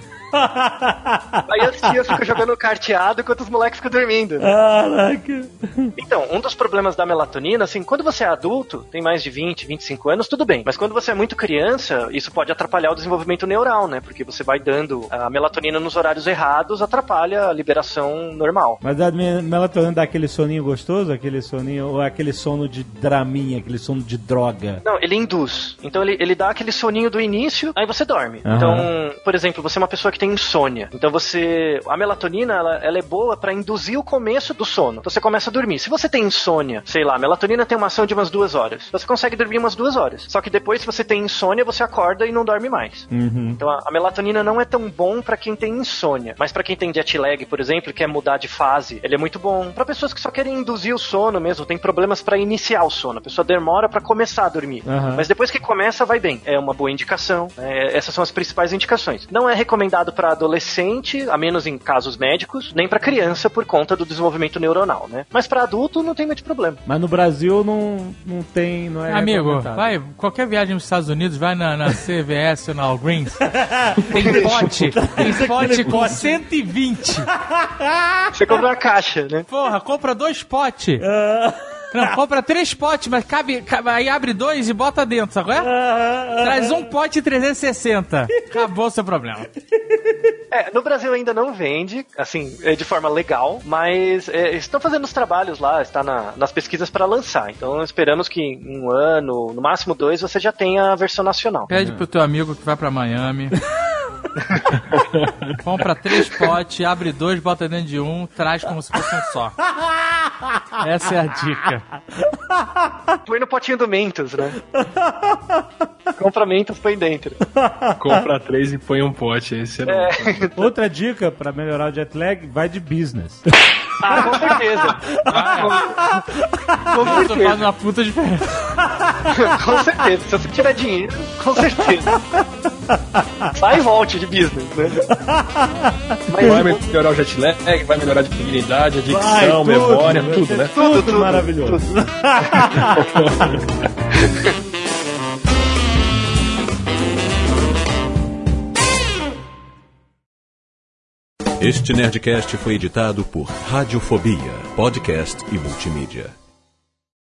Aí as tias ficam jogando carteado enquanto os moleques ficam dormindo. Caraca. Então, um dos problemas da melatonina, assim, quando você é adulto, tem mais de vinte, vinte e cinco anos, tudo bem. Mas quando você é muito criança, isso pode atrapalhar o desenvolvimento neural, né? Porque você vai dando a melatonina nos horários errados, atrapalha a liberação normal. Mas a melatonina dá aquele soninho gostoso, aquele soninho, ou é aquele sono de draminha, aquele sono de droga? Não, ele induz. Então ele, ele dá aquele soninho do início, aí você dorme. Uhum. Então, por exemplo, você é uma pessoa que tem insônia. Então você... A melatonina, ela, ela é boa pra induzir o começo do sono. Então você começa a dormir. Se você tem insônia, sei lá, a melatonina tem uma ação de umas duas horas. Você consegue dormir umas duas horas. Só que depois, se você tem insônia, você acorda e não dorme mais. Uhum. Então a, a melatonina não é tão bom pra quem tem insônia. Mas pra quem tem jet lag, por exemplo, quer mudar de fase, ele é muito bom. Pra pessoas que só querem induzir o sono mesmo, tem problemas pra iniciar o sono. A pessoa demora pra começar a dormir. Uhum. Mas depois que começa, vai bem. É uma boa indicação. É, essas são as principais indicações. Não é recomendado pra adolescente, a menos em casos médicos, nem pra criança por conta do desenvolvimento neuronal, né? Mas pra adulto não tem muito problema. Mas no Brasil não, não tem, não é Amigo, vai, qualquer viagem nos Estados Unidos, vai na, na C V S ou na Walgreens, tem pote, tem pote com cento e vinte. Você compra uma caixa, né? Porra, compra dois potes. Não, compra três potes, mas cabe, cabe, aí abre dois e bota dentro, sabe qual é? Traz um pote trezentos e sessenta. Acabou o seu problema. É, no Brasil ainda não vende, assim, de forma legal, mas é, estão fazendo os trabalhos lá, está na, nas pesquisas para lançar. Então esperamos que em um ano, no máximo dois, você já tenha a versão nacional. Pede pro teu amigo que vai pra Miami. Compra três potes, abre dois, bota dentro de um, traz como se fosse um só. Essa é a dica. Põe no potinho do Mentos, né? Compra Mentos, põe dentro. Compra três e põe um pote, esse é, é. Outra dica pra melhorar o jet lag, vai de business. Ah, com certeza. Ah, é. Com certeza. Isso faz uma puta diferença. Com certeza. Se você tiver dinheiro, com certeza. Sai e volte de business, né? Mas vai melhorar o jet lag, vai melhorar a dignidade, a dicção, vai, tudo, memória, tudo, tudo, né? Tudo, tudo, tudo maravilhoso. Tudo. Este Nerdcast foi editado por Radiofobia, podcast e multimídia.